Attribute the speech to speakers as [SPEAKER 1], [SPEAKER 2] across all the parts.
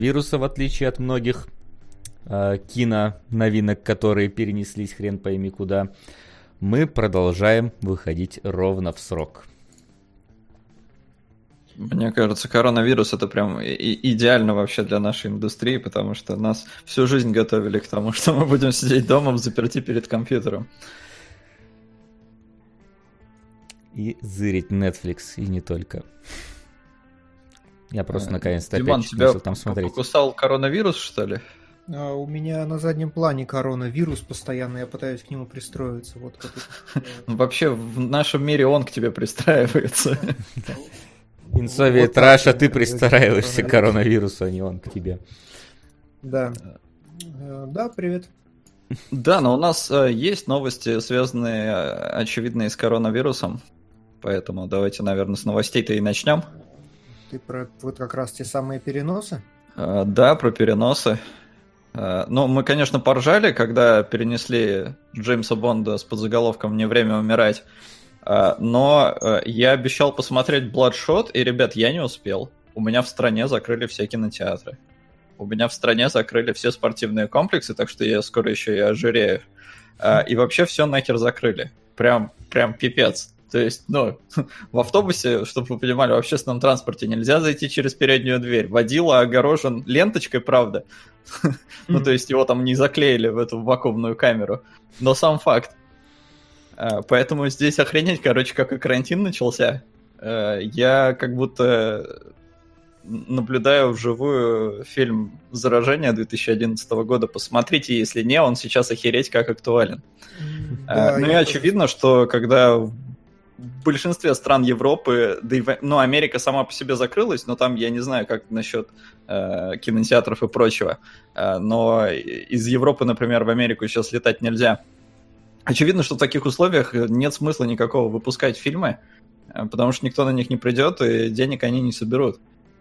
[SPEAKER 1] вируса, в отличие от многих киноновинок, которые перенеслись хрен пойми куда, мы продолжаем выходить ровно в срок.
[SPEAKER 2] Мне кажется, коронавирус это прям идеально вообще для нашей индустрии, потому что нас всю жизнь готовили к тому, что мы будем сидеть дома взаперти перед компьютером.
[SPEAKER 1] И зырить Netflix, и не только. Я просто наконец-то
[SPEAKER 2] Диман,
[SPEAKER 1] опять
[SPEAKER 2] тебя
[SPEAKER 1] начал там смотреть.
[SPEAKER 2] покусал коронавирус, что ли?
[SPEAKER 3] У меня на заднем плане коронавирус постоянно, я пытаюсь к нему пристроиться. Вот как
[SPEAKER 2] Вообще в нашем мире он к тебе пристраивается.
[SPEAKER 1] Инсовия
[SPEAKER 3] Вот
[SPEAKER 1] Траша,
[SPEAKER 3] так,
[SPEAKER 1] ты
[SPEAKER 3] да,
[SPEAKER 1] пристраиваешься
[SPEAKER 3] да.
[SPEAKER 1] к коронавирусу, а не он к тебе.
[SPEAKER 3] Да. Да, привет.
[SPEAKER 2] Да, но у нас есть новости, связанные, очевидно, и с коронавирусом. Поэтому давайте, наверное, с новостей-то и начнем.
[SPEAKER 3] Ты про вот как раз те самые переносы?
[SPEAKER 2] Да, про переносы. Ну, мы, конечно, поржали, когда перенесли Джеймса Бонда с подзаголовком «Не время умирать». Но я обещал посмотреть Bloodshot, и, ребят, я не успел. У меня в стране закрыли все кинотеатры. У меня в стране закрыли все спортивные комплексы, так что я скоро еще и ожирею. И вообще все нахер закрыли. Прям пипец. То есть, ну, в автобусе, чтобы вы понимали, в общественном транспорте нельзя зайти через переднюю дверь. Водила огорожен ленточкой, правда. Ну, то есть его там не заклеили в эту вакуумную камеру. Но сам факт. Поэтому здесь охренеть, короче, как и карантин начался. Я как будто наблюдаю вживую фильм «Заражение» 2011 года. Посмотрите, если не, он сейчас охереть как актуален.
[SPEAKER 3] Да,
[SPEAKER 2] Ну и очевидно, что когда в большинстве стран Европы, да и ну, Америка сама по себе закрылась, но там я не знаю, как насчет кинотеатров и прочего. Но из Европы, например, в Америку сейчас летать нельзя. Очевидно, что в таких условиях нет смысла никакого выпускать фильмы, потому что никто на них не придет, и денег они не соберут.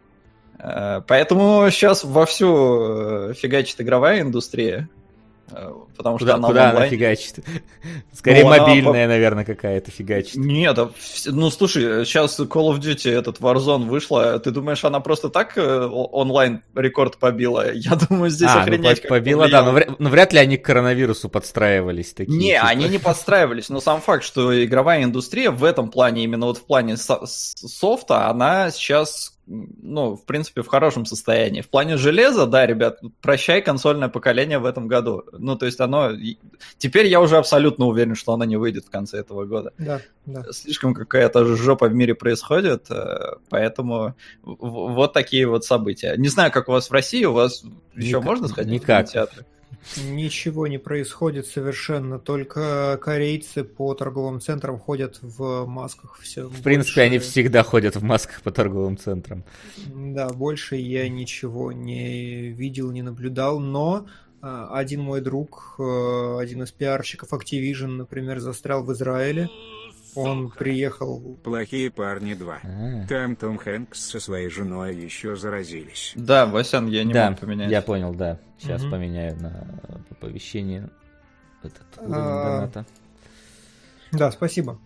[SPEAKER 2] Поэтому сейчас вовсю фигачит игровая индустрия, потому что она
[SPEAKER 1] Куда
[SPEAKER 2] онлайн.
[SPEAKER 1] она фигачит? Скорее,
[SPEAKER 2] Ну,
[SPEAKER 1] мобильная, наверное, какая-то фигачит.
[SPEAKER 2] Нет, ну слушай, сейчас Call of Duty, этот Warzone вышла, ты думаешь, она просто так онлайн рекорд побила? Я думаю, здесь охренеть как
[SPEAKER 1] побила, да, но вряд ли они к коронавирусу подстраивались. Такие,
[SPEAKER 2] не,
[SPEAKER 1] типа.
[SPEAKER 2] они не подстраивались, но сам факт, что игровая индустрия в этом плане, именно вот в плане софта, она сейчас, ну, в принципе, в хорошем состоянии. В плане железа, да, ребят, прощай консольное поколение в этом году. Ну, то есть оно... Теперь я уже абсолютно уверен, что оно не выйдет в конце этого года.
[SPEAKER 3] Да, да.
[SPEAKER 2] Слишком какая-то жопа в мире происходит, поэтому вот такие вот события. Не знаю, как у вас в России, у вас еще можно сходить в кинотеатры?
[SPEAKER 3] Ничего не происходит совершенно, только корейцы по торговым центрам ходят в масках. Все.
[SPEAKER 1] В принципе, они всегда ходят в масках по торговым центрам.
[SPEAKER 3] Да, больше я ничего не видел, не наблюдал, но один мой друг, один из пиарщиков Activision, например, застрял в Израиле. Он приехал...
[SPEAKER 4] «Плохие парни 2». Там Том Хэнкс со своей женой еще заразились.
[SPEAKER 2] Да, Васян, я не могу поменять.
[SPEAKER 1] Я понял, да. Сейчас поменяю на оповещение этот уровень доната.
[SPEAKER 3] Да, спасибо.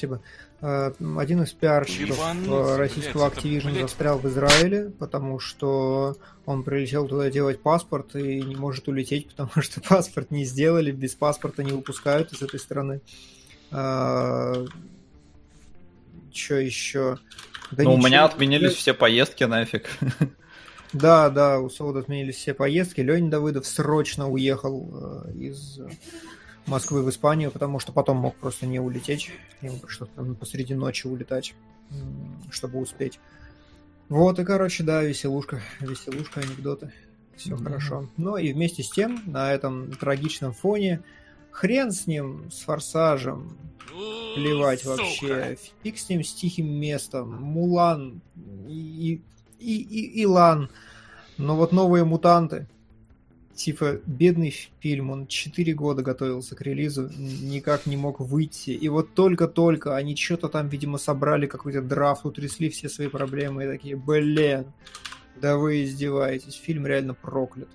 [SPEAKER 3] Один из пиарщиков российского Activision застрял в Израиле, потому что он прилетел туда делать паспорт и не может улететь, потому что паспорт не сделали, без паспорта не выпускают из этой страны. Что еще? Да
[SPEAKER 2] ну, у меня
[SPEAKER 3] ничего.
[SPEAKER 2] отменились все поездки нафиг.
[SPEAKER 3] Да, у Солода отменились все поездки. Леня Давыдов срочно уехал из Москвы в Испанию, потому что потом мог просто не улететь. Ему пришлось посреди ночи улетать, чтобы успеть. Вот, и, короче, да, веселушка, анекдоты. Все хорошо. Ну и вместе с тем, на этом трагичном фоне, хрен с ним, с Форсажем, плевать вообще, фиг с ним, с Тихим местом, Мулан и Илан. Но вот новые мутанты, типа, бедный фильм, он 4 года готовился к релизу, никак не мог выйти, и вот только-только они что-то там, видимо, собрали, какой-то драфт, утрясли все свои проблемы, и такие, блин, да вы издеваетесь, фильм реально проклят.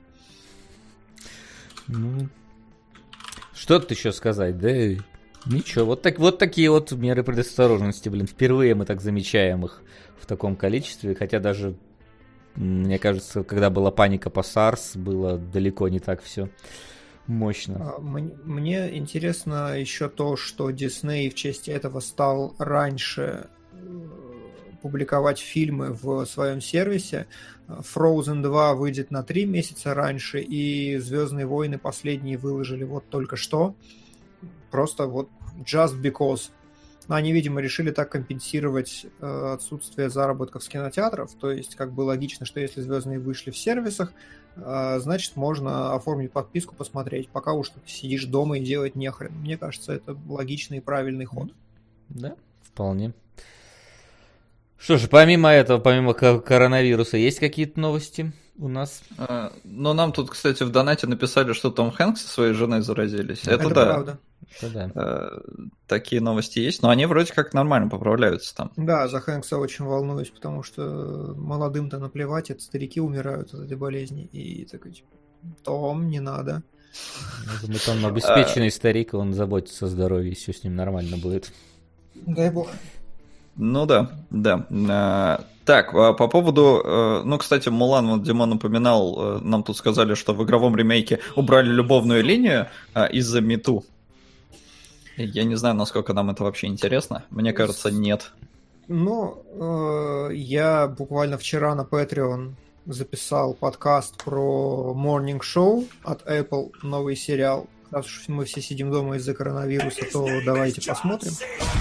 [SPEAKER 1] Ну, что тут еще сказать, да? Ничего, вот такие вот меры предосторожности, блин, впервые мы так замечаем их в таком количестве, хотя даже Мне кажется, когда была паника по SARS, было далеко не так все мощно.
[SPEAKER 3] Мне интересно еще то, что Disney в честь этого стал раньше публиковать фильмы в своем сервисе. Frozen 2 выйдет на 3 месяца раньше, и Звездные войны последние выложили вот только что. Просто вот just because. Они, видимо, решили так компенсировать отсутствие заработков с кинотеатров. То есть, как бы логично, что если Звездные вышли в сервисах, значит, можно оформить подписку, посмотреть, пока уж ты сидишь дома и делать нехрен. Мне кажется, это логичный и правильный ход.
[SPEAKER 1] Да, вполне. Что же, помимо этого, помимо коронавируса, есть какие-то новости у нас?
[SPEAKER 2] Ну, нам тут, кстати, в донате написали, что Том Хэнкс со своей женой заразились.
[SPEAKER 3] Это
[SPEAKER 2] да.
[SPEAKER 3] Правда.
[SPEAKER 1] Это да.
[SPEAKER 2] Такие новости есть, но они вроде как нормально поправляются там.
[SPEAKER 3] Да, за Хэнкса очень волнуюсь, потому что молодым-то наплевать, это старики умирают от этой болезни. И такой, типа, Том, не надо.
[SPEAKER 1] Я думаю, Том обеспеченный старик, он заботится о здоровье, и все с ним нормально будет.
[SPEAKER 3] Дай бог.
[SPEAKER 2] Ну да. Так, по поводу... Ну, кстати, Мулан, вот Димон упоминал, нам тут сказали, что в игровом ремейке убрали любовную линию из-за Мету. Я не знаю, насколько нам это вообще интересно. Мне кажется, нет.
[SPEAKER 3] Ну, я буквально вчера на Patreon записал подкаст про Morning Show от Apple, новый сериал. Раз уж мы все сидим дома из-за коронавируса, то давайте посмотрим.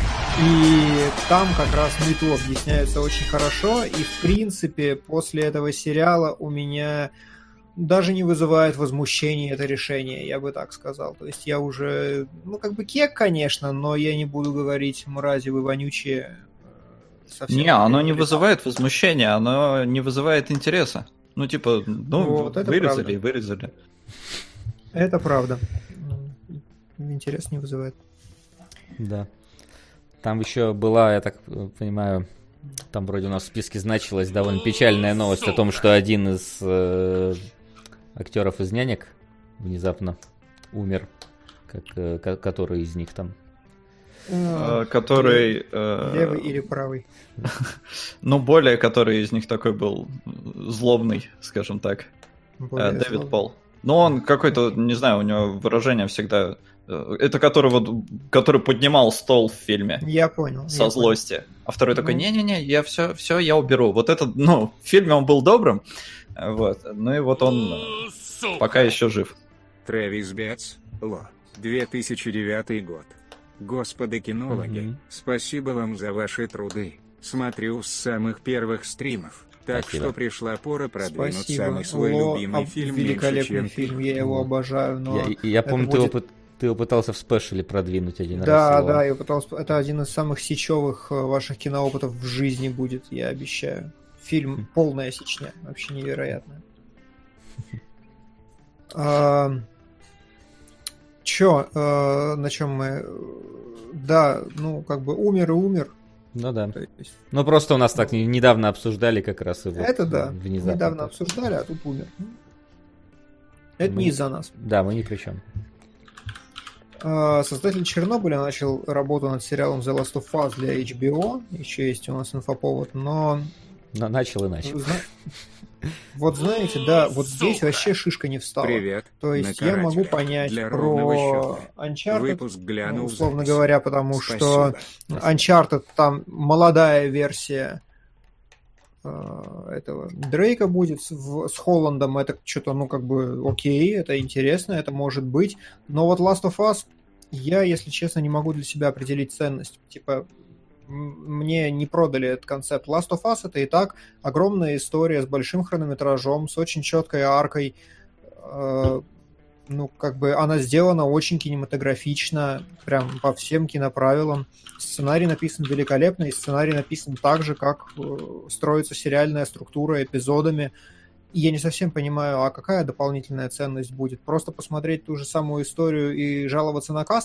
[SPEAKER 3] И там как раз Мету объясняется очень хорошо, и в принципе после этого сериала у меня даже не вызывает возмущения это решение, я бы так сказал. То есть я уже, ну как бы кек, конечно, но я не буду говорить мрази вы вонючие.
[SPEAKER 2] Не, оно не вызывает возмущения, оно не вызывает интереса. Ну типа, вот вырезали и вырезали.
[SPEAKER 3] Это правда. Интерес не вызывает.
[SPEAKER 1] Да. Там еще была, я так понимаю, там вроде у нас в списке значилась довольно печальная новость о том, что один из актеров из «Нянек» внезапно умер. Который из них там?
[SPEAKER 2] Который...
[SPEAKER 3] Левый или правый?
[SPEAKER 2] Ну, более который из них такой был злобный, скажем так. Дэвид Пол. Ну, он какой-то, не знаю, у него выражение всегда... Это который поднимал стол в фильме.
[SPEAKER 3] Я понял.
[SPEAKER 2] Со злости. А второй такой, не-не-не, я все, я уберу. Вот этот, в фильме он был добрым. Вот. Ну и вот он пока еще жив.
[SPEAKER 4] Трэвис Бетс, 2009 год. Господи, кинологи, спасибо вам за ваши труды. Смотрю с самых первых стримов. Так
[SPEAKER 1] Спасибо.
[SPEAKER 4] что пришла пора продвинуть
[SPEAKER 3] Спасибо.
[SPEAKER 4] самый свой любимый фильм
[SPEAKER 3] великолепный
[SPEAKER 4] меньше, чем
[SPEAKER 3] фильм, я его обожаю, но...
[SPEAKER 1] Я помню, ты его пытался в спешле продвинуть один раз.
[SPEAKER 3] Да, я пытался... Это один из самых сечевых ваших киноопытов в жизни будет, я обещаю. Фильм полная сечня, вообще невероятная. На чем мы... Да, умер и умер.
[SPEAKER 1] Ну да. Ну просто у нас так недавно обсуждали как раз его.
[SPEAKER 3] Это да,
[SPEAKER 1] внезапно.
[SPEAKER 3] недавно обсуждали, а тут умер. Это не из-за нас.
[SPEAKER 1] Да, мы ни при чем.
[SPEAKER 3] Создатель Чернобыля начал работу над сериалом The Last of Us для HBO. Еще есть у нас инфоповод, но...
[SPEAKER 1] Начал и начал.
[SPEAKER 3] Вот знаете, да, вот здесь вообще шишка не встала.
[SPEAKER 4] Привет.
[SPEAKER 3] То есть я могу понять про Uncharted, условно говоря, потому что Uncharted там молодая версия этого Дрейка будет с Холландом, это что-то, окей, это интересно, это может быть. Но вот Last of Us, я, если честно, не могу для себя определить ценность. Типа, мне не продали этот концепт. Last of Us — это и так огромная история с большим хронометражом, с очень четкой аркой. Она сделана очень кинематографично, прям по всем киноправилам. Сценарий написан великолепно, и сценарий написан так же, как строится сериальная структура эпизодами. И я не совсем понимаю, а какая дополнительная ценность будет? Просто посмотреть ту же самую историю и жаловаться на каст?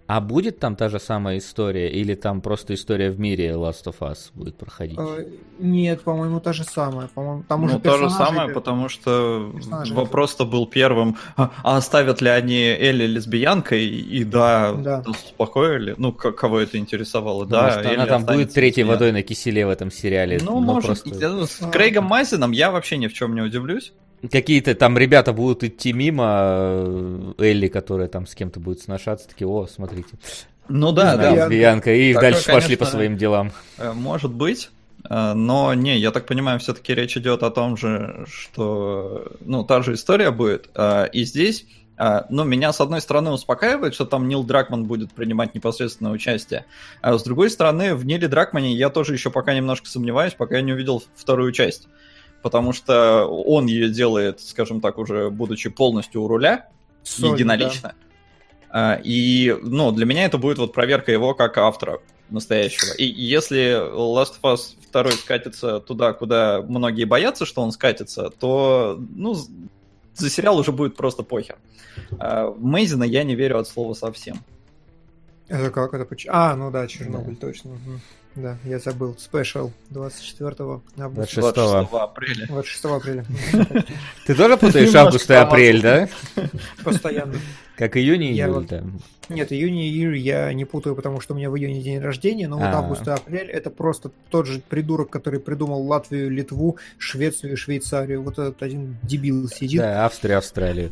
[SPEAKER 1] А будет там та же самая история, или там просто история в мире Last of Us будет проходить?
[SPEAKER 3] Нет, по-моему, та же самая. По-моему, там уже
[SPEAKER 2] то же самое, потому что вопрос-то был первым. А оставят ли они Элли лесбиянкой? И да. Успокоили. Ну, кого это интересовало?
[SPEAKER 1] Да, может, она там будет третьей водой на киселе в этом сериале.
[SPEAKER 2] Ну, может, просто... с Крейгом Мазином я вообще ни в чем не удивлюсь.
[SPEAKER 1] Какие-то там ребята будут идти мимо Элли, которая там с кем-то будет сношаться, такие, о, смотрите.
[SPEAKER 2] Ну да,
[SPEAKER 1] лесбиянка, и такое, дальше конечно, пошли по своим делам.
[SPEAKER 2] Может быть, но не, я так понимаю, все-таки речь идет о том же, что, ну, та же история будет, и здесь, ну, меня с одной стороны успокаивает, что там Нил Дракман будет принимать непосредственное участие, а с другой стороны, в Ниле Дракмане я тоже еще пока немножко сомневаюсь, пока я не увидел вторую часть. Потому что он ее делает, скажем так, уже будучи полностью у руля, единолично. Да. И, ну, для меня это будет вот проверка его как автора настоящего. И если Last of Us 2 скатится туда, куда многие боятся, что он скатится, то, ну, за сериал уже будет просто похер. В Мейзена я не верю от слова совсем.
[SPEAKER 3] Это как? Это почему? Ну да, Чернобыль, точно. Да, я забыл. Спешл 24 августа.
[SPEAKER 2] 26 апреля.
[SPEAKER 3] 26 апреля.
[SPEAKER 1] Ты тоже путаешь август и апрель, да?
[SPEAKER 3] Постоянно.
[SPEAKER 1] Как июнь и июль, да?
[SPEAKER 3] Нет, июнь и июль я не путаю, потому что у меня в июне день рождения, но вот август и апрель это просто тот же придурок, который придумал Латвию, Литву, Швецию и Швейцарию. Вот этот один дебил сидит.
[SPEAKER 1] Да, Австралию.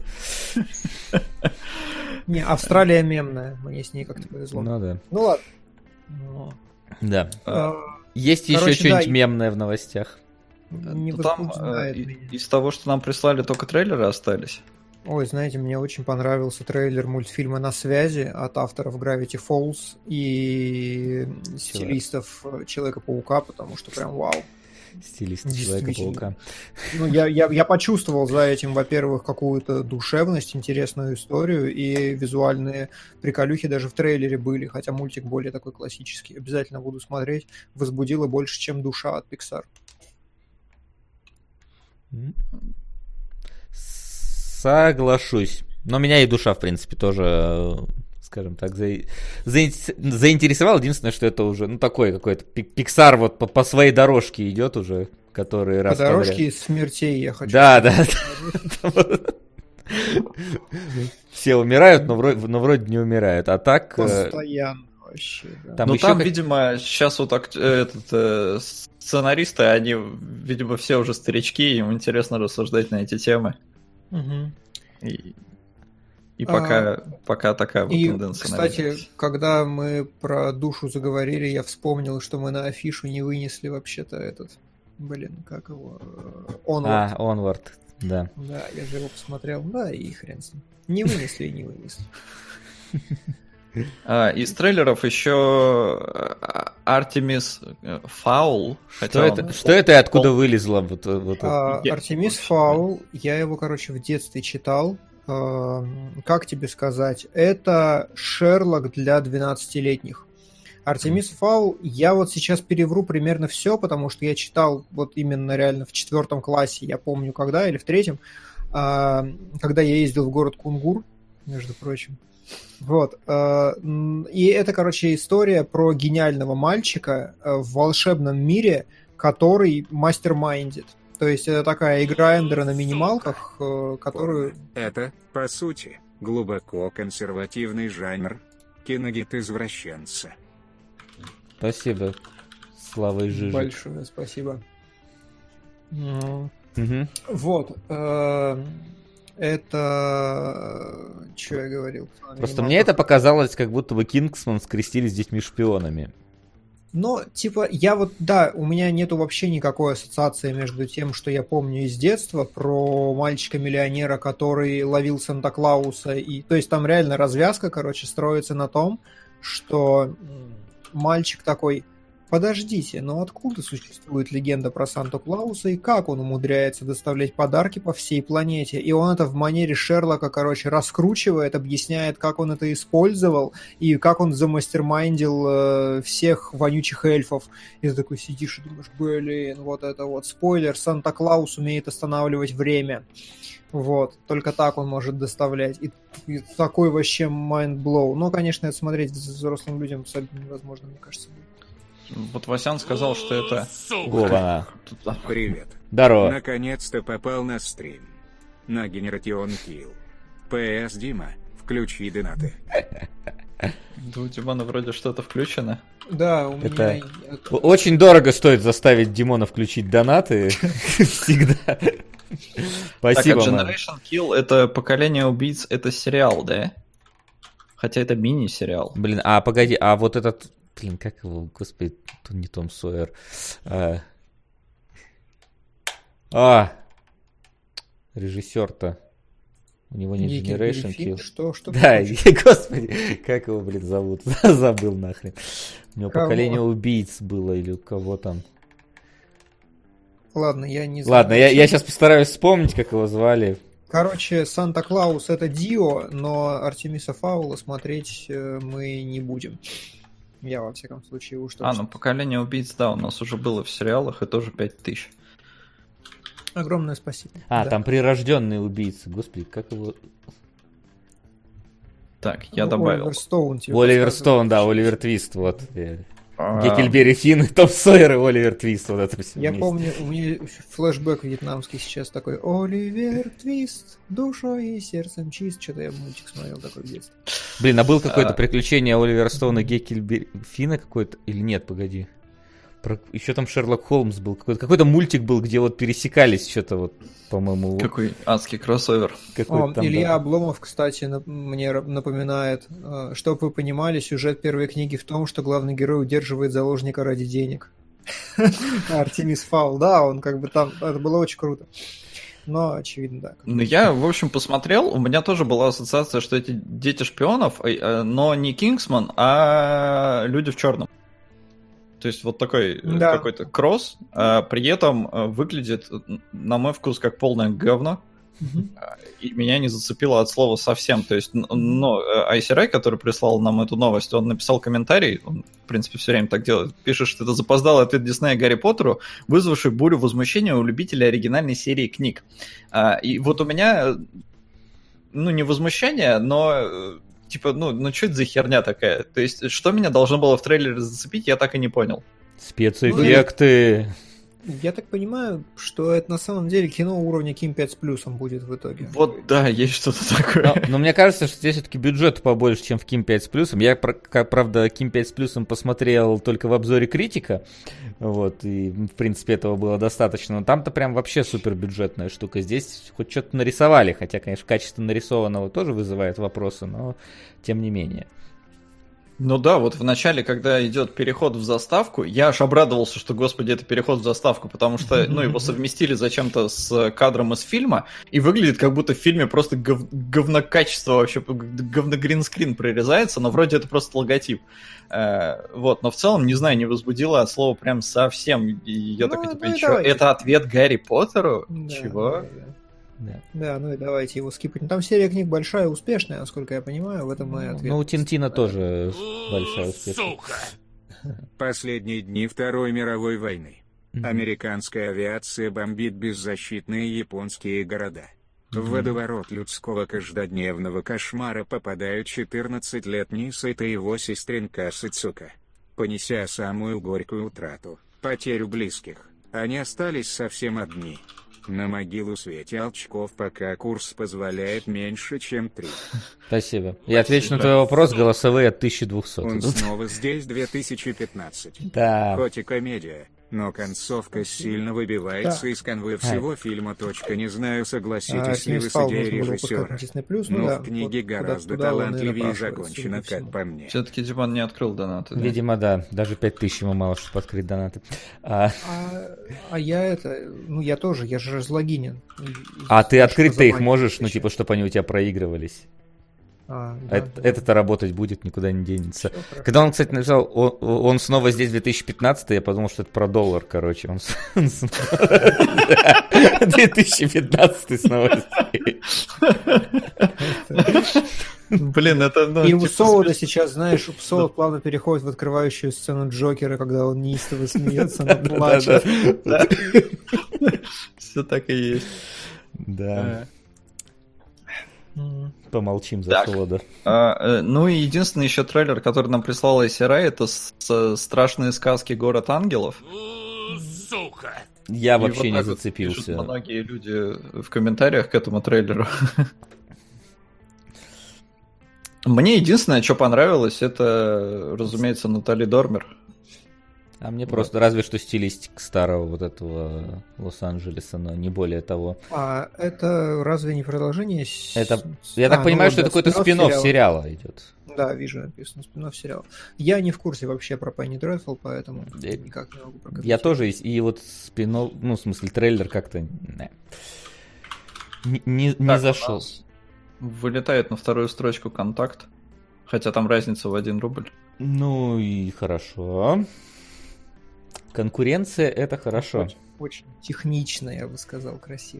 [SPEAKER 3] Не, Австралия мемная, мне с ней как-то повезло.
[SPEAKER 1] Ну да.
[SPEAKER 3] Ну ладно.
[SPEAKER 1] Да. Есть еще что-нибудь мемное в новостях?
[SPEAKER 2] Там из того, что нам прислали, только трейлеры остались.
[SPEAKER 3] Ой, знаете, мне очень понравился трейлер мультфильма «На связи» от авторов Gravity Falls и стилистов Человека-паука, потому что прям вау.
[SPEAKER 1] Стилист Человека-паука.
[SPEAKER 3] Ну, я почувствовал за этим, во-первых, какую-то душевность, интересную историю, и визуальные приколюхи даже в трейлере были, хотя мультик более такой классический. Обязательно буду смотреть. Возбудило больше, чем душа от Pixar.
[SPEAKER 1] Соглашусь. Но меня и душа, в принципе, тоже, скажем так, заинтересовал. Единственное, что это уже, ну, такой какой-то Pixar вот по своей дорожке идет уже, который раз
[SPEAKER 3] подряд. По дорожке смертей, я хочу.
[SPEAKER 1] Да. Все умирают, но вроде не умирают. А так...
[SPEAKER 3] Постоянно вообще, да.
[SPEAKER 2] Ну, там, видимо, сейчас вот сценаристы, они, видимо, все уже старички, им интересно рассуждать на эти темы.
[SPEAKER 3] Угу.
[SPEAKER 2] И пока такая вот тенденция.
[SPEAKER 3] Кстати, когда мы про душу заговорили, я вспомнил, что мы на афишу не вынесли вообще-то этот... как его? Onward.
[SPEAKER 1] Onward, да.
[SPEAKER 3] Да, я же его посмотрел. Да, и хрен с ним. Не вынесли и не вынесли.
[SPEAKER 2] Из трейлеров еще Артемис Фаул.
[SPEAKER 1] Что это и откуда вылезло?
[SPEAKER 3] Артемис Фаул, я его, короче, в детстве читал. Как тебе сказать? Это Шерлок для 12-летних. Артемис Фаул, я вот сейчас перевру примерно все, потому что я читал вот именно реально в 4 классе, я помню когда, или в 3, когда я ездил в город Кунгур, между прочим. Вот. И это, короче, история про гениального мальчика в волшебном мире, который мастер-майндит. То есть это такая игра Эндера на минималках, которую...
[SPEAKER 4] Это, по сути, глубоко консервативный жанр киногид-извращенца.
[SPEAKER 1] Спасибо, Слава и Жижик.
[SPEAKER 3] Большое спасибо.
[SPEAKER 1] Угу.
[SPEAKER 3] Вот. Это... Что я говорил?
[SPEAKER 1] Просто мне это показалось, как будто бы Кингсман скрестили с детьми-шпионами.
[SPEAKER 3] Но, типа, у меня нету вообще никакой ассоциации между тем, что я помню из детства про мальчика-миллионера, который ловил Санта-Клауса. То есть там реально развязка, короче, строится на том, что мальчик такой подождите, но откуда существует легенда про Санту-Клауса и как он умудряется доставлять подарки по всей планете? И он это в манере Шерлока, раскручивает, объясняет, как он это использовал и как он замастермайндил всех вонючих эльфов. И ты такой сидишь и думаешь, блин, вот это вот спойлер, Санта-Клаус умеет останавливать время. Вот, только так он может доставлять. И такой вообще майндблоу. Но, конечно, это смотреть взрослым людям абсолютно невозможно, мне кажется.
[SPEAKER 2] Вот Васян сказал, что это...
[SPEAKER 1] Опа.
[SPEAKER 4] Привет.
[SPEAKER 1] Здорово.
[SPEAKER 4] Наконец-то попал на стрим. На Генератион Килл. ПС, Дима, включи донаты.
[SPEAKER 2] Да у Димона вроде что-то включено.
[SPEAKER 3] Да, у меня...
[SPEAKER 1] Очень дорого стоит заставить Димона включить донаты. Всегда. Спасибо,
[SPEAKER 2] Так, а
[SPEAKER 1] мэн.
[SPEAKER 2] Generation Kill — это «Поколение убийц», это сериал, да? Хотя это мини-сериал.
[SPEAKER 1] Блин, а погоди, а вот этот... Блин, как его, господи, не Том Сойер. Режиссер-то. У него не Generation Kill.
[SPEAKER 3] Что
[SPEAKER 1] Да, господи, как его, блин, зовут? Забыл нахрен. У него
[SPEAKER 3] Кого?
[SPEAKER 1] «Поколение убийц» было, или у кого там.
[SPEAKER 3] Ладно, я не знаю.
[SPEAKER 1] Ладно, я сейчас постараюсь вспомнить, как его звали.
[SPEAKER 3] Короче, Санта-Клаус это Дио, но Артемиса Фаула смотреть мы не будем. Я, во всяком случае, уж точно.
[SPEAKER 2] Ну «Поколение убийц», да, у нас уже было в сериалах, и тоже 5000.
[SPEAKER 3] Огромное спасибо.
[SPEAKER 1] А,
[SPEAKER 3] Да.
[SPEAKER 1] там «Прирожденные убийцы». Господи, как его...
[SPEAKER 2] Так, я
[SPEAKER 3] Ну,
[SPEAKER 2] добавил.
[SPEAKER 3] Оливер Стоун тебе
[SPEAKER 1] Оливер
[SPEAKER 3] подсказывает.
[SPEAKER 1] Стоун, да, Оливер Твист, вот.
[SPEAKER 2] А,
[SPEAKER 1] Геккельберри Финн, Том Сойер и Оливер Твист, вот это все
[SPEAKER 3] Я
[SPEAKER 1] вместе.
[SPEAKER 3] помню, у меня флешбэк вьетнамский сейчас такой. Оливер Твист, душой и сердцем чист. Что-то я мультик смотрел такой в детстве.
[SPEAKER 1] Блин, а был какое-то приключение Оливера Стоуна Геккельберри Финна какое-то? Или нет, погоди. Еще там Шерлок Холмс был. Какой-то мультик был, где вот пересекались что-то вот, по-моему.
[SPEAKER 2] Какой адский кроссовер.
[SPEAKER 1] Какой-то там,
[SPEAKER 3] Илья
[SPEAKER 1] да.
[SPEAKER 3] Обломов, кстати, мне напоминает, чтоб вы понимали, сюжет первой книги в том, что главный герой удерживает заложника ради денег. Артемис Фаул, да, он как бы там, это было очень круто. Но, очевидно, да.
[SPEAKER 2] Ну, я, в общем, посмотрел, у меня тоже была ассоциация, что эти дети шпионов, но не Кингсман, а люди в черном. То есть вот такой какой-то кросс, при этом выглядит, на мой вкус, как полное говно. И меня не зацепило от слова совсем. То есть, Айсерай, который прислал нам эту новость, он написал комментарий, он, в принципе, все время так делает, пишет, что это запоздалый ответ Диснея Гарри Поттеру, вызвавший бурю возмущения у любителей оригинальной серии книг. И вот у меня, не возмущение, но... Типа, что это за херня такая? То есть, что меня должно было в трейлере зацепить, я так и не понял.
[SPEAKER 1] Спецэффекты.
[SPEAKER 3] Я так понимаю, что это на самом деле кино уровня Ким 5 с плюсом будет в итоге.
[SPEAKER 2] Вот, да, есть что-то такое.
[SPEAKER 1] Но мне кажется, что здесь все-таки бюджет побольше, чем в Ким 5 с плюсом. Я, правда, Ким 5 с плюсом посмотрел только в обзоре критика. Вот, и, в принципе, этого было достаточно. Но там-то прям вообще супербюджетная штука. Здесь хоть что-то нарисовали, хотя, конечно, качество нарисованного тоже вызывает вопросы, но тем не менее.
[SPEAKER 2] Ну да, вот в начале, когда идет переход в заставку, я аж обрадовался, что, господи, это переход в заставку, потому что, его совместили зачем-то с кадром из фильма, и выглядит, как будто в фильме просто говнокачество вообще, говно-гринскрин прорезается, но вроде это просто логотип. Вот, но в целом, не знаю, не возбудило от слова прям совсем, и я такой, типа, что, это ответ Гарри Поттеру?
[SPEAKER 3] Да,
[SPEAKER 2] Чего?
[SPEAKER 3] Да, ну и давайте его скипать. Там серия книг большая, успешная, насколько я понимаю, в этом мой ответ.
[SPEAKER 1] Ну, у Тинтина тоже большая успешность.
[SPEAKER 4] Последние дни Второй мировой войны. Американская авиация бомбит беззащитные японские города. В водоворот людского каждодневного кошмара попадают 14 лет Ниса и его сестренка Сыцука. Понеся самую горькую утрату, потерю близких, они остались совсем одни. На могилу Свете Алчков пока курс позволяет меньше, чем 3.
[SPEAKER 1] Спасибо. Я отвечу на твой вопрос, голосовые от 1200.
[SPEAKER 4] Он снова здесь 2015.
[SPEAKER 1] Да.
[SPEAKER 4] Хоть и комедия, но концовка сильно выбивается из канвы всего фильма. Не знаю, согласитесь ли вы с идеей режиссера. Но в книге гораздо талантливее и закончено, как по мне.
[SPEAKER 2] Все-таки Диман не открыл донаты.
[SPEAKER 1] Видимо, да. Даже 5000 ему мало, чтобы открыть донаты.
[SPEAKER 3] А я я тоже, я же разлогинен.
[SPEAKER 1] А ты открыть-то их можешь, чтобы они у тебя проигрывались?
[SPEAKER 3] Да,
[SPEAKER 1] Это-то работать будет, никуда не денется.
[SPEAKER 3] Всё хорошо.
[SPEAKER 1] Когда он, кстати, написал, он снова здесь 2015, я подумал, что это про доллар, короче. Он 2015 снова здесь.
[SPEAKER 2] Блин, это...
[SPEAKER 3] И у Солода сейчас, знаешь, Солод плавно переходит в открывающую сцену Джокера, когда он неистово смеется, но плачет.
[SPEAKER 2] Все так и есть.
[SPEAKER 1] Да,
[SPEAKER 3] М.
[SPEAKER 1] помолчим за
[SPEAKER 2] Так.
[SPEAKER 1] Солода.
[SPEAKER 2] Ну и единственный еще трейлер, который нам прислала ICRA, это «Страшные сказки. Город ангелов».
[SPEAKER 1] Я
[SPEAKER 2] И
[SPEAKER 1] вообще
[SPEAKER 2] вот
[SPEAKER 1] не
[SPEAKER 2] так вот
[SPEAKER 1] зацепился.
[SPEAKER 2] пишут многие люди в комментариях к этому трейлеру. Мне единственное, что понравилось, это, разумеется, Натали Дормер.
[SPEAKER 1] А мне просто разве что стилистика старого вот этого Лос-Анджелеса, но не более того.
[SPEAKER 3] А это разве не продолжение?
[SPEAKER 1] Это, я так понимаю, что это какой-то спин-офф сериала идет.
[SPEAKER 3] Да, вижу, написано спин-офф сериала. Я не в курсе вообще про Пенни Дредфул, поэтому никак не могу прокомментировать.
[SPEAKER 1] Я тоже, и вот спин-офф, ну, в смысле, трейлер как-то не
[SPEAKER 2] Так,
[SPEAKER 1] зашел.
[SPEAKER 2] Вылетает на вторую строчку «Контакт», хотя там разница в 1 рубль.
[SPEAKER 1] Ну и хорошо. Конкуренция — это хорошо.
[SPEAKER 3] Очень, очень технично, я бы сказал, красиво.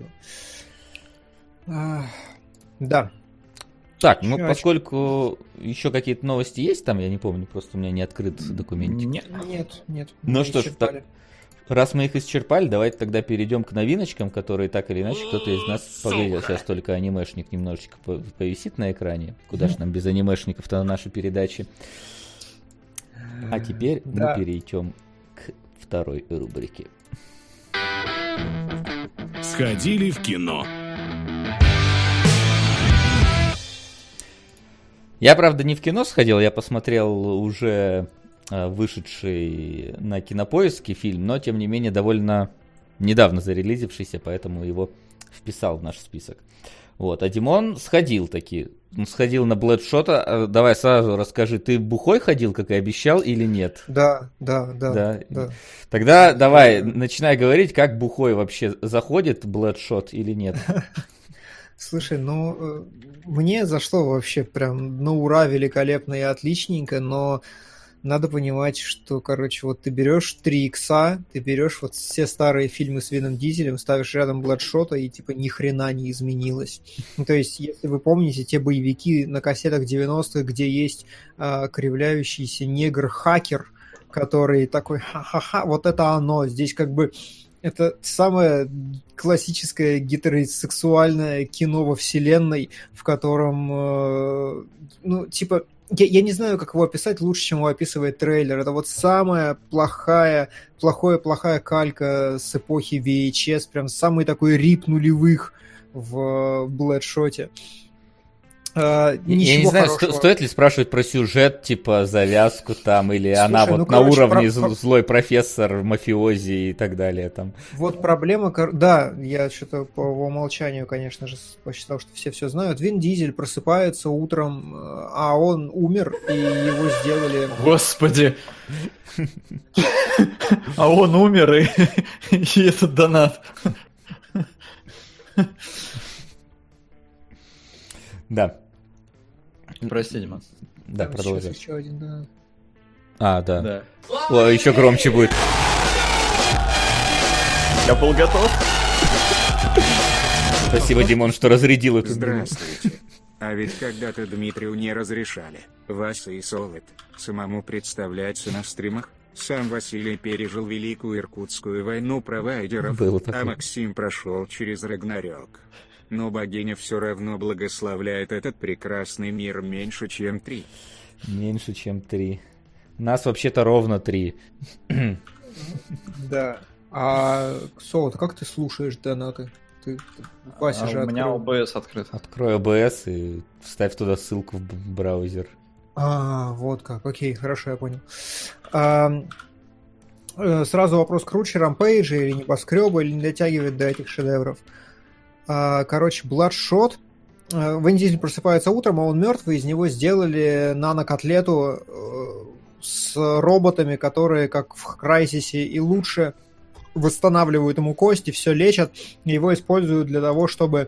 [SPEAKER 3] Да.
[SPEAKER 1] Так, ну
[SPEAKER 3] Чё,
[SPEAKER 1] поскольку еще какие-то новости есть там, я не помню, просто у меня не открыт документик.
[SPEAKER 3] Нет.
[SPEAKER 1] Ну
[SPEAKER 3] мы
[SPEAKER 1] что ж,
[SPEAKER 3] исчерпали.
[SPEAKER 1] Раз мы их исчерпали, давайте тогда перейдем к новиночкам, которые так или иначе кто-то из нас поглядел. Сейчас только анимешник немножечко повисит на экране. Куда ж нам без анимешников-то на нашей передаче. А теперь
[SPEAKER 3] Да.
[SPEAKER 1] мы перейдем к второй рубрике.
[SPEAKER 5] Сходили в кино.
[SPEAKER 1] Я, правда, не в кино сходил, я посмотрел уже вышедший на Кинопоиске фильм, но, тем не менее, довольно недавно зарелизившийся, поэтому его вписал в наш список. Вот, а Димон сходил таки. Он сходил на Бладшота. Давай сразу расскажи, ты бухой ходил, как и обещал, или нет?
[SPEAKER 3] Да.
[SPEAKER 1] Тогда давай, начинай говорить, как бухой вообще заходит Бладшот или нет.
[SPEAKER 3] Слушай, ну, мне зашло вообще прям на ура, великолепно и отличненько, но надо понимать, что, короче, вот ты берешь 3 икса, ты берешь вот все старые фильмы с Вином Дизелем, ставишь рядом Бладшота, и типа ни хрена не изменилось. Ну, то есть, если вы помните те боевики на кассетах 90-х, где есть кривляющийся негр-хакер, который такой ха-ха-ха, вот это оно. Здесь как бы это самое классическое гетеросексуальное кино во вселенной, в котором, ну, типа, я не знаю, как его описать лучше, чем его описывает трейлер. Это вот самая плохая калька с эпохи VHS, прям самый такой рип нулевых в Бладшоте.
[SPEAKER 1] Я не знаю, стоит ли спрашивать про сюжет, типа завязку там, или слушай, она вот на уровне злой профессор, мафиози и так далее там.
[SPEAKER 3] Вот проблема, да, я что-то по умолчанию, конечно же, посчитал, что все знают. Вин Дизель просыпается утром, а он умер, и его сделали...
[SPEAKER 2] Господи! А он умер, и этот донат.
[SPEAKER 1] Да.
[SPEAKER 2] Прости, Диман.
[SPEAKER 1] Да, продолжай.
[SPEAKER 3] Еще один, да.
[SPEAKER 1] Да. О, еще громче будет.
[SPEAKER 2] Я был готов.
[SPEAKER 1] Спасибо, Димон, что разрядил эту.
[SPEAKER 4] Здравствуйте. А ведь когда-то Дмитрию не разрешали, Вася и Солод, самому представляться на стримах. Сам Василий пережил Великую Иркутскую войну провайдеров, а Максим прошел через Рагнарёк. Но богиня все равно благословляет этот прекрасный мир меньше, чем 3.
[SPEAKER 1] Меньше, чем 3. Нас вообще-то ровно 3.
[SPEAKER 3] Да. А, Солод, как ты слушаешь донаты? Вася же
[SPEAKER 2] у меня OBS открыт.
[SPEAKER 1] Открой OBS и вставь туда ссылку в браузер.
[SPEAKER 3] Вот как. Окей, хорошо, я понял. Сразу вопрос круче Рампейджа или Небоскреба, или не дотягивает до этих шедевров. Короче, Бладшот. Вин Дизель просыпается утром, а он мертвый, из него сделали нанокотлету с роботами, которые, как в Крайсисе и лучше, восстанавливают ему кости, все лечат, и его используют для того, чтобы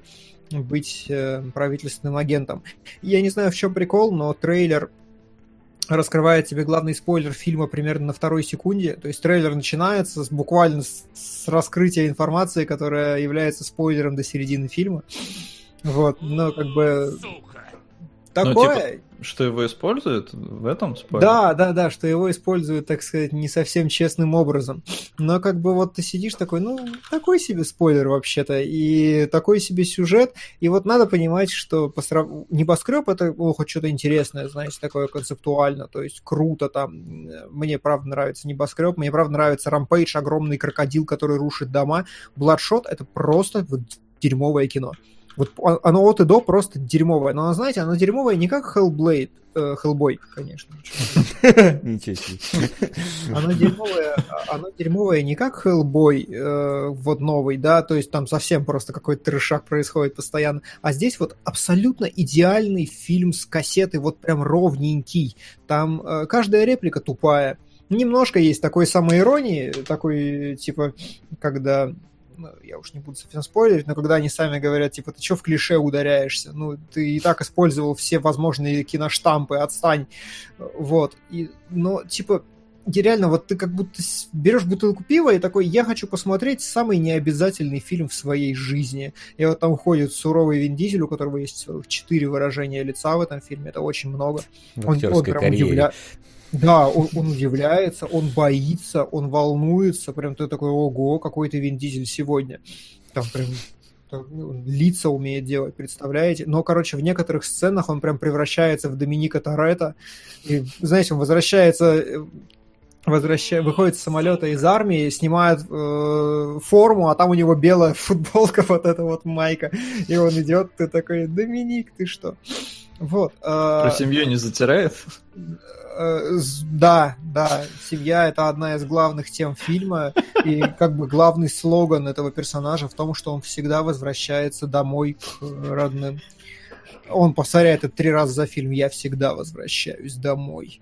[SPEAKER 3] быть правительственным агентом. Я не знаю, в чем прикол, но трейлер раскрывает тебе главный спойлер фильма примерно на 2 секунде. То есть трейлер начинается буквально с раскрытия информации, которая является спойлером до середины фильма. Вот, но как бы такое...
[SPEAKER 2] Ну, типа, что его используют в этом спойлере?
[SPEAKER 3] Да, что его используют, так сказать, не совсем честным образом. Но как бы вот ты сидишь такой, ну, такой себе спойлер вообще-то, и такой себе сюжет, и вот надо понимать, что «Небоскреб» — это хоть что-то интересное, знаете, такое концептуально, то есть круто там. Мне правда нравится «Небоскреб», мне правда нравится «Рампейдж», огромный крокодил, который рушит дома. «Бладшот» — это просто вот дерьмовое кино. Вот оно от и до просто дерьмовое. Но, знаете, оно дерьмовое не как Hellblade, Hellboy, конечно.
[SPEAKER 1] Ничего себе.
[SPEAKER 3] Оно дерьмовое не как Hellboy, вот новый, да, то есть там совсем просто какой-то трешак происходит постоянно. А здесь вот абсолютно идеальный фильм с кассеты, вот прям ровненький. Там каждая реплика тупая. Немножко есть такой самоиронии, такой, типа, когда... Ну, я уж не буду совсем спойлерить, но когда они сами говорят, типа, ты что в клише ударяешься? Ну, ты и так использовал все возможные киноштампы, отстань. Вот. Но, типа, реально, вот ты как будто берешь бутылку пива и такой, я хочу посмотреть самый необязательный фильм в своей жизни. И вот там ходит суровый Вин Дизель, у которого есть 4 выражения лица в этом фильме, это очень много.
[SPEAKER 1] В актерской карьере.
[SPEAKER 3] Да, он удивляется, он боится, он волнуется, прям ты такой, ого, какой ты Вин Дизель сегодня. Там прям лица умеет делать, представляете? Но, короче, в некоторых сценах он прям превращается в Доминика Торетто. И, знаете, он выходит с самолета из армии, снимает форму, а там у него белая футболка, вот эта вот майка. И он идет, ты такой, Доминик, ты что? Вот.
[SPEAKER 2] Про семью не затирает?
[SPEAKER 3] Да, семья — это одна из главных тем фильма, и как бы главный слоган этого персонажа в том, что он всегда возвращается домой к родным. Он повторяет это 3 раза за фильм: «Я всегда возвращаюсь домой».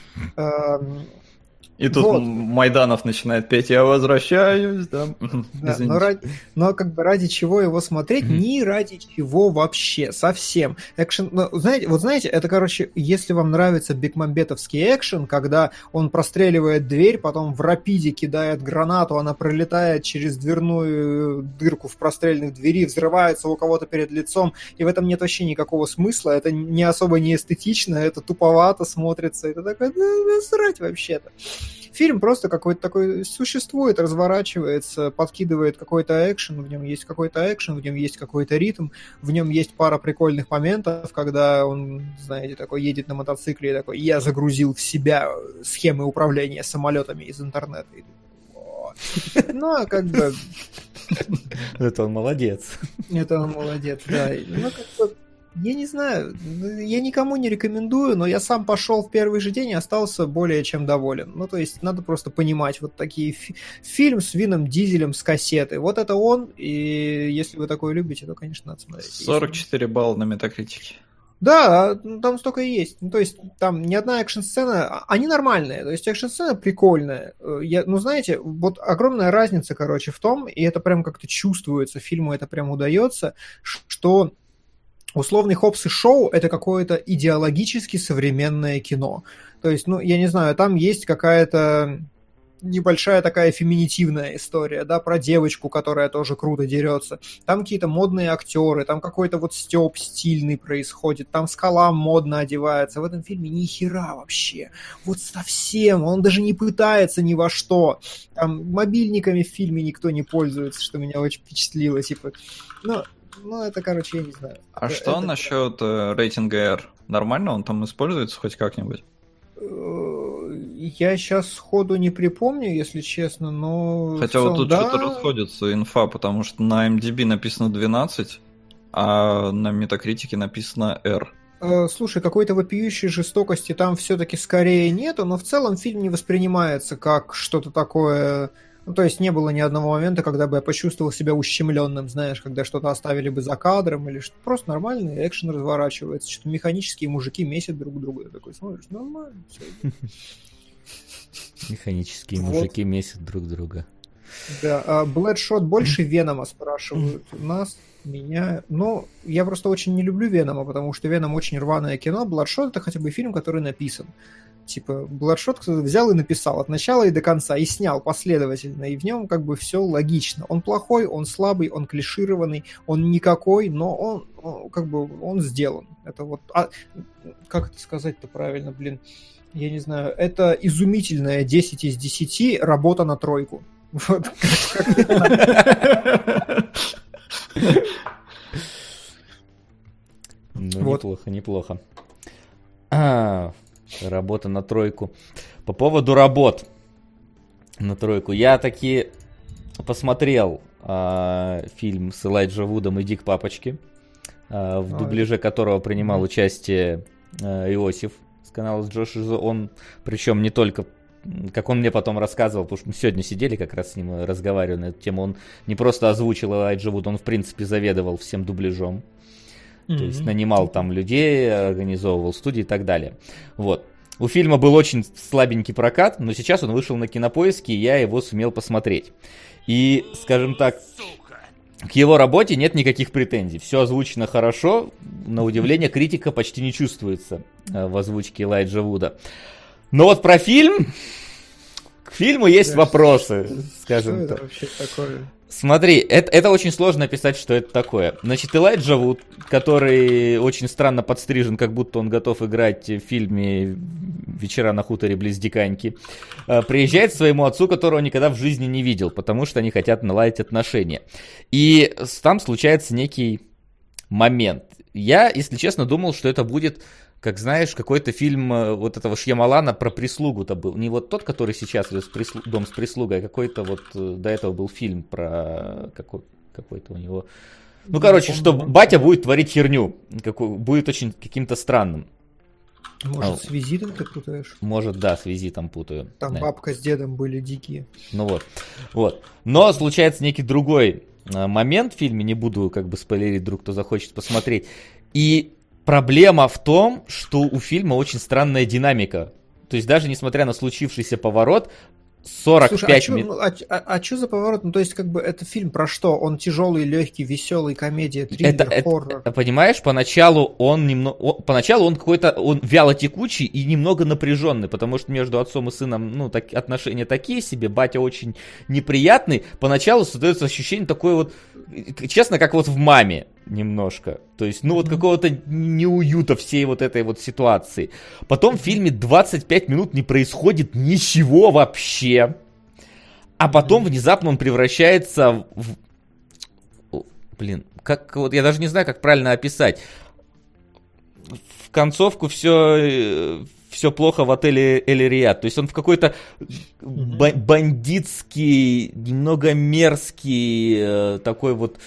[SPEAKER 2] И тут вот. Майданов начинает петь «Я возвращаюсь», да?
[SPEAKER 3] Но как бы ради чего его смотреть? Ни ради чего вообще, совсем. Экшен, знаете, это, короче, если вам нравится бекмамбетовский экшен, когда он простреливает дверь, потом в рапиде кидает гранату, она пролетает через дверную дырку в прострельной двери, взрывается у кого-то перед лицом, и в этом нет вообще никакого смысла, это не особо не эстетично, это туповато смотрится, это такое, насрать вообще-то. Фильм просто какой-то такой существует, разворачивается, подкидывает какой-то экшен, в нем есть какой-то экшен, в нем есть какой-то ритм, в нем есть пара прикольных моментов, когда он, знаете, такой едет на мотоцикле и такой, я загрузил в себя схемы управления самолетами из интернета. Ну, как бы...
[SPEAKER 1] Это он молодец.
[SPEAKER 3] Это он молодец, да. Ну, как бы... Я не знаю, я никому не рекомендую, но я сам пошел в первый же день и остался более чем доволен. Ну, то есть, надо просто понимать, вот такие фильм с Вином Дизелем с кассеты. Вот это он, и если вы такое любите, то, конечно, надо смотреть.
[SPEAKER 2] 44 балла на Метакритике.
[SPEAKER 3] Да, там столько и есть. Ну, то есть, там ни одна экшн-сцена, они нормальные, то есть, экшн-сцена прикольная. Знаете, вот огромная разница, короче, в том, и это прям как-то чувствуется, фильму это прям удается, что... Условный Хоббс и Шоу — это какое-то идеологически современное кино. То есть, я не знаю, там есть какая-то небольшая такая феминитивная история, да, про девочку, которая тоже круто дерется. Там какие-то модные актеры, там какой-то вот стёб стильный происходит, там Скала модно одевается. В этом фильме ни хера вообще. Вот совсем. Он даже не пытается ни во что. Там мобильниками в фильме никто не пользуется, что меня очень впечатлило. Типа, ну, это, короче, я не знаю.
[SPEAKER 2] А что насчет рейтинга R? Нормально он там используется хоть как-нибудь?
[SPEAKER 3] Я сейчас сходу не припомню, если честно, но...
[SPEAKER 2] Хотя вот тут что-то расходится инфа, потому что на MDB написано 12, а на Метакритике написано R.
[SPEAKER 3] Слушай, какой-то вопиющей жестокости там все-таки скорее нету, но в целом фильм не воспринимается как что-то такое... Ну, то есть не было ни одного момента, когда бы я почувствовал себя ущемленным, знаешь, когда что-то оставили бы за кадром или что. Просто нормальный экшен разворачивается, что-то механические мужики месят друг друга. Я такой смотришь, нормально, все.
[SPEAKER 1] Механические мужики месят друг друга.
[SPEAKER 3] Да, Bloodshot больше Венома, спрашивают у нас. Я просто очень не люблю Венома, потому что Веном очень рваное кино. Бладшот — это хотя бы фильм, который написан. Типа, Бладшот кто-то взял и написал от начала и до конца, и снял последовательно, и в нем как бы все логично. Он плохой, он слабый, он клишированный, он никакой, но он как бы он сделан. Это вот... как это сказать-то правильно, блин? Я не знаю. Это изумительная 10 из 10 работа на тройку. Вот.
[SPEAKER 1] Неплохо. Работа на тройку. По поводу работ на тройку. Я таки посмотрел фильм с Элайджа Вудом «Иди к папочке», в дубляже которого принимал участие Иосиф с канала с Джош Изо. Он, причем не только, как он мне потом рассказывал, потому что мы сегодня сидели как раз с ним, разговаривали на эту тему, он не просто озвучил Элайджа Вуд, он в принципе заведовал всем дубляжом. То есть нанимал там людей, организовывал студии и так далее. Вот. У фильма был очень слабенький прокат, но сейчас он вышел на Кинопоиске, и я его сумел посмотреть. И, скажем так, к его работе нет никаких претензий. Все озвучено хорошо, на удивление критика почти не чувствуется в озвучке Элайджа Вуда. Но вот про фильм... К фильму есть вопросы, скажем так.
[SPEAKER 3] Что это вообще такое?
[SPEAKER 1] Смотри, это очень сложно описать, что это такое. Значит, Элайджа Вуд, который очень странно подстрижен, как будто он готов играть в фильме «Вечера на хуторе близ Диканьки», приезжает к своему отцу, которого никогда в жизни не видел, потому что они хотят наладить отношения. И там случается некий момент. Я, если честно, думал, что это будет... Как знаешь, какой-то фильм вот этого Шьямалана про прислугу-то был. Не вот тот, который сейчас идет «Дом с прислугой», а какой-то вот до этого был фильм про какой-то у него... Ну, короче, что батя будет творить херню. Будет очень каким-то странным.
[SPEAKER 3] Может, с «Визитом» ты путаешь?
[SPEAKER 1] Может, да, с «Визитом» путаю.
[SPEAKER 3] Там
[SPEAKER 1] да.
[SPEAKER 3] Бабка с дедом были дикие.
[SPEAKER 1] Ну вот. Но случается некий другой момент в фильме. Не буду как бы спойлерить, вдруг кто захочет посмотреть. И... Проблема в том, что у фильма очень странная динамика. То есть даже несмотря на случившийся поворот, 45 минут...
[SPEAKER 3] А что за поворот? Ну, то есть, как бы, это фильм про что? Он тяжелый, легкий, веселый, комедия, триллер, хоррор.
[SPEAKER 1] Понимаешь, поначалу он какой-то, он вяло текучий и немного напряженный, потому что между отцом и сыном, отношения такие себе, батя очень неприятный. Поначалу создается ощущение такое вот, честно, как вот в «Маме» немножко. То есть, вот какого-то неуюта всей вот этой вот ситуации. Потом в фильме 25 минут не происходит ничего вообще. А потом внезапно он превращается в... я даже не знаю, как правильно описать. В концовку все плохо в отеле Эль-Риад. То есть он в какой-то бандитский, немного мерзкий, такой вот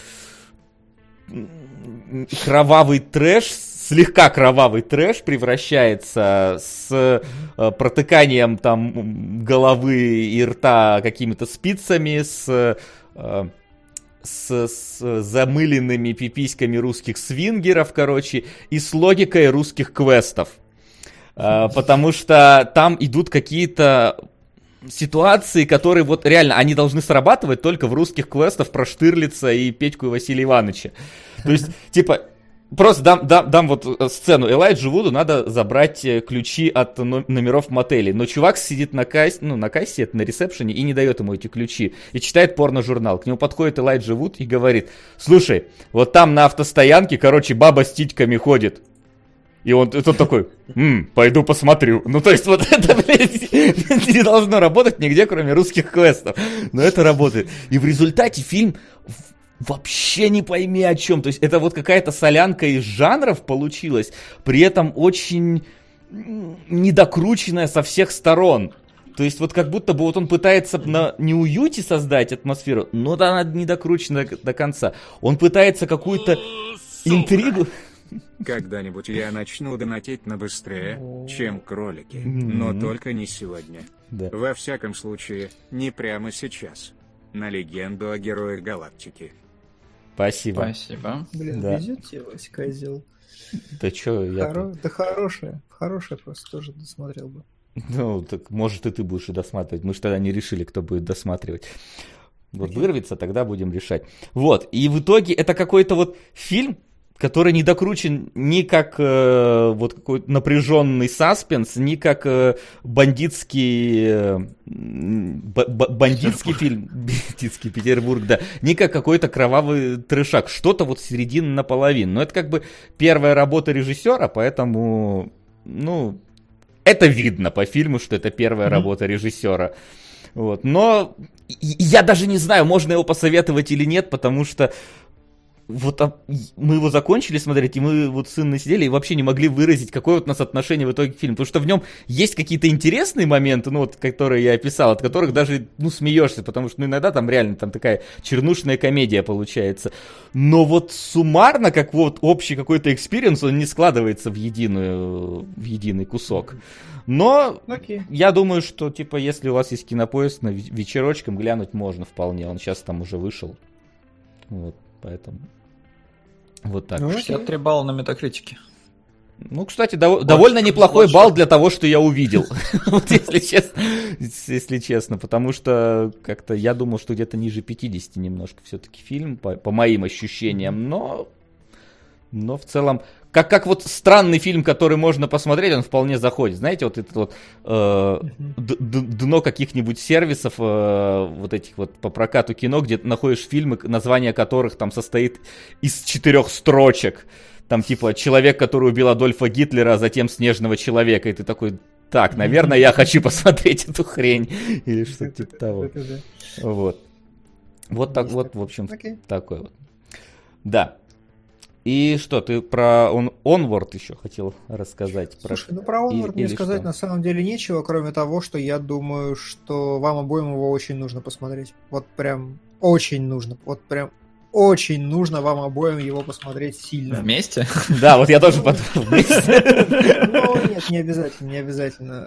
[SPEAKER 1] кровавый трэш, слегка кровавый трэш превращается с протыканием там головы и рта какими-то спицами, с замыленными пиписьками русских свингеров, короче, и с логикой русских квестов. Потому что там идут какие-то ситуации, которые вот реально, они должны срабатывать только в русских квестах про Штирлица и Петьку и Василия Ивановича. То есть, типа, просто дам вот сцену. Элайджу Вуду надо забрать ключи от номеров в мотеле. Но чувак сидит на кассе, это на ресепшене, и не дает ему эти ключи. И читает порно-журнал. К нему подходит Элайджа Вуд и говорит: слушай, вот там на автостоянке, короче, баба с титьками ходит. И он такой: пойду посмотрю. Ну, то есть, вот это, блядь, не должно работать нигде, кроме русских квестов. Но это работает. И в результате фильм вообще не пойми о чем. То есть, это вот какая-то солянка из жанров получилась, при этом очень недокрученная со всех сторон. То есть, вот как будто бы вот он пытается на неуюте создать атмосферу, но она не докручена до конца. Он пытается какую-то интригу...
[SPEAKER 4] Когда-нибудь я начну донатить на быстрее, чем кролики. Но только не сегодня.
[SPEAKER 1] Да.
[SPEAKER 4] Во всяком случае, не прямо сейчас. На легенду о героях галактики.
[SPEAKER 1] Спасибо.
[SPEAKER 3] Блин,
[SPEAKER 1] Да.
[SPEAKER 3] везет тебе, Вася, козел.
[SPEAKER 1] Да чё, я...
[SPEAKER 3] Да хорошая. Хорошая просто тоже досмотрел бы.
[SPEAKER 1] Ну, так может и ты будешь и досматривать. Мы же тогда не решили, кто будет досматривать. Вот вырвется, тогда будем решать. Вот, и в итоге это какой-то вот фильм, который не докручен ни как вот какой-то напряженный саспенс, ни как бандитский фильм, бандитский Петербург, да, ни как какой-то кровавый трешак, что-то вот середины наполовину. Но это как бы первая работа режиссера, поэтому, ну, это видно по фильму, что это первая работа режиссера. Вот. Но я даже не знаю, можно его посоветовать или нет, потому что вот мы его закончили смотреть, и мы вот с Инной сидели и вообще не могли выразить, какое вот у нас отношение в итоге к фильму. Потому что в нем есть какие-то интересные моменты, ну вот, которые я описал, от которых даже, ну, смеешься, потому что, ну, иногда там реально там такая чернушная комедия получается. Но вот суммарно, как вот общий какой-то экспириенс, он не складывается в единый кусок. Но я думаю, что, типа, если у вас есть Кинопоиск, на вечерочком глянуть можно вполне. Он сейчас там уже вышел. Вот, поэтому... Вот так.
[SPEAKER 2] 63 балла на Метакритике.
[SPEAKER 1] Ну, кстати, довольно неплохой балл для того, что я увидел. Вот если честно. Потому что как-то я думал, что где-то ниже 50 немножко все-таки фильм, по моим ощущениям. Но в целом, как вот странный фильм, который можно посмотреть, он вполне заходит. Знаете, вот это вот дно каких-нибудь сервисов, вот этих вот по прокату кино, где ты находишь фильмы, название которых там состоит из 4 строчек. Там типа «Человек, который убил Адольфа Гитлера, а затем Снежного человека». И ты такой: так, наверное, я хочу посмотреть эту хрень. Или что-то типа того. Вот. Вот так вот, в общем, такой вот. Да. И что, ты про Onward еще хотел рассказать?
[SPEAKER 3] Слушай, ну про Onward мне сказать на самом деле нечего, кроме того, что я думаю, что вам обоим его очень нужно посмотреть. Вот прям очень нужно. Вот прям очень нужно вам обоим его посмотреть сильно.
[SPEAKER 2] Вместе?
[SPEAKER 1] Да, вот я тоже подумал вместе.
[SPEAKER 3] Ну нет, не обязательно.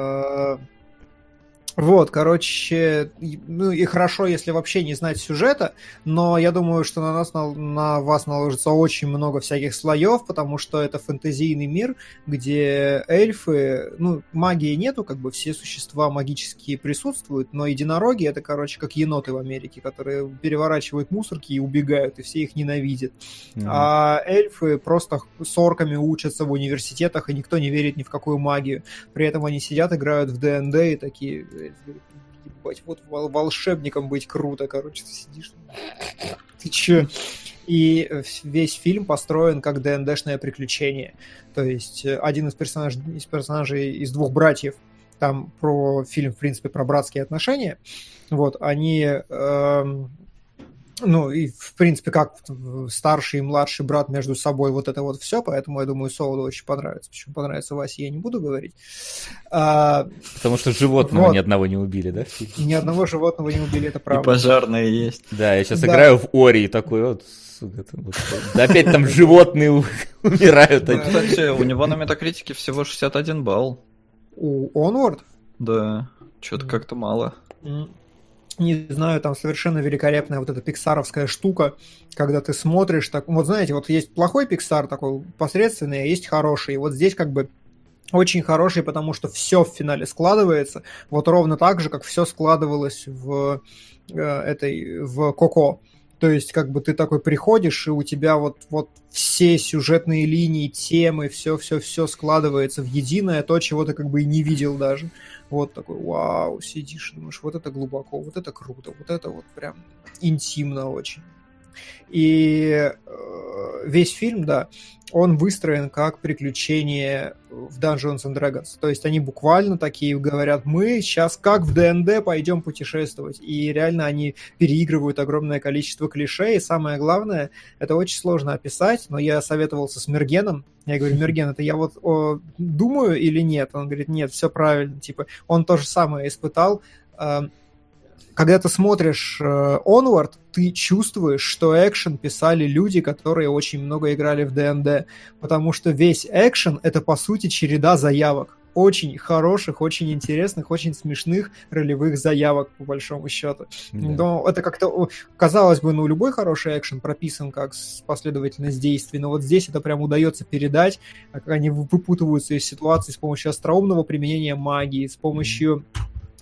[SPEAKER 3] Вот, короче, ну и хорошо, если вообще не знать сюжета, но я думаю, что на вас наложится очень много всяких слоев, потому что это фэнтезийный мир, где эльфы, ну, магии нету, как бы все существа магические присутствуют, но единороги — это, короче, как еноты в Америке, которые переворачивают мусорки и убегают, и все их ненавидят. А эльфы просто с орками учатся в университетах, и никто не верит ни в какую магию. При этом они сидят, играют в ДНД и такие... Ебать, вот волшебником быть круто, короче, ты сидишь. Ты чё? И весь фильм построен как ДНДшное приключение. То есть один из персонажей из 2 братьев, там про фильм, в принципе, про братские отношения, вот, они... ну, и, в принципе, как старший и младший брат между собой, вот это вот все, поэтому, я думаю, Солоду очень понравится. Почему понравится Васе, я не буду говорить.
[SPEAKER 1] Потому что животного вот. Ни одного не убили, да?
[SPEAKER 3] Ни одного животного не убили, это правда.
[SPEAKER 2] И пожарные есть.
[SPEAKER 1] Да, я сейчас играю в Ори, и такой вот... Да опять там животные умирают.
[SPEAKER 2] Кстати, у него на Метакритике всего 61 балл.
[SPEAKER 3] У Onward?
[SPEAKER 2] Да, что-то как-то мало.
[SPEAKER 3] Не знаю, там совершенно великолепная вот эта пиксаровская штука, когда ты смотришь, так, вот знаете, вот есть плохой Pixar такой посредственный, а есть хороший. И вот здесь как бы очень хороший, потому что все в финале складывается, вот ровно так же, как все складывалось в Коко. То есть, как бы ты такой приходишь, и у тебя вот все сюжетные линии, темы, все складывается в единое, то, чего ты как бы и не видел даже. Вот такой, вау, сидишь и думаешь, вот это глубоко, вот это круто, вот это вот прям интимно очень. И весь фильм, да, он выстроен как приключение в Dungeons and Dragons. То есть они буквально такие говорят, мы сейчас как в ДНД пойдем путешествовать. И реально они переигрывают огромное количество клише. И самое главное, это очень сложно описать, но я советовался с Мергеном. Я говорю, Мерген, это я вот думаю или нет? Он говорит, нет, все правильно. Типа, он то же самое испытал. Когда ты смотришь Onward, ты чувствуешь, что экшен писали люди, которые очень много играли в ДНД, потому что весь экшен — это, по сути, череда заявок. Очень хороших, очень интересных, очень смешных ролевых заявок, по большому счету. Да. Но это как-то, казалось бы, ну, любой хороший экшен прописан как последовательность действий, но вот здесь это прям удается передать, как они выпутываются из ситуации с помощью остроумного применения магии, с помощью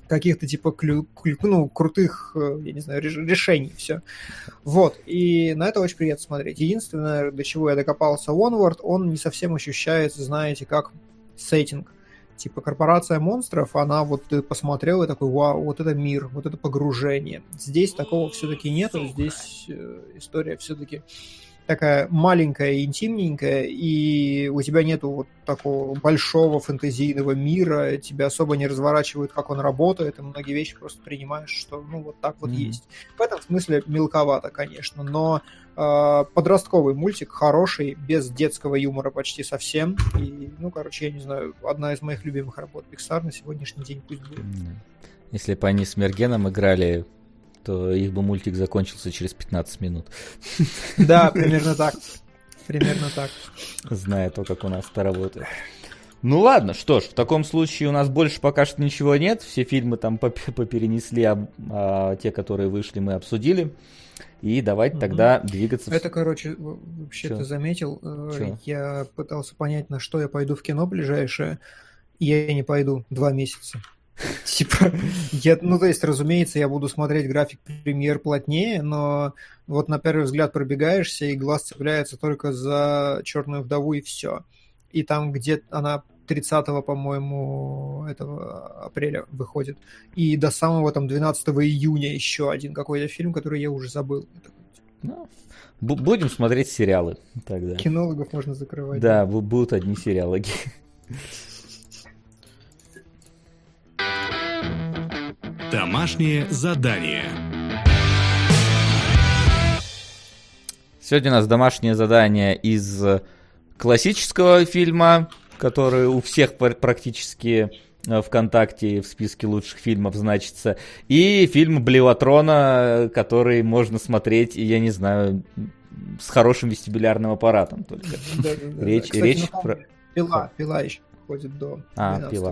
[SPEAKER 3] каких-то типа крутых, я не знаю, решений, все. Вот, и на это очень приятно смотреть. Единственное, до чего я докопался Onward, он не совсем ощущается, знаете, как сеттинг. Типа корпорация монстров, она вот ты посмотрел и такой, вау, вот это мир, вот это погружение. Здесь такого все-таки нету, здесь история все-таки такая маленькая и интимненькая, и у тебя нету вот такого большого фэнтезийного мира, тебя особо не разворачивают, как он работает, и многие вещи просто принимаешь, что ну вот так вот есть. В этом смысле мелковато, конечно, но подростковый мультик, хороший, без детского юмора почти совсем, и, ну, короче, я не знаю, одна из моих любимых работ Pixar на сегодняшний день пусть будет.
[SPEAKER 1] Если бы они с Мергеном играли, то их бы мультик закончился через 15 минут.
[SPEAKER 3] Да, примерно так. Примерно так.
[SPEAKER 1] Зная то, как у нас это работает. Ну ладно, что ж, в таком случае у нас больше пока что ничего нет. Все фильмы там поперенесли, а те, которые вышли, мы обсудили. И давайте тогда двигаться.
[SPEAKER 3] Это, короче, вообще ты заметил, я пытался понять, на что я пойду в кино ближайшее, и я не пойду 2 месяца. Типа, то есть, разумеется, я буду смотреть график премьер плотнее, но вот на первый взгляд пробегаешься, и глаз цепляется только за «Черную вдову» и все. И там где она 30, по-моему, этого апреля выходит. И до самого там 12 июня еще один какой-то фильм, который я уже забыл.
[SPEAKER 1] Ну, будем смотреть сериалы тогда.
[SPEAKER 3] Кинологов можно закрывать.
[SPEAKER 1] Да, будут одни сериалоги.
[SPEAKER 5] Домашнее задание.
[SPEAKER 1] Сегодня у нас домашнее задание из классического фильма, который у всех практически ВКонтакте в списке лучших фильмов значится, и фильм «Блеватрона», который можно смотреть, я не знаю, с хорошим вестибулярным аппаратом только. Речь про...
[SPEAKER 3] Пила еще ходит до 12.
[SPEAKER 1] Пила.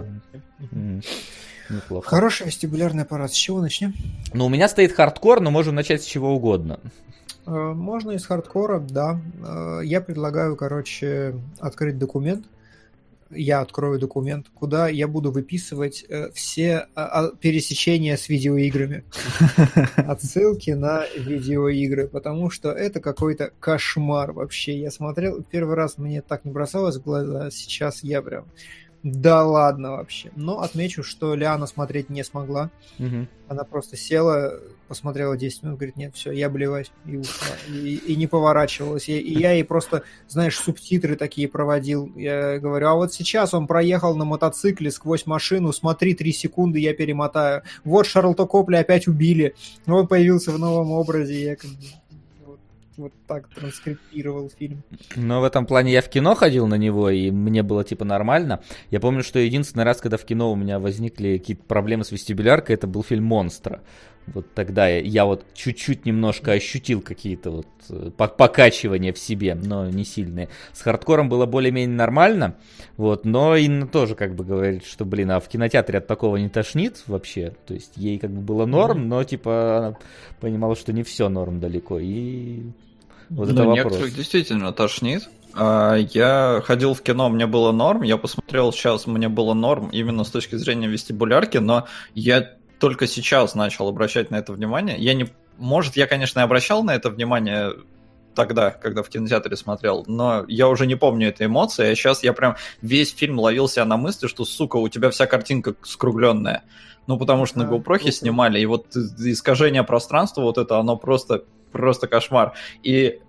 [SPEAKER 1] Неплохо.
[SPEAKER 3] Хороший вестибулярный аппарат. С чего начнем?
[SPEAKER 1] Ну, у меня стоит хардкор, но можем начать с чего угодно.
[SPEAKER 3] Можно из хардкора, да. Я предлагаю, открыть документ. Я открою документ, куда я буду выписывать все пересечения с видеоиграми. Отсылки на видеоигры, потому что это какой-то кошмар вообще. Я смотрел, первый раз мне так не бросалось в глаза, сейчас я прям... Да ладно вообще. Но отмечу, что Лиана смотреть не смогла.
[SPEAKER 1] Угу.
[SPEAKER 3] Она просто села, посмотрела 10 минут, говорит, нет, все, я блевать. И ушла. И не поворачивалась. И я ей просто, знаешь, субтитры такие проводил. Я говорю, а вот сейчас он проехал на мотоцикле сквозь машину, смотри, 3 секунды, я перемотаю. Вот Шарлотта Копли опять убили. Он появился в новом образе. Я вот так транскрипировал фильм.
[SPEAKER 1] Но в этом плане я в кино ходил на него, и мне было типа нормально. Я помню, что единственный раз, когда в кино у меня возникли какие-то проблемы с вестибуляркой, это был фильм «Монстра». Вот тогда я вот чуть-чуть немножко ощутил какие-то вот покачивания в себе, но не сильные. С хардкором было более-менее нормально, вот, но Инна тоже как бы говорит, что, блин, а в кинотеатре от такого не тошнит вообще. То есть ей как бы было норм, но типа она понимала, что не все норм далеко, и вот это вопрос.
[SPEAKER 2] Некоторых действительно тошнит. Я ходил в кино, мне было норм, я посмотрел сейчас, мне было норм именно с точки зрения вестибулярки, но я только сейчас начал обращать на это внимание. Может, я, конечно, и обращал на это внимание тогда, когда в кинотеатре смотрел, но я уже не помню этой эмоции, а сейчас я прям весь фильм ловил себя на мысли, что, сука, у тебя вся картинка скругленная. Ну, потому что на GoPro снимали, и вот искажение пространства, вот это, оно просто кошмар. И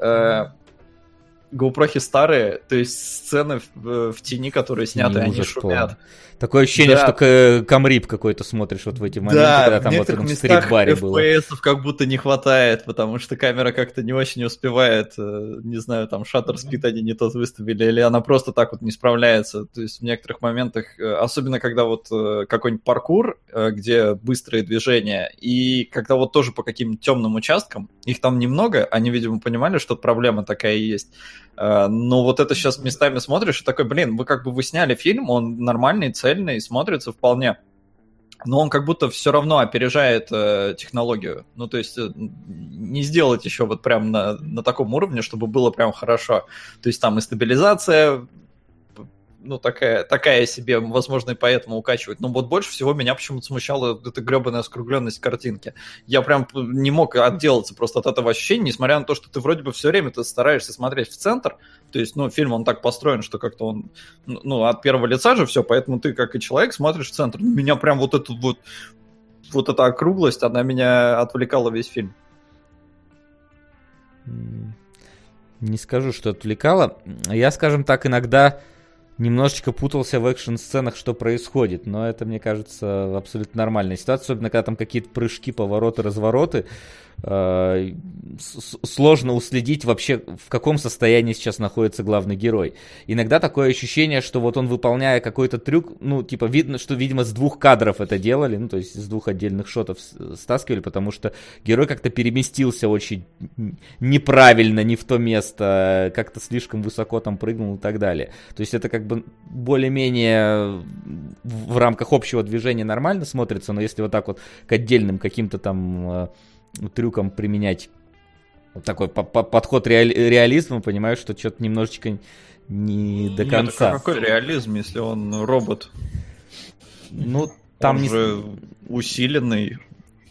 [SPEAKER 2] GoPro старые, то есть сцены в тени, которые сняты, они шумят.
[SPEAKER 1] Такое ощущение, что Камрип какой-то смотришь вот в эти моменты, когда там вот в стрит-баре было.
[SPEAKER 2] FPS-ов как будто не хватает, потому что камера как-то не очень успевает, не знаю, там шаттер-спид они не тот выставили, или она просто так вот не справляется. То есть в некоторых моментах, особенно когда вот какой-нибудь паркур, где быстрые движения, и когда вот тоже по каким-то темным участкам, их там немного, они, видимо, понимали, что проблема такая есть. Но вот это сейчас местами смотришь и такой, блин, вы сняли фильм, он нормальный, цельный, смотрится вполне. Но он как будто все равно опережает технологию. Ну, то есть не сделать еще вот прям на таком уровне, чтобы было прям хорошо. То есть там и стабилизация такая себе, возможно, и поэтому укачивает. Но вот больше всего меня почему-то смущала эта гребаная скругленность картинки. Я прям не мог отделаться просто от этого ощущения, несмотря на то, что ты вроде бы все время ты стараешься смотреть в центр. То есть, фильм, он так построен, что как-то он, от первого лица же все, поэтому ты, как и человек, смотришь в центр. Меня прям вот эта округлость, она меня отвлекала весь фильм.
[SPEAKER 1] Не скажу, что отвлекало. Я, скажем так, иногда немножечко путался в экшн-сценах, что происходит, но это, мне кажется, абсолютно нормальная ситуация, особенно когда там какие-то прыжки, повороты, развороты. Сложно уследить вообще, в каком состоянии сейчас находится главный герой. Иногда такое ощущение, что вот он, выполняя какой-то трюк, видно, что, видимо, с 2 кадров это делали, то есть с 2 отдельных шотов стаскивали, потому что герой как-то переместился очень неправильно, не в то место, как-то слишком высоко там прыгнул и так далее. То есть это как бы более-менее в рамках общего движения нормально смотрится, но если вот так вот к отдельным каким-то там трюкам применять такой подход реализма, понимаю, что что-то немножечко не до конца.
[SPEAKER 2] Нет, какой реализм, если он робот?
[SPEAKER 1] Там
[SPEAKER 2] он же усиленный.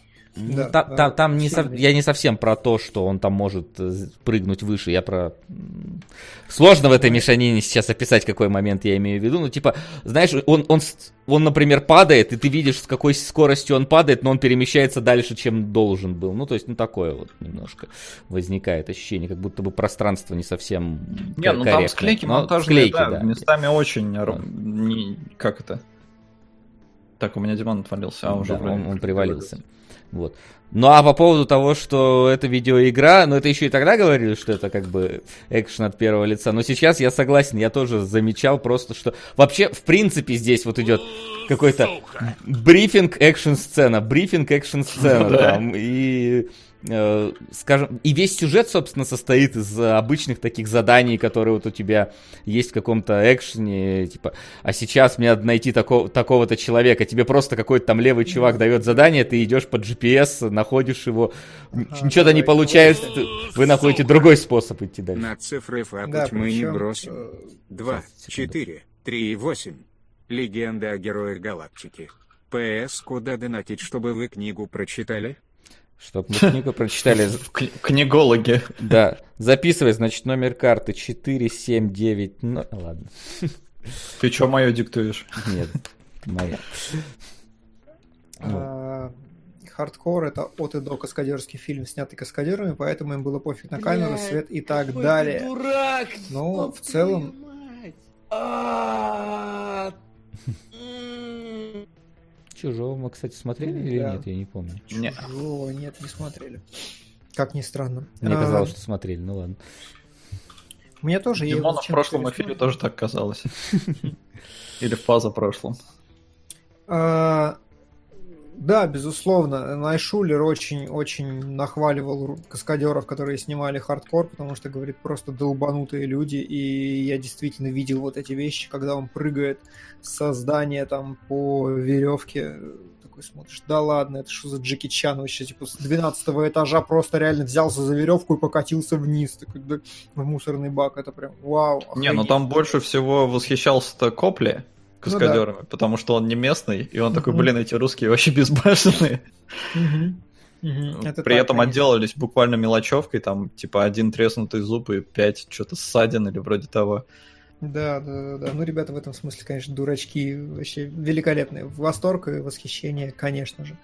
[SPEAKER 1] Я не совсем про то, что он там может прыгнуть выше. Я про... Сложно в этой мешанине сейчас описать, какой момент я имею в виду. Знаешь, он, например, падает, и ты видишь, с какой скоростью он падает, но он перемещается дальше, чем должен был. Такое вот немножко возникает ощущение, как будто бы пространство не совсем корректно.
[SPEAKER 2] Там склейки монтажные, да, местами очень... Как это? Так, у меня Димон отвалился, уже
[SPEAKER 1] он привалился. Вот. А по поводу того, что это видеоигра, это еще и тогда говорили, что это как бы экшен от первого лица. Но сейчас я согласен, я тоже замечал просто, что вообще, в принципе, здесь вот идет какой-то брифинг экшн-сцена, там, и... скажем, и весь сюжет, собственно, состоит из обычных таких заданий, которые вот у тебя есть в каком-то экшене, а сейчас мне надо найти такого-то человека, тебе просто какой-то там левый чувак дает задание, ты идешь под GPS, находишь его, ничего-то не получается, вы находите другой способ идти дальше.
[SPEAKER 4] На цифры фапать мы не бросим. 2, 4, 3, 8. Легенда о героях галактики. ПС, куда донатить, чтобы вы книгу прочитали?
[SPEAKER 1] Чтоб мы книгу прочитали.
[SPEAKER 2] Книгологи.
[SPEAKER 1] Да. Записывай, значит, номер карты 4790. Ладно.
[SPEAKER 2] Ты что, мою диктуешь?
[SPEAKER 1] Нет, моя.
[SPEAKER 3] Хардкор — это от и до каскадерский фильм, снятый каскадерами, поэтому им было пофиг на камеру, свет и так далее.
[SPEAKER 1] Дурак!
[SPEAKER 3] Но в целом...
[SPEAKER 1] Чужого мы, кстати, смотрели или нет, я не помню.
[SPEAKER 3] Чужого нет, не смотрели. Как ни странно.
[SPEAKER 1] Мне казалось, что смотрели, ладно.
[SPEAKER 3] Мне тоже...
[SPEAKER 2] Димону в прошлом эфире тоже так казалось. Или в позапрошлом.
[SPEAKER 3] Да, безусловно. Найшулер очень-очень нахваливал каскадеров, которые снимали хардкор, потому что, говорит, просто долбанутые люди, и я действительно видел вот эти вещи, когда он прыгает со здания там по веревке, такой смотришь, да ладно, это что за Джеки Чан вообще, с 12-го этажа просто реально взялся за веревку и покатился вниз, такой, да, в мусорный бак, это прям вау.
[SPEAKER 2] Охренеть. Там больше всего восхищался-то Копли каскадерами, потому что он не местный, и он такой, эти русские вообще безбашенные. При этом отделались буквально мелочевкой, там, 1 треснутый зуб и 5 что-то ссадин или вроде того.
[SPEAKER 3] Да. Ребята в этом смысле, конечно, дурачки, вообще великолепные. Восторг и восхищение, конечно же.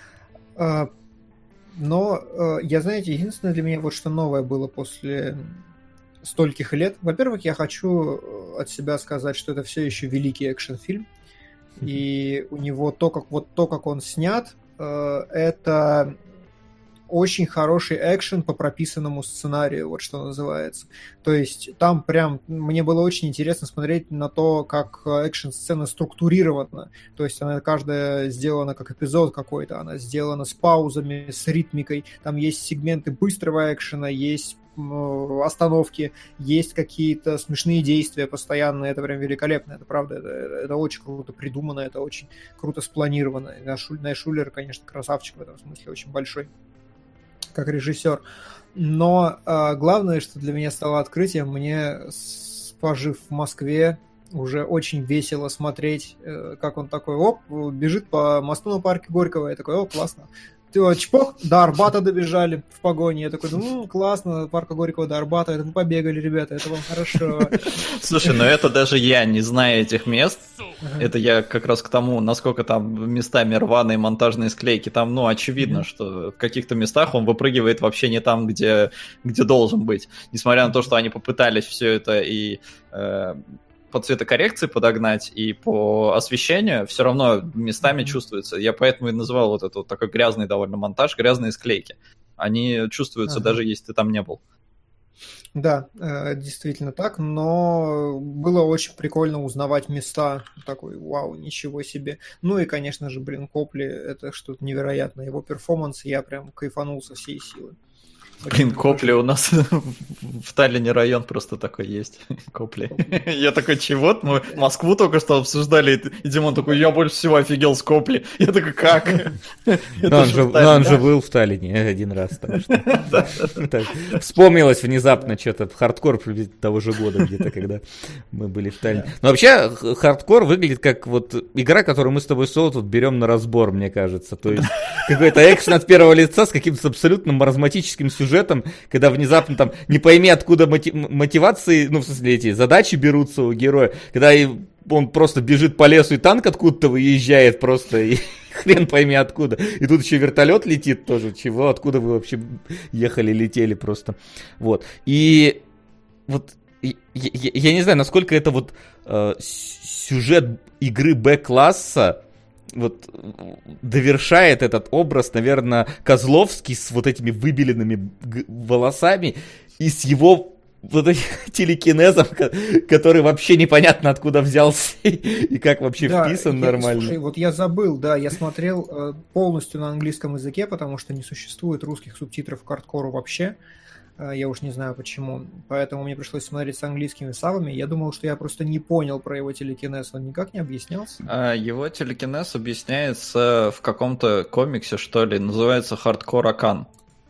[SPEAKER 3] Но, знаете, единственное для меня вот что новое было после стольких лет. Во-первых, я хочу от себя сказать, что это все еще великий экшн-фильм. И у него то, как он снят, это очень хороший экшен по прописанному сценарию, вот что называется. То есть там прям мне было очень интересно смотреть на то, как экшн-сцена структурирована. То есть она каждая сделана как эпизод какой-то, она сделана с паузами, с ритмикой. Там есть сегменты быстрого экшена, есть остановки, есть какие-то смешные действия постоянно, это прям великолепно, это правда, это очень круто придумано, это очень круто спланировано. Найшулер, конечно, красавчик в этом смысле, очень большой, как режиссер. Но главное, что для меня стало открытием, мне, пожив в Москве уже очень весело смотреть, как он такой, оп, бежит по мосту на парке Горького, я такой, о, классно. Чпок, до Арбата добежали в погоне. Я такой, классно, парка Горького до Арбата, это мы побегали, ребята, это вам хорошо.
[SPEAKER 2] Слушай, ну это даже я, не зная этих мест, это я как раз к тому, насколько там местами рваные монтажные склейки, там, ну, очевидно, что в каких-то местах он выпрыгивает вообще не там, где должен быть. Несмотря на то, что они попытались все это и по цветокоррекции подогнать и по освещению, все равно местами чувствуется. Я поэтому и называл вот это вот такой грязный довольно монтаж, грязные склейки. Они чувствуются, даже если ты там не был.
[SPEAKER 3] Да, действительно так, но было очень прикольно узнавать места. Такой, вау, ничего себе. Ну и, конечно же, Копли, это что-то невероятное. Его перформанс, я прям кайфанул со всей силы.
[SPEAKER 2] Копли у нас в Таллине район просто такой есть. Копли. Я такой, чего? Мы Москву только что обсуждали, и Димон такой, я больше всего офигел с Копли. Я такой, как?
[SPEAKER 1] Но он же был в Таллине один раз. Вспомнилось внезапно что-то, хардкор того же года где-то, когда мы были в Таллине. Но вообще, хардкор выглядит как вот игра, которую мы с тобой тут берем на разбор, мне кажется. То есть какой-то экшен от первого лица с каким-то абсолютно маразматическим сюжетом, когда внезапно там не пойми откуда мотивации, ну в смысле эти задачи берутся у героя, когда он просто бежит по лесу и танк откуда-то выезжает просто, и хрен пойми откуда. И тут еще вертолет летит тоже, чего, откуда вы вообще ехали, летели просто. Вот. И вот я не знаю, насколько это вот сюжет игры Б-класса вот довершает этот образ, наверное, Козловский с вот этими выбеленными волосами и с его вот этим телекинезом, который вообще непонятно откуда взялся и как вообще вписан нормально.
[SPEAKER 3] Слушай, вот я забыл, да, я смотрел полностью на английском языке, потому что не существует русских субтитров к хардкору вообще. Я уж не знаю почему. Поэтому мне пришлось смотреть с английскими сабами. Я думал, что я просто не понял про его телекинез. Он никак не объяснялся?
[SPEAKER 2] Его телекинез объясняется в каком-то комиксе, что ли. Называется «Хардкор Акан».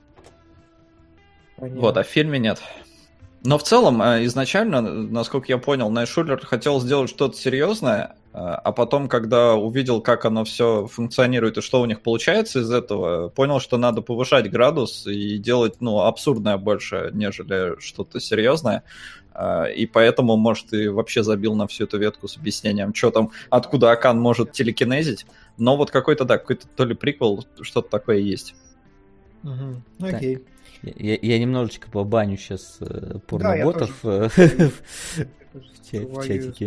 [SPEAKER 2] Вот, а в фильме нет. Но в целом, изначально, насколько я понял, Найшулер хотел сделать что-то серьезное, а потом, когда увидел, как оно все функционирует и что у них получается из этого, понял, что надо повышать градус и делать, абсурдное больше, нежели что-то серьезное. И поэтому, может, и вообще забил на всю эту ветку с объяснением, что там, откуда Акан может телекинезить. Но вот какой-то то ли приквел, что-то такое есть.
[SPEAKER 3] Окей.
[SPEAKER 1] Я немножечко побаню сейчас порноботов в чатике.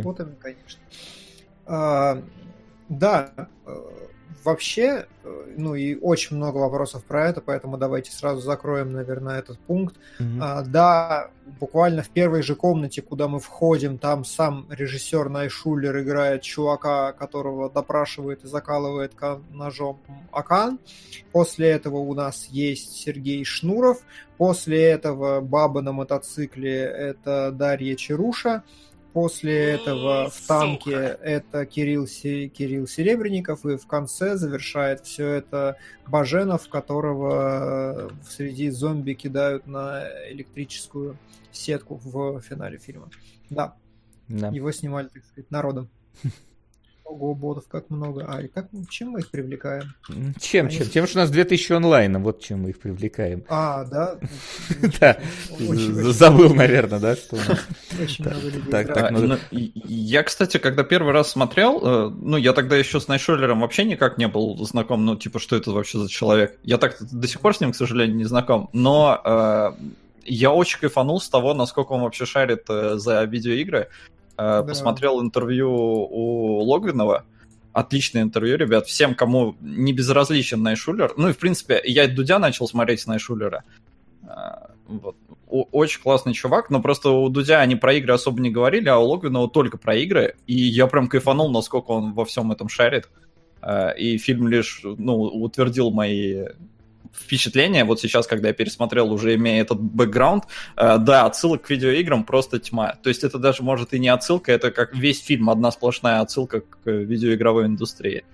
[SPEAKER 3] Да, вообще, и очень много вопросов про это, поэтому давайте сразу закроем, наверное, этот пункт. Да, буквально в первой же комнате, куда мы входим, там сам режиссер Найшулер играет чувака, которого допрашивает и закалывает ножом Акан. После этого у нас есть Сергей Шнуров. После этого баба на мотоцикле — это Дарья Чаруша. После этого в танке это Кирилл Серебренников, и в конце завершает все это Баженов, которого среди зомби кидают на электрическую сетку в финале фильма. Да. Его снимали, так сказать, народом. Ого, ботов как много. Чем мы их привлекаем?
[SPEAKER 1] Тем, что у нас 2000 онлайна, вот чем мы их привлекаем.
[SPEAKER 3] Да?
[SPEAKER 1] Да, забыл, наверное, да, что у нас.
[SPEAKER 3] Очень много людей.
[SPEAKER 2] Я, кстати, когда первый раз смотрел, я тогда еще с Найшулером вообще никак не был знаком, что это вообще за человек. Я так до сих пор с ним, к сожалению, не знаком, но я очень кайфанул с того, насколько он вообще шарит за видеоигры. Посмотрел интервью у Логвинова. Отличное интервью, ребят. Всем, кому не безразличен Найшулер. И, в принципе, я Дудя начал смотреть с Найшулера. Вот. Очень классный чувак, но просто у Дудя они про игры особо не говорили, а у Логвинова только про игры. И я прям кайфанул, насколько он во всем этом шарит. И фильм лишь, утвердил мои впечатление, вот сейчас, когда я пересмотрел, уже имея этот бэкграунд, да, отсылок к видеоиграм просто тьма. То есть это даже, может, и не отсылка, это как весь фильм, одна сплошная отсылка к видеоигровой индустрии.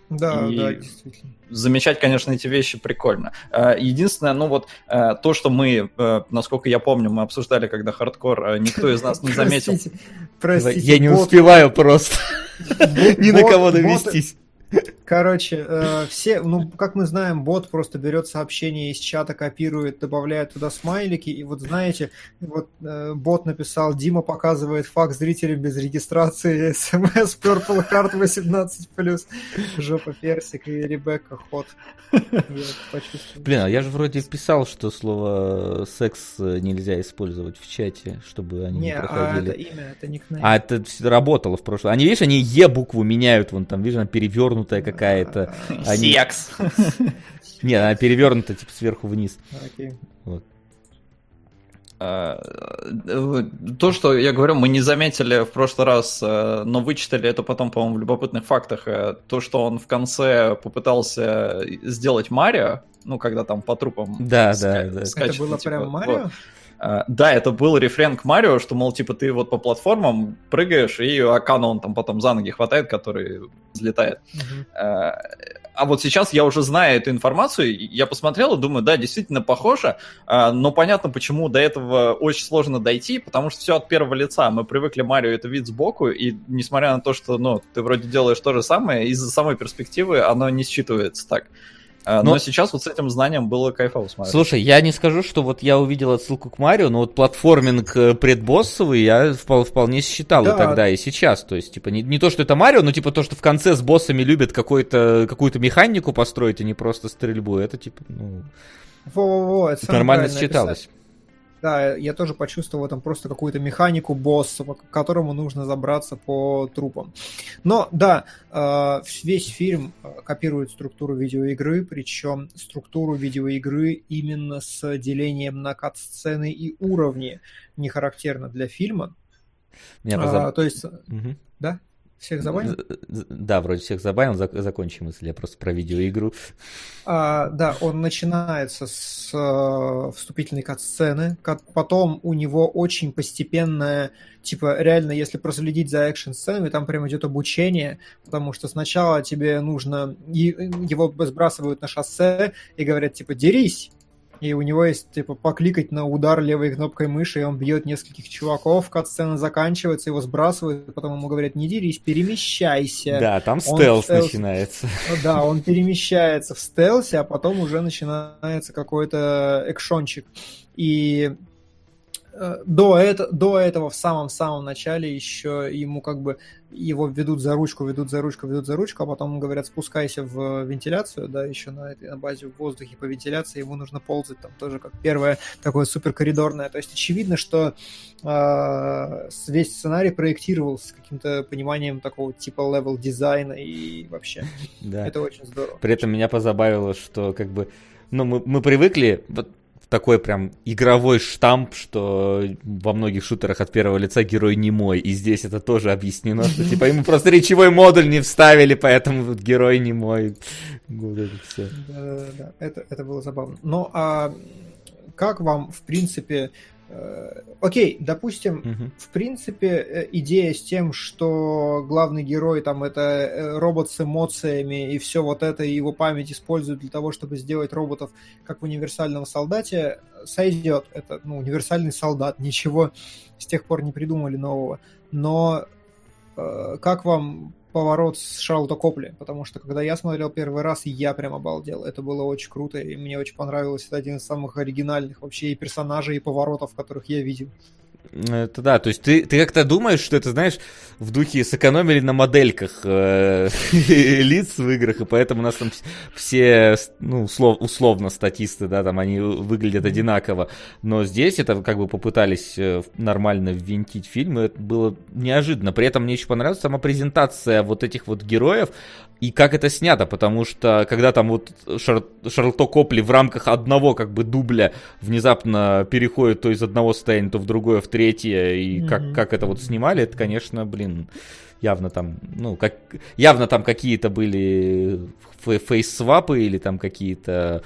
[SPEAKER 3] Да,
[SPEAKER 2] И
[SPEAKER 3] да, действительно.
[SPEAKER 2] замечать, конечно, эти вещи прикольно. Единственное, то, что мы, насколько я помню, мы обсуждали, когда хардкор, никто из нас не заметил.
[SPEAKER 3] Простите,
[SPEAKER 1] я не успеваю просто ни на кого довестись.
[SPEAKER 3] Короче, все, как мы знаем, бот просто берет сообщение из чата, копирует, добавляет туда смайлики, и вот знаете, бот написал: Дима показывает факт зрителям без регистрации, СМС, Purple Heart 18+, жопа персик и Ребекка ход.
[SPEAKER 1] Блин, а я же вроде писал, что слово секс нельзя использовать в чате, чтобы они не проходили.
[SPEAKER 3] Это имя, это никнейм.
[SPEAKER 1] А это работало в прошлом. Они, видишь, они букву меняют, вон там, видишь, она перевернутая какая-то.
[SPEAKER 2] Секс.
[SPEAKER 1] Не, она перевернута типа сверху вниз.
[SPEAKER 3] Окей.
[SPEAKER 1] Вот.
[SPEAKER 2] То, что я говорю, мы не заметили в прошлый раз, но вычитали это потом, по-моему, в любопытных фактах, то, что он в конце попытался сделать Марио, когда там по трупам скачет.
[SPEAKER 3] Это было прям Марио?
[SPEAKER 2] Да, это был рефрен к Марио, что, мол, типа, ты вот по платформам прыгаешь, и Акана он там потом за ноги хватает, который взлетает. А вот сейчас я уже знаю эту информацию, я посмотрел и думаю, да, действительно похоже, но понятно, почему до этого очень сложно дойти, потому что все от первого лица. Мы привыкли Марио, это вид сбоку, и несмотря на то, что, ты вроде делаешь то же самое, из-за самой перспективы оно не считывается так. Но сейчас вот с этим знанием было кайфово смотреть.
[SPEAKER 1] Слушай, я не скажу, что вот я увидел отсылку к Марио, но вот платформинг предбоссовый я вполне считал и тогда, и сейчас. То есть, типа, не то, что это Марио, но типа то, что в конце с боссами любят какую-то механику построить, а не просто стрельбу. Это типа,
[SPEAKER 3] это
[SPEAKER 1] нормально считалось.
[SPEAKER 3] Да, я тоже почувствовал в этом просто какую-то механику босса, к которому нужно забраться по трупам. Но да, весь фильм копирует структуру видеоигры, причем структуру видеоигры именно с делением на кат-сцены и уровни, не характерно для фильма. То есть, да? Всех забанил?
[SPEAKER 1] Да, вроде всех забанил, закончи мысль, я просто про видеоигру.
[SPEAKER 3] Да, он начинается с вступительной кат-сцены, потом у него очень постепенное, типа, реально, если проследить за экшн-сценами, там прям идет обучение, потому что сначала тебе нужно, его сбрасывают на шоссе и говорят, типа, дерись. И у него есть, типа, покликать на удар левой кнопкой мыши, и он бьет нескольких чуваков, кат-сцена заканчивается, его сбрасывают, потом ему говорят, не дерись, перемещайся.
[SPEAKER 1] Да, там стелс начинается.
[SPEAKER 3] Да, он перемещается в стелсе, а потом уже начинается какой-то экшончик. И до этого в самом-самом начале еще ему как бы его ведут за ручку, а потом говорят, спускайся в вентиляцию, да, еще на базе в воздухе по вентиляции, ему нужно ползать, там тоже как первое такое суперкоридорное. То есть очевидно, что весь сценарий проектировался с каким-то пониманием такого типа левел дизайна и вообще.
[SPEAKER 1] Да.
[SPEAKER 3] Это очень здорово.
[SPEAKER 1] При этом меня позабавило, что как бы, мы привыкли такой прям игровой штамп, что во многих шутерах от первого лица герой немой, и здесь это тоже объяснено, что типа ему просто речевой модуль не вставили, поэтому герой немой. Вот это все.
[SPEAKER 3] Да, это было забавно. Ну, а как вам, в принципе... Окей, допустим, в принципе, идея с тем, что главный герой там это робот с эмоциями, и все вот это, и его память используют для того, чтобы сделать роботов как в универсальном солдате, сойдет. Это, универсальный солдат, ничего с тех пор не придумали нового. Но как вам поворот с Шарлотта Копли? Потому что, когда я смотрел первый раз, я прям обалдел. Это было очень круто, и мне очень понравилось. Это один из самых оригинальных вообще и персонажей, и поворотов, которых я видел.
[SPEAKER 1] Это да, то есть ты как-то думаешь, что это, знаешь, в духе сэкономили на модельках лиц в играх, и поэтому у нас там все, условно статисты, да, там они выглядят одинаково, но здесь это как бы попытались нормально ввинтить фильм, и это было неожиданно. При этом мне еще понравилась сама презентация вот этих вот героев, и как это снято, потому что когда там вот Шарлотта Копли в рамках одного как бы дубля внезапно переходит то из одного состояния, то в другое, в третье, и как это вот снимали, это, конечно, явно там, явно там какие-то были фейс-свапы или там какие-то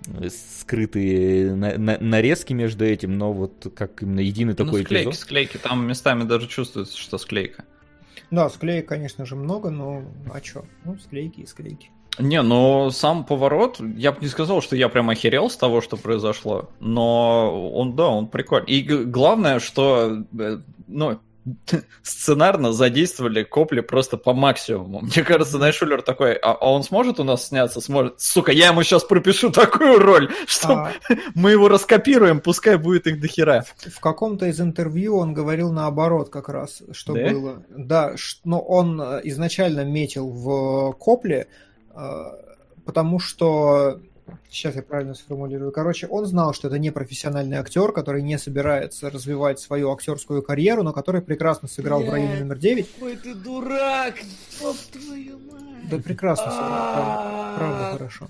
[SPEAKER 1] скрытые нарезки между этим, но вот как именно единый такой эпизод.
[SPEAKER 2] Склейки, там местами даже чувствуется, что склейка.
[SPEAKER 3] Да, склеек, конечно же, много, но а чё? Ну, склейки и склейки.
[SPEAKER 2] Не, ну сам поворот, я бы не сказал, что я прям охерел с того, что произошло, но он прикольный. И главное, что, ну, сценарно задействовали Копли просто по максимуму. Мне кажется, Найшулер такой, а он сможет у нас сняться? Сможет. Сука, я ему сейчас пропишу такую роль, что мы его раскопируем, пускай будет их дохера.
[SPEAKER 3] В каком-то из интервью он говорил наоборот как раз, что было. Да, но он изначально метил в Копле, потому что... Сейчас я правильно сформулирую. Короче, он знал, что это не профессиональный актер, который не собирается развивать свою актерскую карьеру, но который прекрасно сыграл в районе номер 9.
[SPEAKER 6] Ой, ты дурак! Оп, твою мать!
[SPEAKER 3] Да прекрасно сыграл. Правда, хорошо.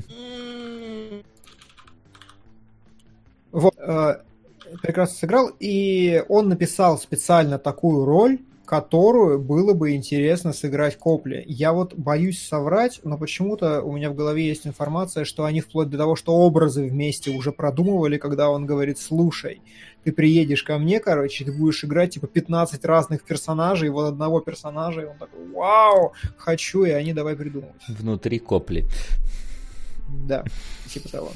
[SPEAKER 3] Вот. Прекрасно сыграл, и он написал специально такую роль, которую было бы интересно сыграть Копли. Я вот боюсь соврать, но почему-то у меня в голове есть информация, что они вплоть до того, что образы вместе уже продумывали, когда он говорит: слушай, ты приедешь ко мне, короче, ты будешь играть типа 15 разных персонажей, вот одного персонажа, и он такой: вау, хочу, и они давай придумывать.
[SPEAKER 1] Внутри Копли.
[SPEAKER 3] Да, типа того.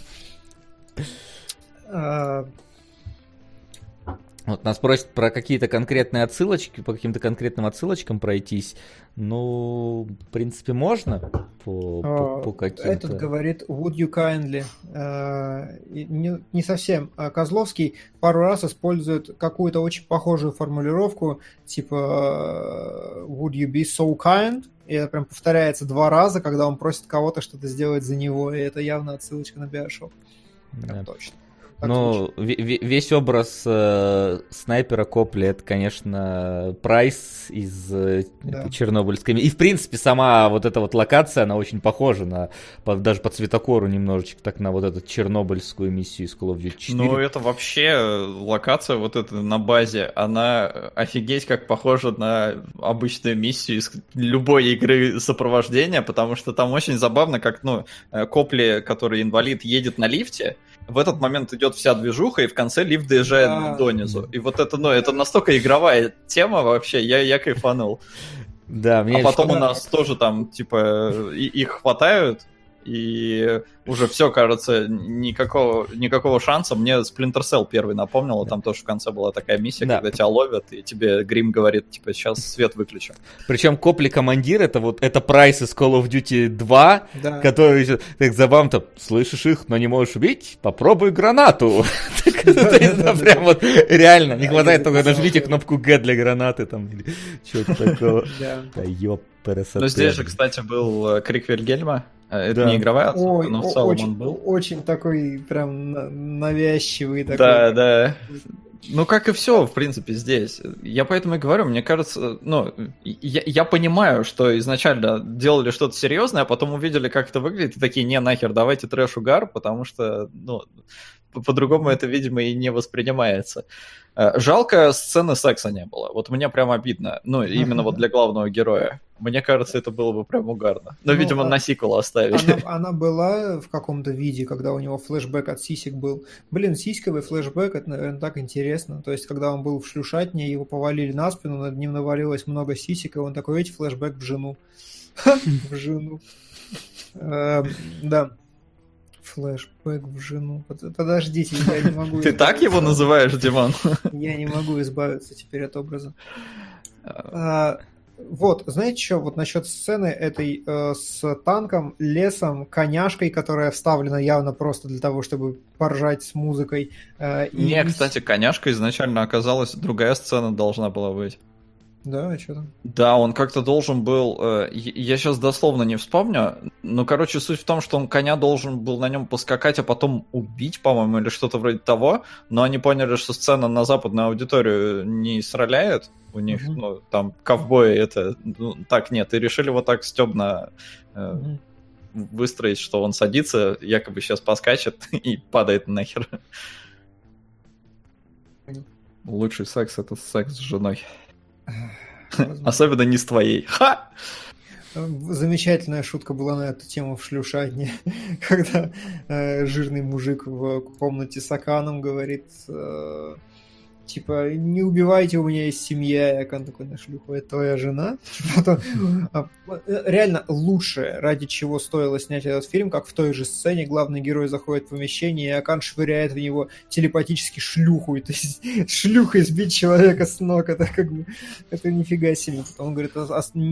[SPEAKER 1] Вот нас просят про какие-то конкретные отсылочки, по каким-то конкретным отсылочкам пройтись. Ну, в принципе, можно по каким-то.
[SPEAKER 3] Этот говорит would you kindly. Не совсем. Козловский пару раз использует какую-то очень похожую формулировку, типа would you be so kind? И это прям повторяется 2 раза, когда он просит кого-то что-то сделать за него. И это явно отсылочка на Bioshock. Прям точно.
[SPEAKER 1] Ну, весь образ снайпера Копли — это, конечно, Прайс из Чернобыльской. И, в принципе, сама вот эта вот локация, она очень похожа на, даже по цветокору немножечко, так на вот эту чернобыльскую миссию из Call of Duty 4.
[SPEAKER 2] Ну, это вообще локация вот эта на базе, она офигеть как похожа на обычную миссию из любой игры сопровождения, потому что там очень забавно, как, ну, Копли, который инвалид, едет на лифте, в этот момент идет вся движуха, и в конце лифт доезжает донизу. И вот это, ну, это настолько игровая тема вообще, я кайфанул.
[SPEAKER 1] Да,
[SPEAKER 2] а потом у нас тоже там, типа, их хватают, и уже все, кажется, никакого шанса. Мне Splinter Cell первый напомнило, там тоже в конце была такая миссия, когда тебя ловят, и тебе Грим говорит, типа, сейчас свет выключим.
[SPEAKER 1] Причем Копли-командир, это Прайс из Call of Duty 2, который так забавно, слышишь их, но не можешь убить, попробуй гранату. Прям вот реально, не хватает только нажмите кнопку Г для гранаты, там, или что-то такого. Да ёппересоте.
[SPEAKER 2] Но здесь же, кстати, был крик Вильгельма. Это не игровая отсылка, но в целом он был.
[SPEAKER 3] Очень такой прям навязчивый.
[SPEAKER 2] Да, да. Ну, как и все, в принципе, здесь. Я поэтому и говорю, мне кажется, ну, я понимаю, что изначально делали что-то серьезное, а потом увидели, как это выглядит, и такие: не, нахер, давайте трэш-угар, потому что, ну, по-другому это, видимо, и не воспринимается. Жалко, сцены секса не было. Вот мне прям обидно. Ну, именно вот для главного героя. Мне кажется, это было бы прям угарно. Но, видимо, на сиквел оставили.
[SPEAKER 3] Она была в каком-то виде, когда у него флешбэк от сисек был. Блин, сиськовый флешбэк, это, наверное, так интересно. То есть, когда он был в шлюшатне, его повалили на спину, над ним навалилось много сисек, и он такой: видите, флешбэк в жену. В жену. Да. Флэшбэк в жену. Подождите, я не могу...
[SPEAKER 2] Ты так его называешь, Диман?
[SPEAKER 3] Я не могу избавиться теперь от образа. Вот, знаете что, вот насчет сцены этой с танком, лесом, коняшкой, которая вставлена явно просто для того, чтобы поржать с музыкой.
[SPEAKER 2] Не, кстати, коняшка изначально оказалась, другая сцена должна была быть.
[SPEAKER 3] Да, а что там?
[SPEAKER 2] Да, он как-то должен был... Я сейчас дословно не вспомню, но, короче, суть в том, что он коня должен был на нем поскакать, а потом убить, по-моему, или что-то вроде того, но они поняли, что сцена на западную аудиторию не сраляет, у них, ну, там, ковбои, это... Ну, так нет, и решили вот так стёбно выстроить, что он садится, якобы сейчас поскачет и падает нахер. Лучший секс — это секс с женой. Особенно не с твоей. Ха!
[SPEAKER 3] Замечательная шутка была на эту тему в шлюшатне, когда жирный мужик в комнате с Аканом говорит: типа, не убивайте, у меня есть семья, и Акан такой, на шлюху, это твоя жена? Реально лучшее, ради чего стоило снять этот фильм, как в той же сцене главный герой заходит в помещение, и Акан швыряет в него телепатически шлюху, то есть шлюхой сбить человека с ног, это как бы, это нифига себе. Потом он говорит,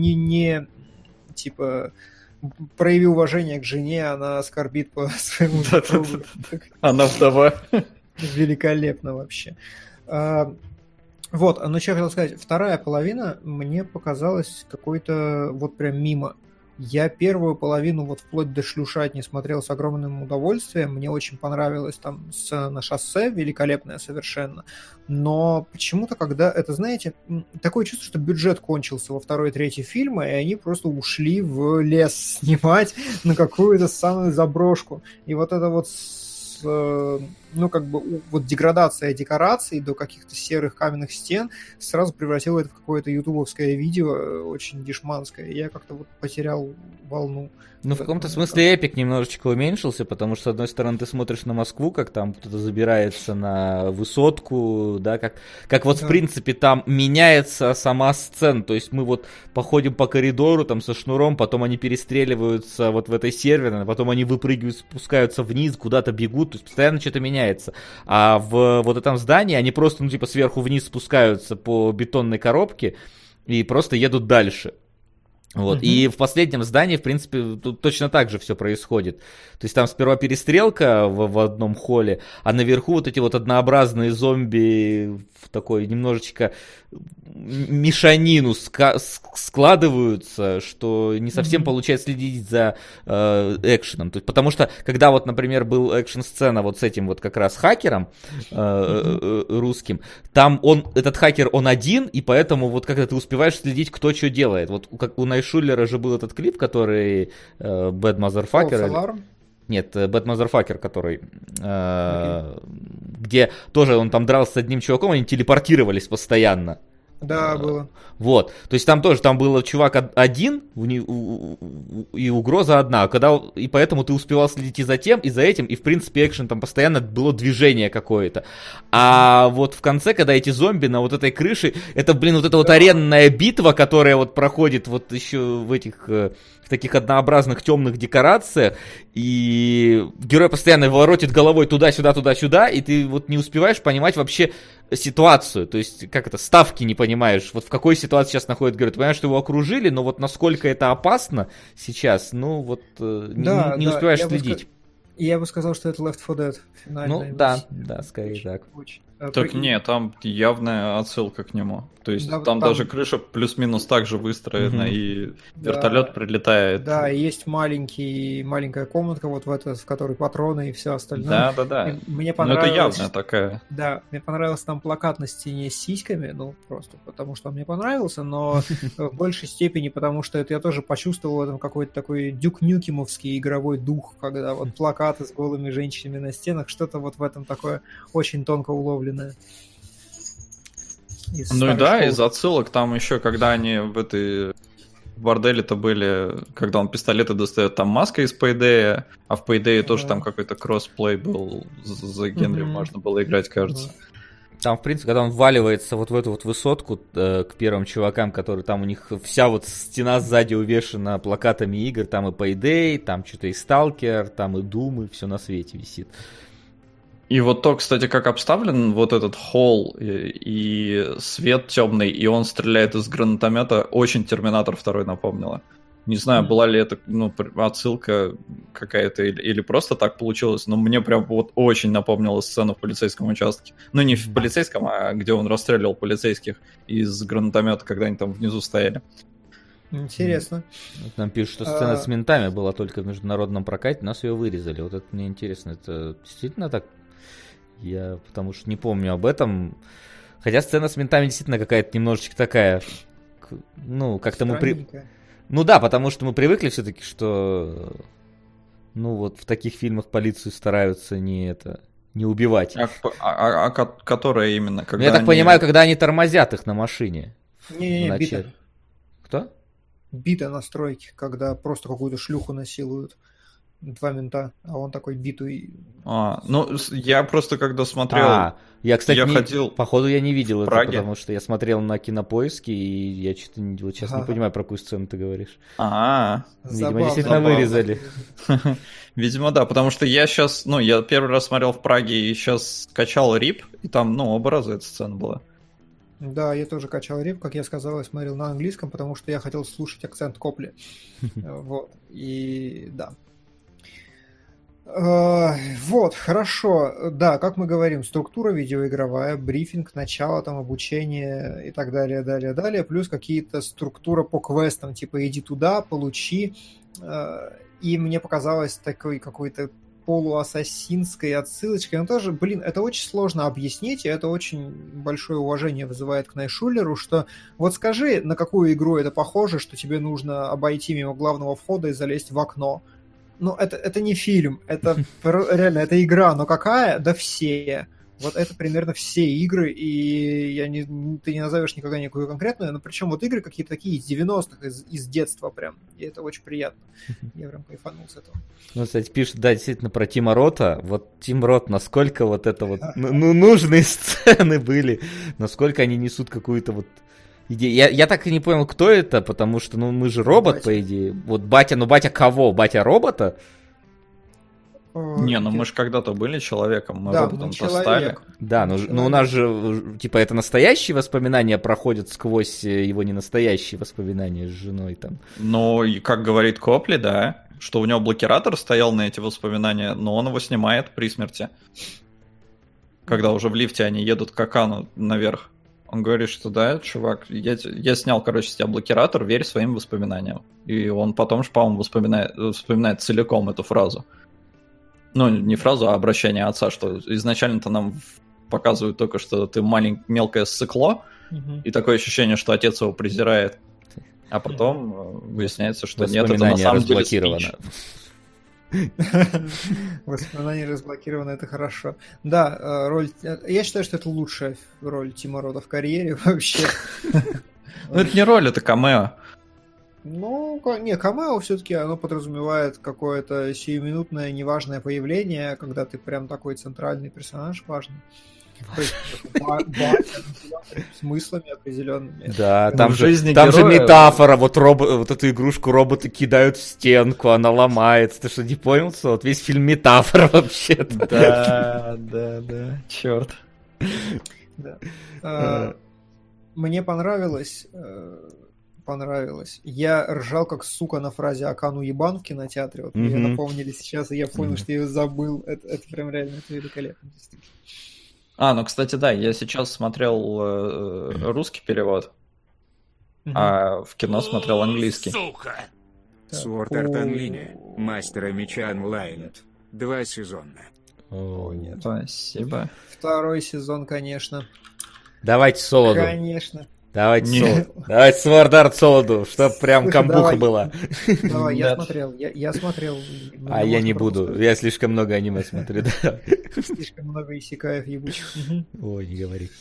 [SPEAKER 3] типа, прояви уважение к жене, она скорбит по своему супругу.
[SPEAKER 2] Она вдова.
[SPEAKER 3] Великолепно вообще. Вот, ну что я хотел сказать. Вторая половина мне показалась какой-то вот прям мимо. Я первую половину вот вплоть до шлюшатни смотрел с огромным удовольствием. Мне очень понравилась там сцена на шоссе, великолепная совершенно. Но почему-то, когда это, знаете, такое чувство, что бюджет кончился во второй и третьей фильма, и они просто ушли в лес снимать на какую-то самую заброшку. И вот это вот ну, как бы, вот деградация декораций до каких-то серых каменных стен сразу превратила это в какое-то ютубовское видео, очень дешманское. И я как-то вот потерял волну.
[SPEAKER 1] Ну, в каком-то смысле эпик немножечко уменьшился, потому что, с одной стороны, ты смотришь на Москву, как там кто-то забирается на высотку, да, как вот, да. В принципе, там меняется сама сцена, то есть мы вот походим по коридору там со шнуром, потом они перестреливаются вот в этой серверной, потом они выпрыгивают, спускаются вниз, куда-то бегут, то есть постоянно что-то меняется. А в вот этом здании они просто, ну, типа, сверху вниз спускаются по бетонной коробке и просто едут дальше. Вот. И в последнем здании, в принципе, тут точно так же все происходит. То есть там сперва перестрелка в одном холле, а наверху вот эти вот однообразные зомби в такой немножечко мешанину складываются, что не совсем получается следить за экшеном. То есть, потому что, когда вот, например, был экшн-сцена вот с этим вот как раз хакером русским, там этот хакер, он один, и поэтому вот как-то ты успеваешь следить, кто что делает. Вот как у Найшулера же был этот клип, который Bad Motherfucker. Нет, Bad Motherfucker, который, где тоже он там дрался с одним чуваком, они телепортировались постоянно.
[SPEAKER 3] Да, было.
[SPEAKER 1] Вот, то есть там тоже, там был чувак один, и угроза одна, и поэтому ты успевал следить и за тем, и за этим, и в принципе экшен там постоянно было движение какое-то. А вот в конце, когда эти зомби на вот этой крыше, это, блин, вот эта вот аренная битва, которая вот проходит вот еще в этих... в таких однообразных темных декорациях, и герой постоянно воротит головой туда-сюда, туда-сюда, и ты вот не успеваешь понимать вообще ситуацию, то есть, как это, ставки не понимаешь, вот в какой ситуации сейчас находится герой, ты понимаешь, что его окружили, но вот насколько это опасно сейчас, ну вот не успеваешь следить.
[SPEAKER 3] Я бы сказал, что это Left 4 Dead.
[SPEAKER 1] Ну, да, скорее так.
[SPEAKER 3] Очень.
[SPEAKER 2] Так нет, там явная отсылка к нему. То есть да, там даже крыша плюс-минус так же выстроена, и вертолет прилетает.
[SPEAKER 3] Да, и есть маленькая комнатка, вот в которой патроны и все остальное.
[SPEAKER 2] Да.
[SPEAKER 3] Мне понравилось.
[SPEAKER 2] Ну это явная такая.
[SPEAKER 3] Да, мне понравился там плакат на стене с сиськами, ну просто потому что он мне понравился, но в большей степени потому что это я тоже почувствовал там какой-то такой дюк-нюкемовский игровой дух, когда вот плакаты с голыми женщинами на стенах, что-то вот в этом такое очень тонко уловленное.
[SPEAKER 2] Ну и да, из отсылок там еще, когда они в борделе-то были, когда он пистолеты достает, там маска из Payday, а в Payday тоже там какой-то кроссплей был, за Генри можно было играть, кажется.
[SPEAKER 1] Там, в принципе, когда он вваливается вот в эту вот высотку к первым чувакам, которые там у них вся вот стена сзади увешана плакатами игр, там и Payday, там что-то и Stalker, там и Doom, и все на свете висит.
[SPEAKER 2] И вот то, кстати, как обставлен вот этот холл и свет темный, и он стреляет из гранатомета, очень Терминатор 2 напомнило. Не знаю, была ли это отсылка какая-то или просто так получилось, но мне прям вот очень напомнило сцену в полицейском участке. Ну, не в полицейском, а где он расстреливал полицейских из гранатомета, когда они там внизу стояли.
[SPEAKER 3] Интересно.
[SPEAKER 1] Нам пишут, что сцена с ментами была только в международном прокате, нас ее вырезали. Вот это мне интересно, это действительно так? Я потому что не помню об этом. Хотя сцена с ментами действительно какая-то немножечко такая, ну, как-то мы Ну да, потому что мы привыкли все-таки, что, ну вот в таких фильмах полицию стараются не убивать.
[SPEAKER 2] Которая именно?
[SPEAKER 1] Когда я так понимаю, когда они тормозят их на машине.
[SPEAKER 3] Не, бита.
[SPEAKER 1] Кто?
[SPEAKER 3] Бита на стройке, когда просто какую-то шлюху насилуют. 2 мента, а он такой битый.
[SPEAKER 2] Я просто когда смотрел...
[SPEAKER 1] Я, кстати,
[SPEAKER 2] я ходил
[SPEAKER 1] походу я не видел это,
[SPEAKER 2] Праге.
[SPEAKER 1] потому что я смотрел на Кинопоиске, и я что-то вот сейчас не понимаю, про какую сцену ты говоришь. Видимо, действительно вырезали.
[SPEAKER 2] Видимо, да, потому что я сейчас, я первый раз смотрел в Праге и сейчас скачал рип, и там, оба раза эта сцена была.
[SPEAKER 3] Да, я тоже качал рип, как я сказал, я смотрел на английском, потому что я хотел слушать акцент Копли. Вот, и да. Вот, хорошо. Да, как мы говорим, структура видеоигровая, брифинг, начало, там, обучение и так далее, далее, плюс какие-то структура по квестам, типа иди туда, получи. И мне показалось такой какой-то полуассасинской отсылочкой. Но тоже, это очень сложно объяснить, и это очень большое уважение вызывает к Найшулеру, что вот скажи, на какую игру это похоже, что тебе нужно обойти мимо главного входа и залезть в окно. Ну, это не фильм, это реально, это игра, но какая? Да все. Вот это примерно все игры, и ты не назовешь никогда никакую конкретную, но причем вот игры какие-то такие из 90-х, из детства прям, и это очень приятно. Я прям кайфанул с этого.
[SPEAKER 1] Ну, кстати, пишет, да, действительно, про Тима Рота. Вот Тим Рот, насколько вот это вот, нужные сцены были, насколько они несут какую-то вот идею. Я так и не понял, кто это, потому что, мы же робот, батя. По идее. Вот батя кого? Батя робота?
[SPEAKER 2] Не, мы же когда-то были человеком, мы роботом-то стали.
[SPEAKER 1] Да, но у нас же, типа, это настоящие воспоминания проходят сквозь его ненастоящие воспоминания с женой там.
[SPEAKER 2] Ну, и как говорит Копли, да, что у него блокиратор стоял на эти воспоминания, но он его снимает при смерти. Когда уже в лифте они едут к Акану наверх. Он говорит, что да, чувак, я снял, с тебя блокиратор, верь своим воспоминаниям. И он потом же, по-моему, вспоминает целиком эту фразу. Ну, не фразу, а обращение отца, что изначально-то нам показывают только, что ты мелкое ссыкло, и такое ощущение, что отец его презирает. А потом выясняется, что нет, это на самом деле спич.
[SPEAKER 3] Воспоминания разблокированы, это хорошо. Да, я считаю, что это лучшая роль Тима Рота в карьере вообще.
[SPEAKER 2] Ну, это не роль, это камео.
[SPEAKER 3] Ну, не, камео все-таки оно подразумевает какое-то сиюминутное неважное появление, когда ты прям такой центральный персонаж важный. То есть, смыслами определенными.
[SPEAKER 1] Да, там же метафора, вот эту игрушку роботы кидают в стенку, она ломается. Ты что, не понял, что? Вот весь фильм метафора вообще-то.
[SPEAKER 2] Да, черт.
[SPEAKER 3] Мне понравилось. Я ржал как сука на фразе «Акану ебан» в кинотеатре. Вот мне напомнили сейчас, и я понял, что я ее забыл. Это прям реально великолепно, действительно.
[SPEAKER 2] Ну, кстати, да, я сейчас смотрел русский перевод, а в кино смотрел английский.
[SPEAKER 4] Сука! Sword Art Online. Мастера меча онлайн. 2 сезона.
[SPEAKER 3] О, нет.
[SPEAKER 2] Спасибо.
[SPEAKER 3] 2 сезон, конечно.
[SPEAKER 1] Давайте солоду.
[SPEAKER 3] Конечно.
[SPEAKER 1] Давайте Sword Art Солоду, чтоб прям камбуха была.
[SPEAKER 3] Давай, я смотрел.
[SPEAKER 1] А я не буду, я слишком много аниме смотрю, да.
[SPEAKER 3] Слишком много исекаев ебучих.
[SPEAKER 1] Ой, не говори.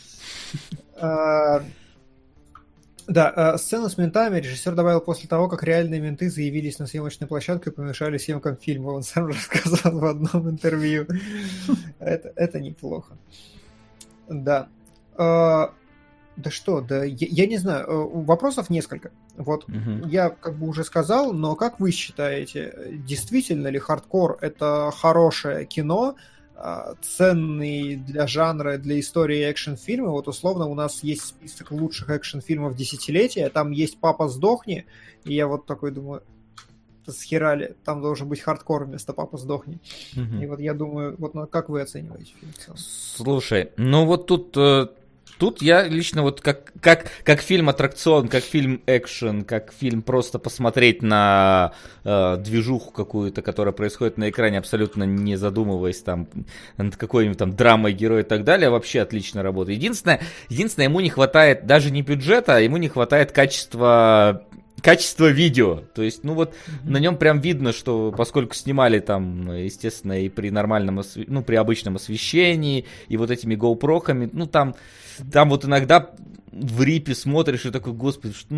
[SPEAKER 3] Да, сцену с ментами режиссер добавил после того, как реальные менты заявились на съемочную площадку и помешали съемкам фильма. Он сам рассказал в одном интервью. Это неплохо. Да. Да что, я не знаю, вопросов несколько. Вот я как бы уже сказал, но как вы считаете, действительно ли хардкор это хорошее кино, ценный для жанра, для истории экшн-фильма? Вот условно у нас есть список лучших экшн-фильмов десятилетия, там есть «Папа, сдохни», и я вот такой думаю, схерали, там должен быть хардкор вместо «Папа, сдохни». И вот я думаю, вот как вы оцениваете фильм?
[SPEAKER 1] Слушай, ну вот Тут я лично вот как фильм-аттракцион, как фильм-экшен, как фильм просто посмотреть на движуху какую-то, которая происходит на экране, абсолютно не задумываясь там над какой-нибудь там драмой героя и так далее, вообще отлично работает. Единственное, ему не хватает даже не бюджета, а ему не хватает качества видео, то есть, ну вот на нем прям видно, что поскольку снимали там, естественно, и при нормальном, при обычном освещении, и вот этими GoPro-хами, там вот иногда в рипе смотришь и такой, господи,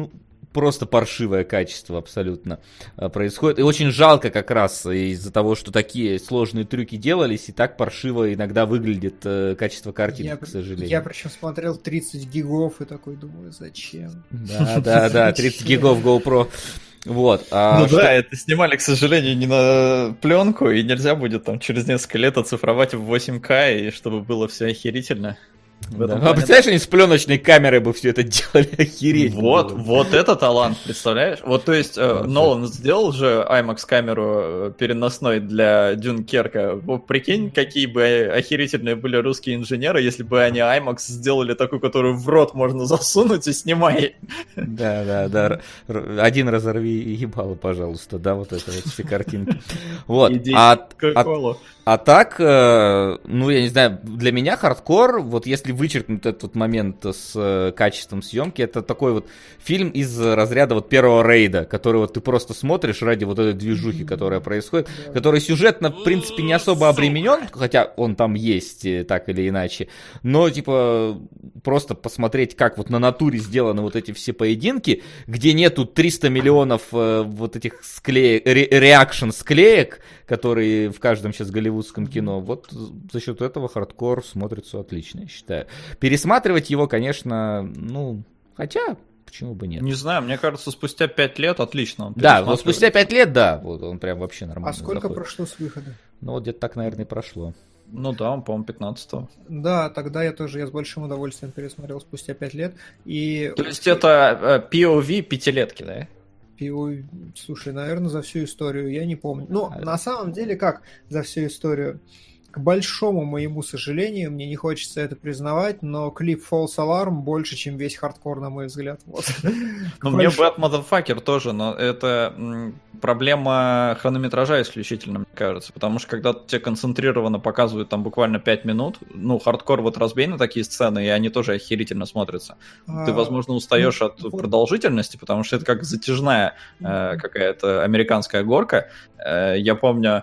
[SPEAKER 1] просто паршивое качество абсолютно происходит. И очень жалко как раз из-за того, что такие сложные трюки делались, и так паршиво иногда выглядит качество картинок, к сожалению.
[SPEAKER 3] Я причем смотрел 30 гигов и такой думаю, зачем?
[SPEAKER 1] Да, 30 гигов GoPro. Вот.
[SPEAKER 2] Да, это снимали, к сожалению, не на пленку, и нельзя будет там через несколько лет оцифровать в 8К, и чтобы было все охерительно.
[SPEAKER 1] А представляешь, они с пленочной камерой бы все это делали, охереть.
[SPEAKER 2] Вот это талант, представляешь? Вот, то есть, Нолан сделал же IMAX-камеру переносной для Дюнкерка. Вот, прикинь, какие бы охерительные были русские инженеры, если бы они IMAX сделали такую, которую в рот можно засунуть и снимай.
[SPEAKER 1] Да. Один разорви ебало, пожалуйста, да, вот это вот все картинки. Вот. А так, ну, я не знаю, для меня хардкор, вот если вычеркнуть этот момент с качеством съемки, это такой вот фильм из разряда вот первого рейда, который вот ты просто смотришь ради вот этой движухи, которая происходит, который сюжетно, в принципе, не особо обременен, хотя он там есть так или иначе, но, типа, просто посмотреть, как вот на натуре сделаны вот эти все поединки, где нету 300 миллионов вот этих реакшн-склеек, которые в каждом сейчас голливудском кино. Вот за счет этого хардкор смотрится отлично, я считаю. Пересматривать его, конечно, ну, хотя, почему бы нет.
[SPEAKER 2] Не знаю, мне кажется, спустя 5 лет отлично.
[SPEAKER 1] Да, вот спустя 5 лет, да, вот он прям вообще нормально.
[SPEAKER 3] А сколько
[SPEAKER 1] заходит.
[SPEAKER 3] прошло с выхода?
[SPEAKER 1] Ну, вот где-то так, наверное, и прошло.
[SPEAKER 2] Ну да, он, по-моему, 15-го.
[SPEAKER 3] Да, тогда я с большим удовольствием пересмотрел спустя 5 лет. И...
[SPEAKER 2] То есть это POV пятилетки, да?
[SPEAKER 3] Слушай, наверное, за всю историю я не помню. Ну, на самом деле, как за всю историю? К большому моему сожалению, мне не хочется это признавать, но клип False Alarm больше, чем весь хардкор, на мой взгляд. Вот.
[SPEAKER 2] Ну, мне Bad Motherfucker тоже, но это проблема хронометража исключительно, мне кажется, потому что когда тебе концентрированно показывают там буквально 5 минут, ну, хардкор вот разбей на такие сцены, и они тоже охерительно смотрятся. Ты, возможно, устаешь от продолжительности, потому что это как затяжная какая-то американская горка. Я помню...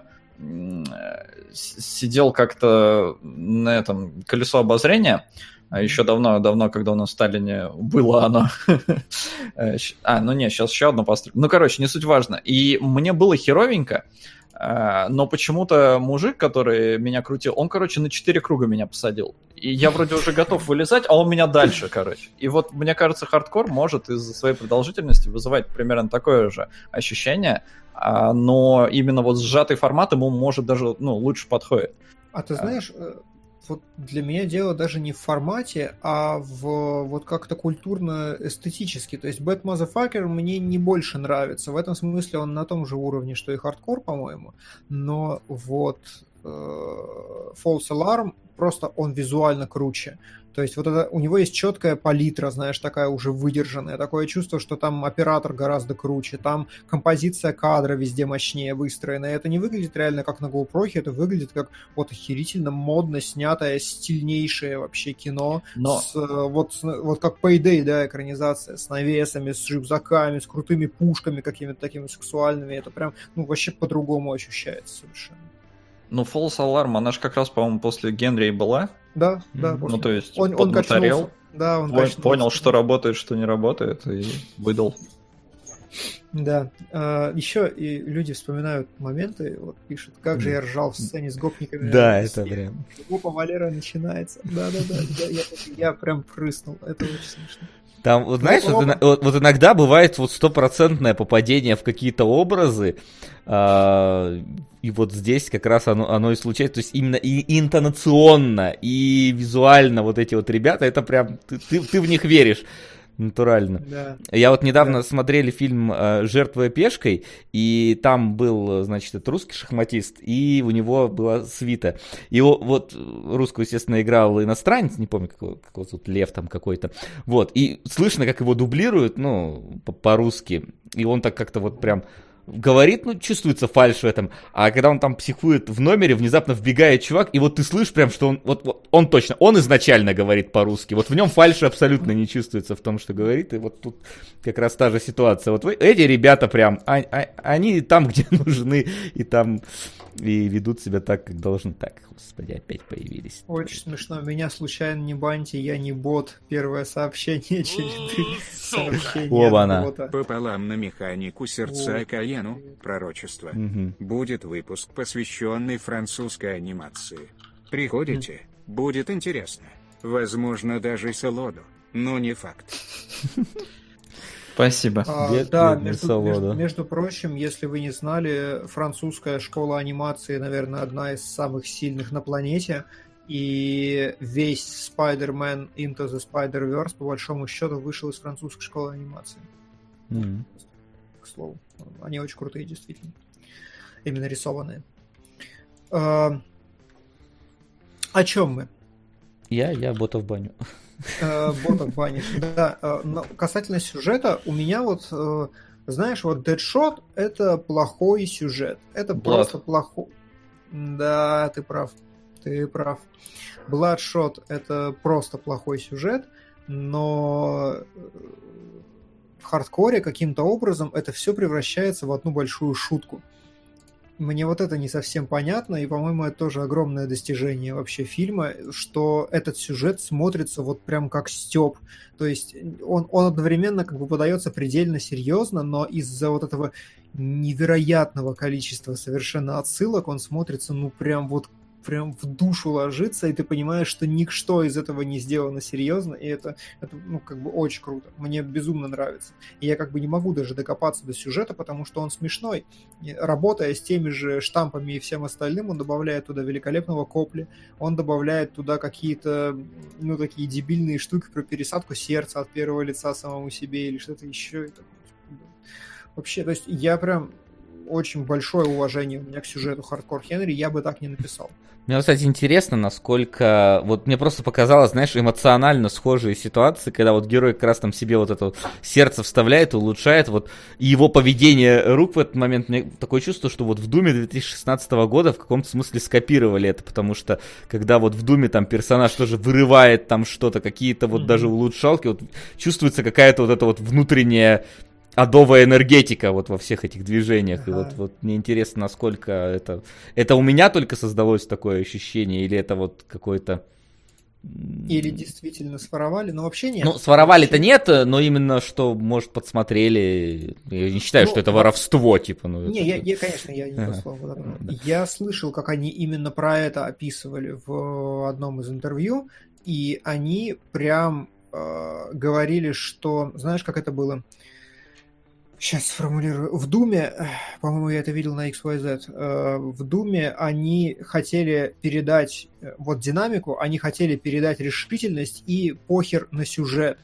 [SPEAKER 2] сидел как-то на этом колесо обозрения, еще давно, когда у нас в Сталине было оно. Сейчас еще одно построю. Ну, короче, не суть важно. И мне было херовенько, но почему-то мужик, который меня крутил, он, короче, на 4 круга меня посадил. И я вроде уже готов вылезать, а он меня дальше, короче. И вот, мне кажется, хардкор может из-за своей продолжительности вызывать примерно такое же ощущение, но именно вот сжатый формат ему может даже, ну, лучше подходит.
[SPEAKER 3] А ты знаешь, вот для меня дело даже не в формате, а в вот как-то культурно-эстетически. То есть Bad Motherfucker мне не больше нравится. В этом смысле он на том же уровне, что и хардкор, по-моему. Но вот False Alarm просто он визуально круче. То есть вот это, у него есть четкая палитра, знаешь, такая уже выдержанная. Такое чувство, что там оператор гораздо круче, там композиция кадра везде мощнее выстроена. И это не выглядит реально как на GoPro, это выглядит как вот охерительно модно снятое, стильнейшее вообще кино. Но... вот как Payday, да, экранизация, с навесами, с рюкзаками, с крутыми пушками какими-то такими сексуальными. Это прям, ну, вообще по-другому ощущается совершенно.
[SPEAKER 2] Ну, False Alarm, она же как раз, по-моему, после Генри и была.
[SPEAKER 3] Да.
[SPEAKER 2] Ну, то есть,
[SPEAKER 3] он
[SPEAKER 2] поднаторел,
[SPEAKER 3] да, он
[SPEAKER 2] понял, что работает, что не работает, и выдал.
[SPEAKER 3] Да. Еще и люди вспоминают моменты, вот пишут, как же я ржал в сцене с гопниками.
[SPEAKER 1] Да, это прям...
[SPEAKER 3] Гопа Валера начинается. Да. Я прям прыснул. Это очень смешно.
[SPEAKER 1] Там, вот, знаешь, вот иногда бывает вот 100% попадение в какие-то образы, и вот здесь как раз оно и случается, то есть именно и интонационно, и визуально вот эти вот ребята, это прям, ты в них веришь. Натурально. Да. Я вот недавно смотрели фильм «Жертвуя пешкой», и там был, значит, этот русский шахматист, и у него была свита. И вот русского, естественно, играл иностранец, не помню, как зовут, Лев там какой-то. Вот, и слышно, как его дублируют, ну, по-русски, и он так как-то вот прям... говорит, ну, чувствуется фальшь в этом, а когда он там психует в номере, внезапно вбегает чувак, и вот ты слышишь прям, что он точно, он изначально говорит по-русски, вот в нем фальши абсолютно не чувствуется в том, что говорит, и вот тут как раз та же ситуация, вот эти ребята прям, они там, где нужны, и там, и ведут себя так, как должны, так, Господи, опять появились.
[SPEAKER 3] Очень смешно. Меня случайно не баньте, я не бот. Первое сообщение череды сообщений от
[SPEAKER 1] Оба-на.
[SPEAKER 3] бота.
[SPEAKER 4] Пополам на механику сердца Каену, пророчество. Будет выпуск, посвященный французской анимации. Приходите, будет интересно. Возможно, даже Солоду, но не факт.
[SPEAKER 2] Спасибо.
[SPEAKER 3] Да,
[SPEAKER 1] Бедный
[SPEAKER 3] между
[SPEAKER 1] Солодо.
[SPEAKER 3] прочим, если вы не знали, французская школа анимации, наверное, одна из самых сильных на планете. И весь Spider-Man Into the Spider-Verse, по большому счету, вышел из французской школы анимации. К слову. Они очень крутые, действительно. Именно рисованные. О чем мы?
[SPEAKER 1] Я бота в баню.
[SPEAKER 3] Ботов банишь. Да, но касательно сюжета, у меня вот, знаешь, вот Deadshot — это плохой сюжет. Это просто плохой. Да, ты прав. Bloodshot — это просто плохой сюжет, но в хардкоре каким-то образом это все превращается в одну большую шутку. Мне вот это не совсем понятно, и, по-моему, это тоже огромное достижение вообще фильма, что этот сюжет смотрится вот прям как стёб. То есть он одновременно как бы подается предельно серьезно, но из-за вот этого невероятного количества совершенно отсылок он смотрится, ну, прям в душу ложится, и ты понимаешь, что ничто из этого не сделано серьезно, и это ну, как бы очень круто. Мне безумно нравится. И я как бы не могу даже докопаться до сюжета, потому что он смешной. И, работая с теми же штампами и всем остальным, он добавляет туда великолепного Копли, он добавляет туда какие-то, ну, такие дебильные штуки про пересадку сердца от первого лица самому себе или что-то еще. Это вообще, то есть я прям очень большое уважение у меня к сюжету Hardcore Henry, я бы так не написал.
[SPEAKER 1] Мне, кстати, интересно, насколько... Вот мне просто показалось, знаешь, эмоционально схожие ситуации, когда вот герой как раз там себе вот это вот сердце вставляет, улучшает, вот, и его поведение рук в этот момент, мне такое чувство, что вот в Думе 2016 года в каком-то смысле скопировали это, потому что когда вот в Думе там персонаж тоже вырывает там что-то, какие-то вот даже улучшалки, вот чувствуется какая-то вот эта вот внутренняя адовая энергетика вот во всех этих движениях.
[SPEAKER 3] Ага.
[SPEAKER 1] И вот мне интересно, насколько это у меня только создалось такое ощущение, или это вот какое-то...
[SPEAKER 3] Или действительно своровали, но вообще нет.
[SPEAKER 1] Ну, своровали-то нет, но именно что, может, подсмотрели. Я не считаю, что это воровство, типа. Ну,
[SPEAKER 3] не,
[SPEAKER 1] это...
[SPEAKER 3] конечно, я не то слово. Да. Я слышал, как они именно про это описывали в одном из интервью, и они прям говорили, что... Знаешь, как это было? Сейчас сформулирую. В Думе, по-моему, я это видел на XYZ, в Думе они хотели передать вот динамику, они хотели передать решительность и похер на сюжет.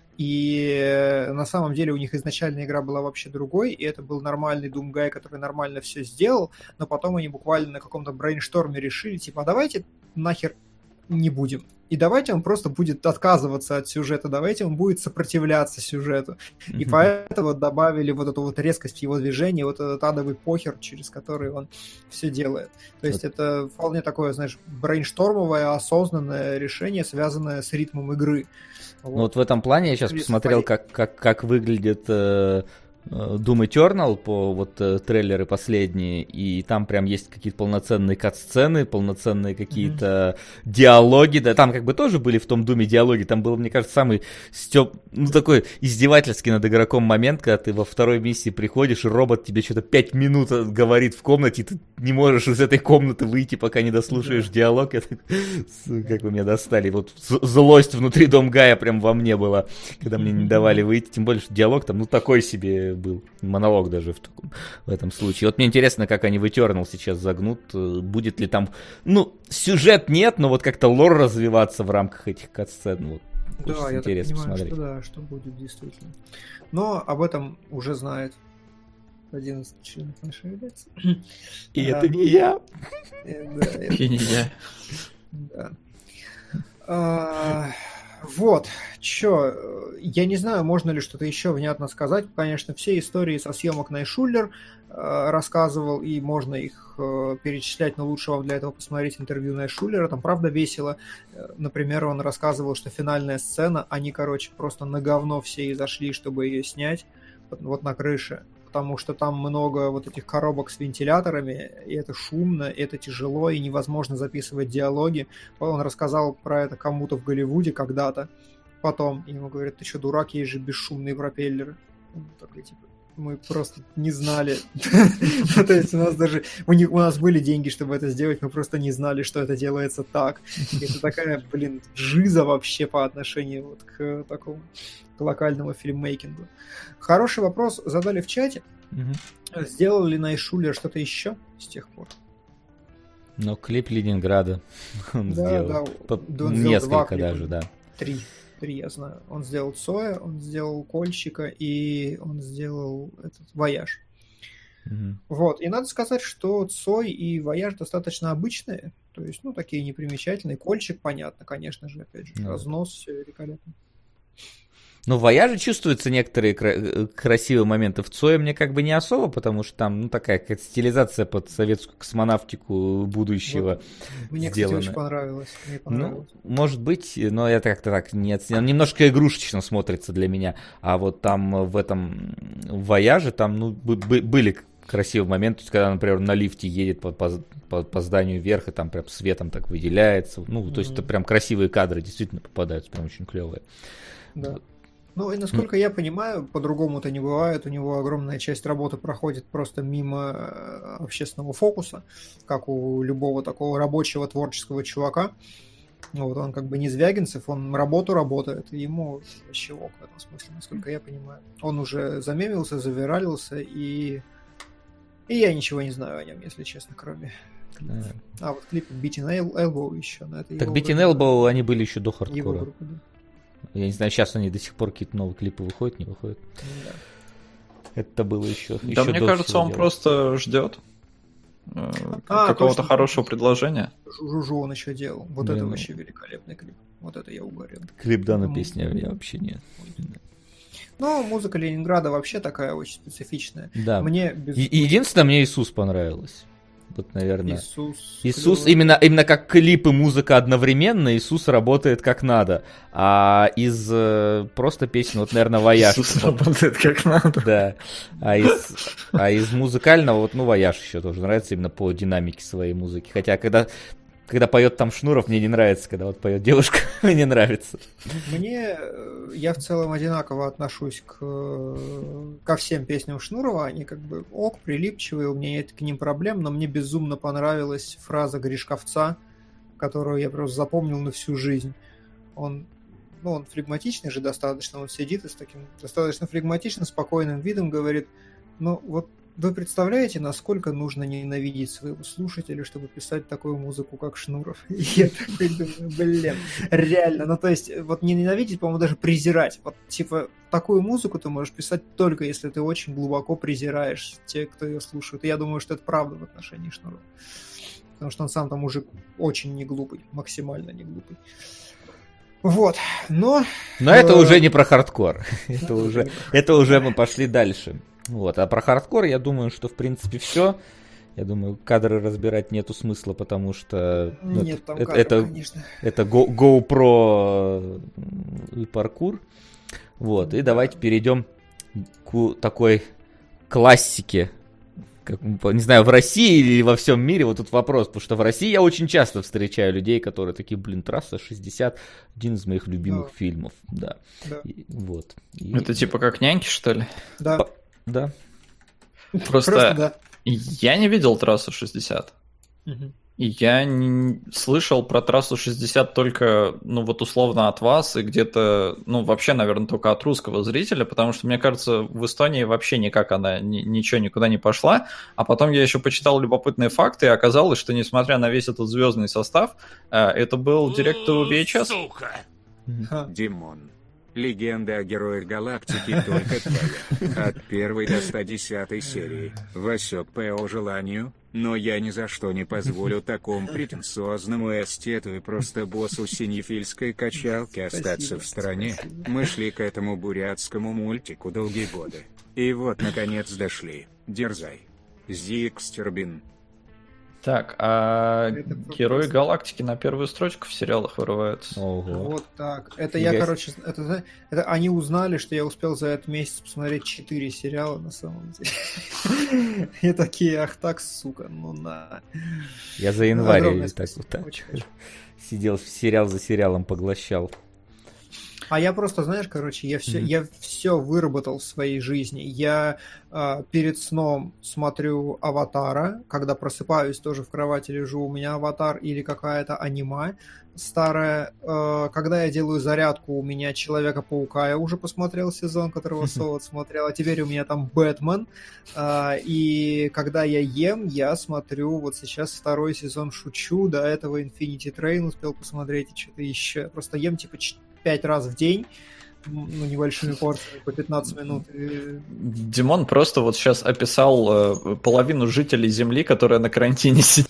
[SPEAKER 3] И на самом деле у них изначально игра была вообще другой, и это был нормальный Doom-гай, который нормально все сделал, но потом они буквально на каком-то брейншторме решили, типа, а давайте нахер не будем. И давайте он просто будет отказываться от сюжета, давайте он будет сопротивляться сюжету. И поэтому добавили вот эту вот резкость его движения, вот этот адовый похер, через который он все делает. То есть это вполне такое, знаешь, брейнштормовое, осознанное решение, связанное с ритмом игры.
[SPEAKER 1] Вот в этом плане я сейчас посмотрел, как выглядит... Doom Eternal по вот трейлеры последние, и там прям есть какие-то полноценные кат-сцены, полноценные какие-то диалоги, да, там как бы тоже были в том Думе диалоги, там был, мне кажется, самый такой издевательский над игроком момент, когда ты во второй миссии приходишь, и робот тебе что-то 5 минут говорит в комнате, и ты не можешь из этой комнаты выйти, пока не дослушаешь диалог. Это, как вы меня достали. Вот злость внутри Домгая прям во мне была, когда мне не давали выйти, тем более, что диалог там, ну, такой себе был, монолог даже в этом случае. Вот мне интересно, как они в Eternal сейчас загнут, будет ли там, ну, сюжет нет, но вот как-то лор развиваться в рамках этих кат-сцен, вот.
[SPEAKER 3] Да, я так
[SPEAKER 1] интересно
[SPEAKER 3] понимаю,
[SPEAKER 1] посмотреть.
[SPEAKER 3] что да, что будет действительно. Но об этом уже знает один из членов нашей редакции.
[SPEAKER 1] И это не я.
[SPEAKER 2] И не я.
[SPEAKER 3] Да. Вот, я не знаю, можно ли что-то еще внятно сказать. Конечно, все истории со съемок Найшуллер рассказывал, и можно их перечислять, но лучше вам для этого посмотреть интервью Найшуллера. Там правда весело. Например, он рассказывал, что финальная сцена, они, короче, просто на говно все и зашли, чтобы ее снять, вот на крыше. потому что там много вот этих коробок с вентиляторами, и это шумно, это тяжело, и невозможно записывать диалоги. Он рассказал про это кому-то в Голливуде когда-то. Потом ему говорят: ты что, дурак, есть же бесшумные пропеллеры. Он такой, типа, мы просто не знали. То есть у нас даже... У нас были деньги, чтобы это сделать, мы просто не знали, что это делается так. Это такая, жиза вообще по отношению вот к такому к локальному фильммейкингу. Хороший вопрос задали в чате. Сделал ли Найшулер что-то еще с тех пор?
[SPEAKER 1] Ну, клип Ленинграда он сделал. Несколько даже, да.
[SPEAKER 3] Три, я знаю. Он сделал Цоя, он сделал Кольщика и он сделал этот Вояж. Вот. И надо сказать, что Цой и Вояж достаточно обычные. То есть, такие непримечательные. Кольщик, понятно, конечно же, опять же. Разнос, все великолепно.
[SPEAKER 1] Ну, в Вояже чувствуются некоторые красивые моменты. В Цое мне как бы не особо, потому что там, такая какая-то стилизация под советскую космонавтику будущего
[SPEAKER 3] мне,
[SPEAKER 1] сделана.
[SPEAKER 3] кстати, очень понравилось. Мне понравилось.
[SPEAKER 1] Может быть, но я как-то так не оценил. Немножко игрушечно смотрится для меня. А вот там в этом Вояже, там, были красивый момент, то есть, когда, например, на лифте едет по зданию вверх, и там прям светом так выделяется. То есть это прям красивые кадры действительно попадаются, прям очень клевые.
[SPEAKER 3] Да. И насколько я понимаю, по-другому-то не бывает. У него огромная часть работы проходит просто мимо общественного фокуса, как у любого такого рабочего творческого чувака. Он как бы не Звягинцев, он работу работает, и ему вообще ок в этом смысле, насколько я понимаю. Он уже замемился, завиралился, и я ничего не знаю о нем, если честно, кроме... А вот клип Beating Elbow еще.
[SPEAKER 1] Так Beating Elbow, они были еще до хардкора.
[SPEAKER 3] Его группа, да.
[SPEAKER 1] Я не знаю, сейчас они до сих пор какие-то новые клипы выходят, не выходят.
[SPEAKER 3] Да.
[SPEAKER 1] Это было еще.
[SPEAKER 2] Да, мне кажется, он просто ждет какого-то хорошего предложения.
[SPEAKER 3] Жужу он еще делал. Вот это вообще великолепный клип. Вот это я угорел.
[SPEAKER 1] Клип, да, но песня я вообще нет.
[SPEAKER 3] Музыка Ленинграда вообще такая очень специфичная.
[SPEAKER 1] Да. Единственное, мне Иисус понравилось. Вот, наверное. Иисус именно как клип и музыка одновременно, Иисус работает как надо. А из просто песен, наверное, Вояж.
[SPEAKER 2] Иисус работает как надо.
[SPEAKER 1] Да. А из музыкального, Вояж еще тоже нравится именно по динамике своей музыки. Хотя, когда поет там Шнуров, мне не нравится. Когда поет девушка, мне нравится.
[SPEAKER 3] Я в целом одинаково отношусь ко всем песням Шнурова. Они как бы прилипчивые, у меня нет к ним проблем, но мне безумно понравилась фраза Гришковца, которую я просто запомнил на всю жизнь. Он флегматичный же достаточно, он сидит и с таким достаточно флегматичным, спокойным видом говорит: вы представляете, насколько нужно ненавидеть своего слушателя, чтобы писать такую музыку, как Шнуров? И я такой думаю, реально. То есть, не ненавидеть, по-моему, даже презирать. Такую музыку ты можешь писать только если ты очень глубоко презираешь тех, кто ее слушает. И я думаю, что это правда в отношении Шнурова. Потому что он сам там мужик очень не глупый, максимально не глупый. Но
[SPEAKER 1] это уже не про хардкор. Это уже мы пошли дальше. А про хардкор, я думаю, что в принципе все. Я думаю, кадры разбирать нету смысла, потому что это GoPro и паркур. И давайте перейдем к такой классике. Не знаю, в России или во всем мире, тут вопрос, потому что в России я очень часто встречаю людей, которые такие: «Трасса 60, один из моих любимых фильмов». Да.
[SPEAKER 2] Это типа как «Няньки», что ли?
[SPEAKER 3] Да.
[SPEAKER 1] Да.
[SPEAKER 2] Просто я не видел «Трассу 60». И я не слышал про «Трассу 60» только, условно от вас и где-то, вообще, наверное, только от русского зрителя, потому что, мне кажется, в Эстонии вообще никак она ничего никуда не пошла. А потом я еще почитал любопытные факты, и оказалось, что, несмотря на весь этот звездный состав, это был директор VHS.
[SPEAKER 4] Сука! Димон. Легенда о героях галактики только твоя. От 1 до 110 серии. Васек по желанию, но я ни за что не позволю такому претенциозному эстету и просто боссу синефильской качалки остаться в стороне. Мы шли к этому бурятскому мультику долгие годы. И вот, наконец, дошли. Дерзай. Зикстербин.
[SPEAKER 2] Так, а
[SPEAKER 3] Это
[SPEAKER 2] Герои
[SPEAKER 3] просто-
[SPEAKER 2] Галактики на первую строчку в сериалах вырываются.
[SPEAKER 1] Ого.
[SPEAKER 3] Вот так. Это
[SPEAKER 1] Фига
[SPEAKER 3] я,
[SPEAKER 1] себе.
[SPEAKER 3] короче, это они узнали, что я успел за этот месяц посмотреть 4 сериала на самом деле. И такие, ах так, сука, ну на.
[SPEAKER 1] Я за январь
[SPEAKER 3] Огромное
[SPEAKER 1] так
[SPEAKER 3] спасибо,
[SPEAKER 1] вот так
[SPEAKER 3] очень хочу.
[SPEAKER 1] сидел сериал за сериалом, поглощал.
[SPEAKER 3] А я просто, знаешь, короче, я все выработал в своей жизни. Я перед сном смотрю «Аватара», когда просыпаюсь, тоже в кровати лежу, у меня «Аватар» или какая-то аниме старая. Когда я делаю зарядку, у меня «Человека-паука» я уже посмотрел сезон, которого Солод смотрел, а теперь у меня там «Бэтмен». И когда я ем, я смотрю, вот сейчас второй сезон «Шучу», до этого «Infinity Train» успел посмотреть и что-то еще. Я просто ем типа 5 раз в день, ну, небольшими порциями по 15 минут.
[SPEAKER 2] Димон просто вот сейчас описал половину жителей Земли, которые на карантине сидят.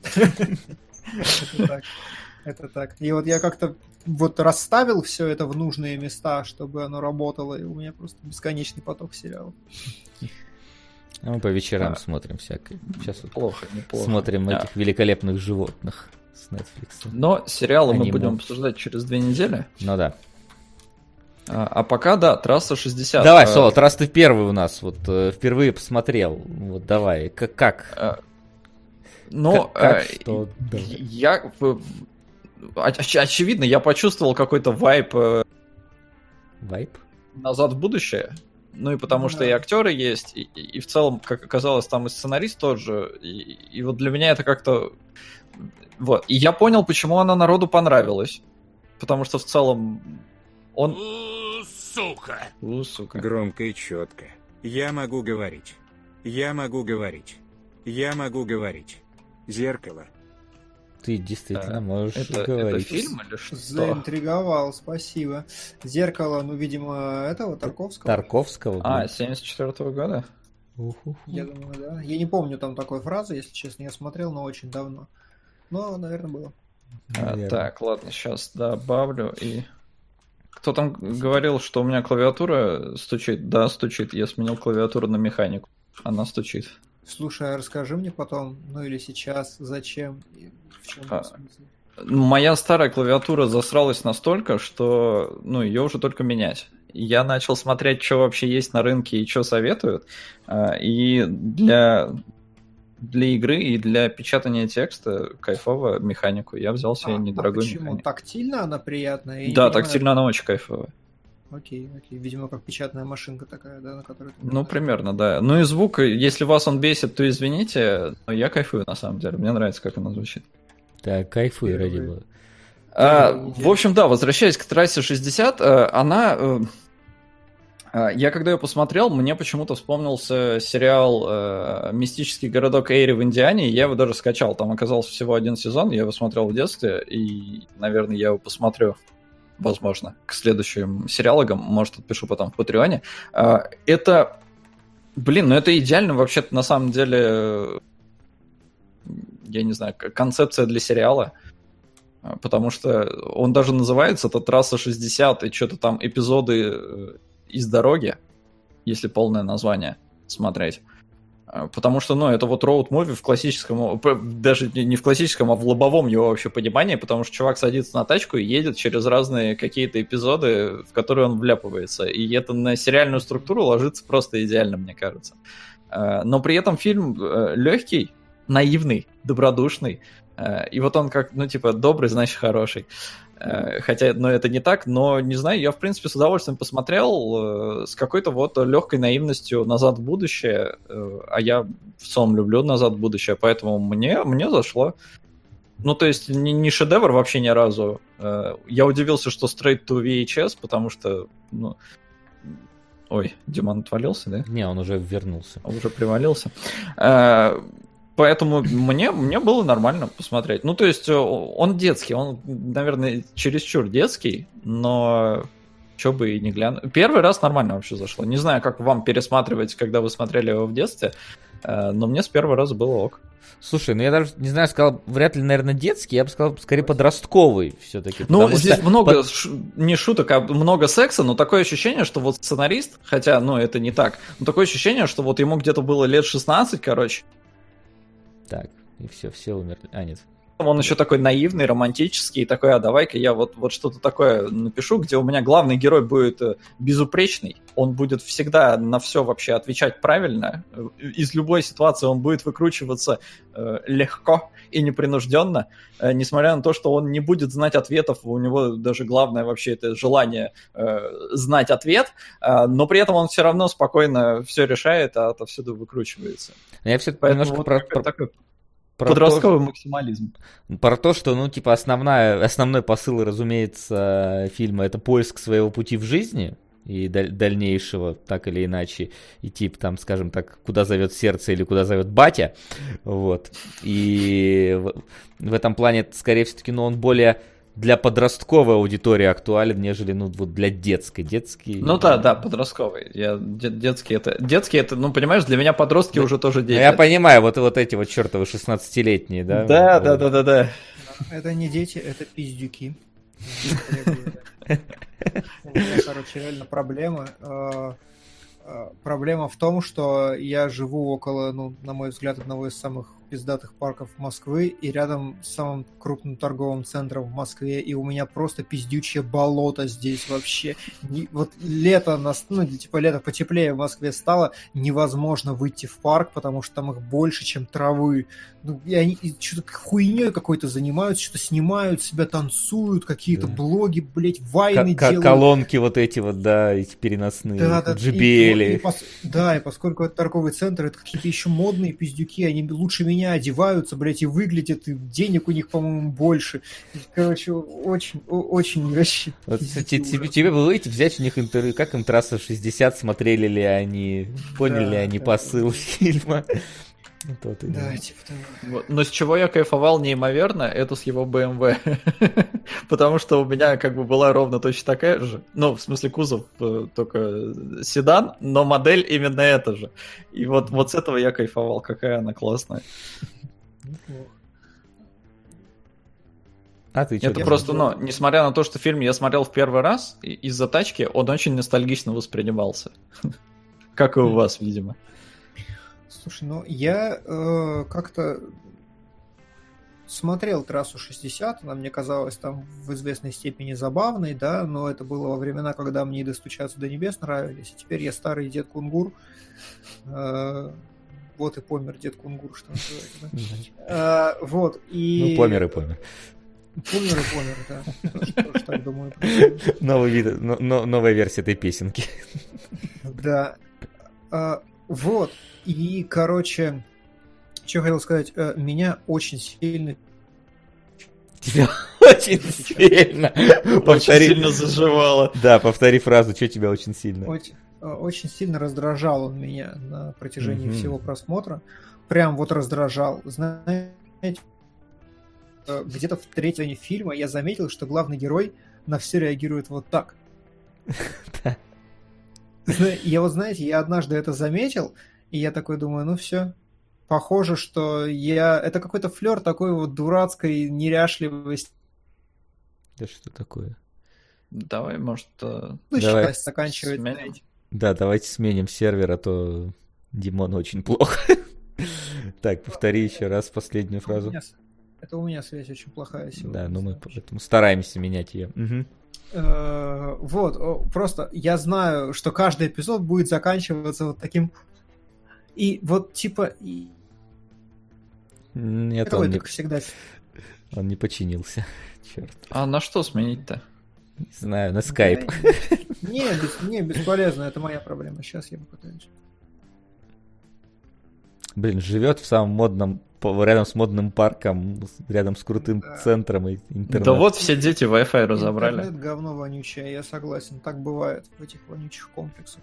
[SPEAKER 3] Это так. И вот я как-то вот расставил все это в нужные места, чтобы оно работало, и у меня просто бесконечный поток сериалов.
[SPEAKER 1] А мы по вечерам смотрим всякое. Сейчас вот
[SPEAKER 2] Плохо, неплохо.
[SPEAKER 1] смотрим этих великолепных животных с Netflix.
[SPEAKER 2] Но сериалы мы
[SPEAKER 1] Аниме.
[SPEAKER 2] будем обсуждать через 2 недели.
[SPEAKER 1] Ну да.
[SPEAKER 2] А пока, да, трасса 60.
[SPEAKER 1] Давай, Солод, раз ты первый у нас, вот впервые посмотрел, вот давай, как?
[SPEAKER 2] Ну,
[SPEAKER 1] Что? Давай.
[SPEAKER 2] я... Очевидно, я почувствовал какой-то вайб
[SPEAKER 1] Вайп?
[SPEAKER 2] «Назад в будущее». Ну и потому что
[SPEAKER 3] Да.
[SPEAKER 2] и актеры есть, и в целом, как оказалось, там и сценарист тот же. И вот для меня это как-то... Вот. И я понял, почему она народу понравилась. Потому что в целом он...
[SPEAKER 5] Сука!
[SPEAKER 2] Сука.
[SPEAKER 4] Громко и четко. Я могу говорить. Я могу говорить. Я могу говорить. Зеркало.
[SPEAKER 1] Ты действительно можешь
[SPEAKER 2] Это
[SPEAKER 1] говорить.
[SPEAKER 2] фильм или что?
[SPEAKER 3] Заинтриговал, спасибо. «Зеркало», ну, видимо, этого, Тарковского?
[SPEAKER 1] Тарковского? блин.
[SPEAKER 2] 74-го года?
[SPEAKER 1] Уху.
[SPEAKER 3] Я думаю, да. Я не помню там такой фразы, если честно, я смотрел, но очень давно. Но, наверное, было.
[SPEAKER 1] Наверно.
[SPEAKER 2] Так, ладно, сейчас добавлю. И кто там говорил, что у меня клавиатура стучит? Да, стучит. Я сменил клавиатуру на механику. Она стучит.
[SPEAKER 3] Слушай, а расскажи мне потом, ну или сейчас, зачем, и в чем смысл?
[SPEAKER 2] Моя старая клавиатура засралась настолько, что ее уже только менять. Я начал смотреть, что вообще есть на рынке и что советуют. И для игры и для печатания текста кайфово механику. Я взял себе недорогую
[SPEAKER 3] почему?
[SPEAKER 2] механику.
[SPEAKER 3] Тактильно она приятная? Я не
[SPEAKER 2] Да,
[SPEAKER 3] понимаю.
[SPEAKER 2] тактильно она очень кайфовая.
[SPEAKER 3] Окей. Видимо, как печатная машинка такая, да, на которой ты...
[SPEAKER 2] Ну, примерно, да. Ну и звук, если вас он бесит, то извините, но я кайфую на самом деле. Мне нравится, как она звучит.
[SPEAKER 1] Так, кайфуй, ради
[SPEAKER 3] Первый.
[SPEAKER 1] бога.
[SPEAKER 2] В общем, да, возвращаясь к трассе 60, она... Я когда ее посмотрел, мне почему-то вспомнился сериал «Мистический городок Эйри» в Индиане, и я его даже скачал. Там оказался всего один сезон, я его смотрел в детстве, и, наверное, я его посмотрю, возможно, к следующим сериалогам, может, отпишу потом в Патреоне. Это, это идеально вообще-то на самом деле, я не знаю, концепция для сериала. Потому что он даже называется, это «Трасса 60», и что-то там эпизоды из дороги, если полное название смотреть. Потому что, это вот роуд-муви в классическом, даже не в классическом, а в лобовом его вообще понимании, потому что чувак садится на тачку и едет через разные какие-то эпизоды, в которые он вляпывается. И это на сериальную структуру ложится просто идеально, мне кажется. Но при этом фильм легкий, наивный, добродушный. И вот он как, добрый, значит, хороший. Хотя, это не так, но, не знаю, я, в принципе, с удовольствием посмотрел с какой-то вот легкой наивностью «Назад в будущее», а я в целом люблю «Назад в будущее», поэтому мне зашло. Ну, то есть, не шедевр вообще ни разу. Я удивился, что straight to VHS, потому что, Ой, Диман отвалился, да?
[SPEAKER 1] Не, он уже вернулся.
[SPEAKER 2] Он уже привалился. Поэтому мне было нормально посмотреть. Ну, то есть, он детский, он, наверное, чересчур детский, но чё бы и не глянуть. Первый раз нормально вообще зашло. Не знаю, как вам пересматривать, когда вы смотрели его в детстве, но мне с первого раза было ок.
[SPEAKER 1] Слушай, я даже не знаю, сказал, вряд ли, наверное, детский, я бы сказал, скорее подростковый все-таки.
[SPEAKER 2] Ну, здесь много, не шуток, а много секса, но такое ощущение, что вот сценарист, хотя, это не так, но такое ощущение, что вот ему где-то было лет 16, короче.
[SPEAKER 1] Так, И все умерли. А, нет.
[SPEAKER 2] Он еще такой наивный, романтический, и такой, а давай-ка я вот что-то такое напишу, где у меня главный герой будет безупречный, он будет всегда на все вообще отвечать правильно, из любой ситуации он будет выкручиваться легко и непринужденно, несмотря на то, что он не будет знать ответов, у него даже главное вообще это желание знать ответ, но при этом он все равно спокойно все решает, а отовсюду выкручивается.
[SPEAKER 1] Я все
[SPEAKER 2] Поэтому
[SPEAKER 1] немножко
[SPEAKER 2] вот такой подростковый максимализм.
[SPEAKER 1] Про то, что, ну, типа, основной посыл, разумеется, фильма — это поиск своего пути в жизни и дальнейшего, так или иначе, идти, там, скажем так, куда зовет сердце или куда зовет батя, вот. И в этом плане, скорее всего-таки, ну, он более для подростковой аудитории актуален, нежели, ну, вот для детской. Детский...
[SPEAKER 2] Ну да, подростковый. Детский это, ну, понимаешь, для меня подростки уже тоже дети.
[SPEAKER 1] Я понимаю, вот эти вот чертовы 16-летние, да?
[SPEAKER 2] Да.
[SPEAKER 3] Это не дети, это пиздюки. У меня, короче, реально проблема. Проблема в том, что я живу около, ну, на мой взгляд, одного из самых пиздатых парков Москвы и рядом с самым крупным торговым центром в Москве, и у меня просто пиздючее болото здесь вообще. Вот лето, ну, типа лето потеплее в Москве стало, невозможно выйти в парк, потому что там их больше, чем травы. Ну, и они что-то хуйней какой-то занимаются, что-то снимают, себя танцуют, какие-то блоги, блядь, вайны делают.
[SPEAKER 1] Колонки вот эти вот, да, эти переносные, JBL.
[SPEAKER 3] И поскольку это торговый центр, это какие-то еще модные пиздюки, они лучше меня одеваются, блядь, и выглядят, и денег у них, по-моему, больше. Короче, очень вообще...
[SPEAKER 1] Вот, тебе бы выйти, взять у них интервью, как им «Трасса 60», смотрели ли они, поняли ли они посыл фильма.
[SPEAKER 3] Да, типа того.
[SPEAKER 2] Но с чего я кайфовал неимоверно, это с его BMW. Потому что у меня как бы была ровно точно такая же. Ну, в смысле кузов, только седан, но модель именно эта же. И вот с этого я кайфовал, какая она классная. Это просто, ну, несмотря на то, что фильм я смотрел в первый раз, из-за тачки он очень ностальгично воспринимался. Как и у вас, видимо.
[SPEAKER 3] Слушай, ну я как-то смотрел «Трассу 60», она мне казалась там в известной степени забавной, да, но это было во времена, когда мне «Достучаться до небес» нравились, и теперь я старый дед Кунгур. Вот и помер дед Кунгур, что называется. Вот, и...
[SPEAKER 1] Ну, помер и помер.
[SPEAKER 3] Помер и помер, да. Тоже так думаю.
[SPEAKER 1] Новая версия этой песенки.
[SPEAKER 3] Да. Вот. И, короче, что хотел сказать, меня очень сильно...
[SPEAKER 1] Тебя очень сильно...
[SPEAKER 2] Очень сильно заживало.
[SPEAKER 1] Да, повтори фразу, что тебя очень сильно...
[SPEAKER 3] Очень сильно раздражал он меня на протяжении всего просмотра. Прям вот раздражал. Знаете, где-то в третьей половине фильма я заметил, что главный герой на все реагирует вот так. Я однажды это заметил, и я такой думаю, ну все, похоже, что это какой-то флер такой вот дурацкой неряшливости.
[SPEAKER 1] Да что такое?
[SPEAKER 2] Давай, может...
[SPEAKER 3] Давай заканчивать.
[SPEAKER 1] Да, давайте сменим сервер, а то Димон очень плохо. Так, повтори еще раз последнюю фразу.
[SPEAKER 3] Это у меня связь очень плохая сегодня.
[SPEAKER 1] Да, но мы поэтому стараемся менять ее.
[SPEAKER 3] Вот, просто я знаю, что каждый эпизод будет заканчиваться вот таким... И вот типа...
[SPEAKER 1] Нет, он не починился. Черт.
[SPEAKER 2] А на что сменить-то?
[SPEAKER 1] Не знаю, на скайп.
[SPEAKER 3] Не, бесполезно, это моя проблема. Сейчас я попытаюсь.
[SPEAKER 1] Блин, живет в самом модном, рядом с модным парком, рядом с крутым центром и интернет.
[SPEAKER 2] Да вот все дети Wi-Fi разобрали.
[SPEAKER 3] Интернет говно вонючее, я согласен. Так бывает в этих вонючих комплексах.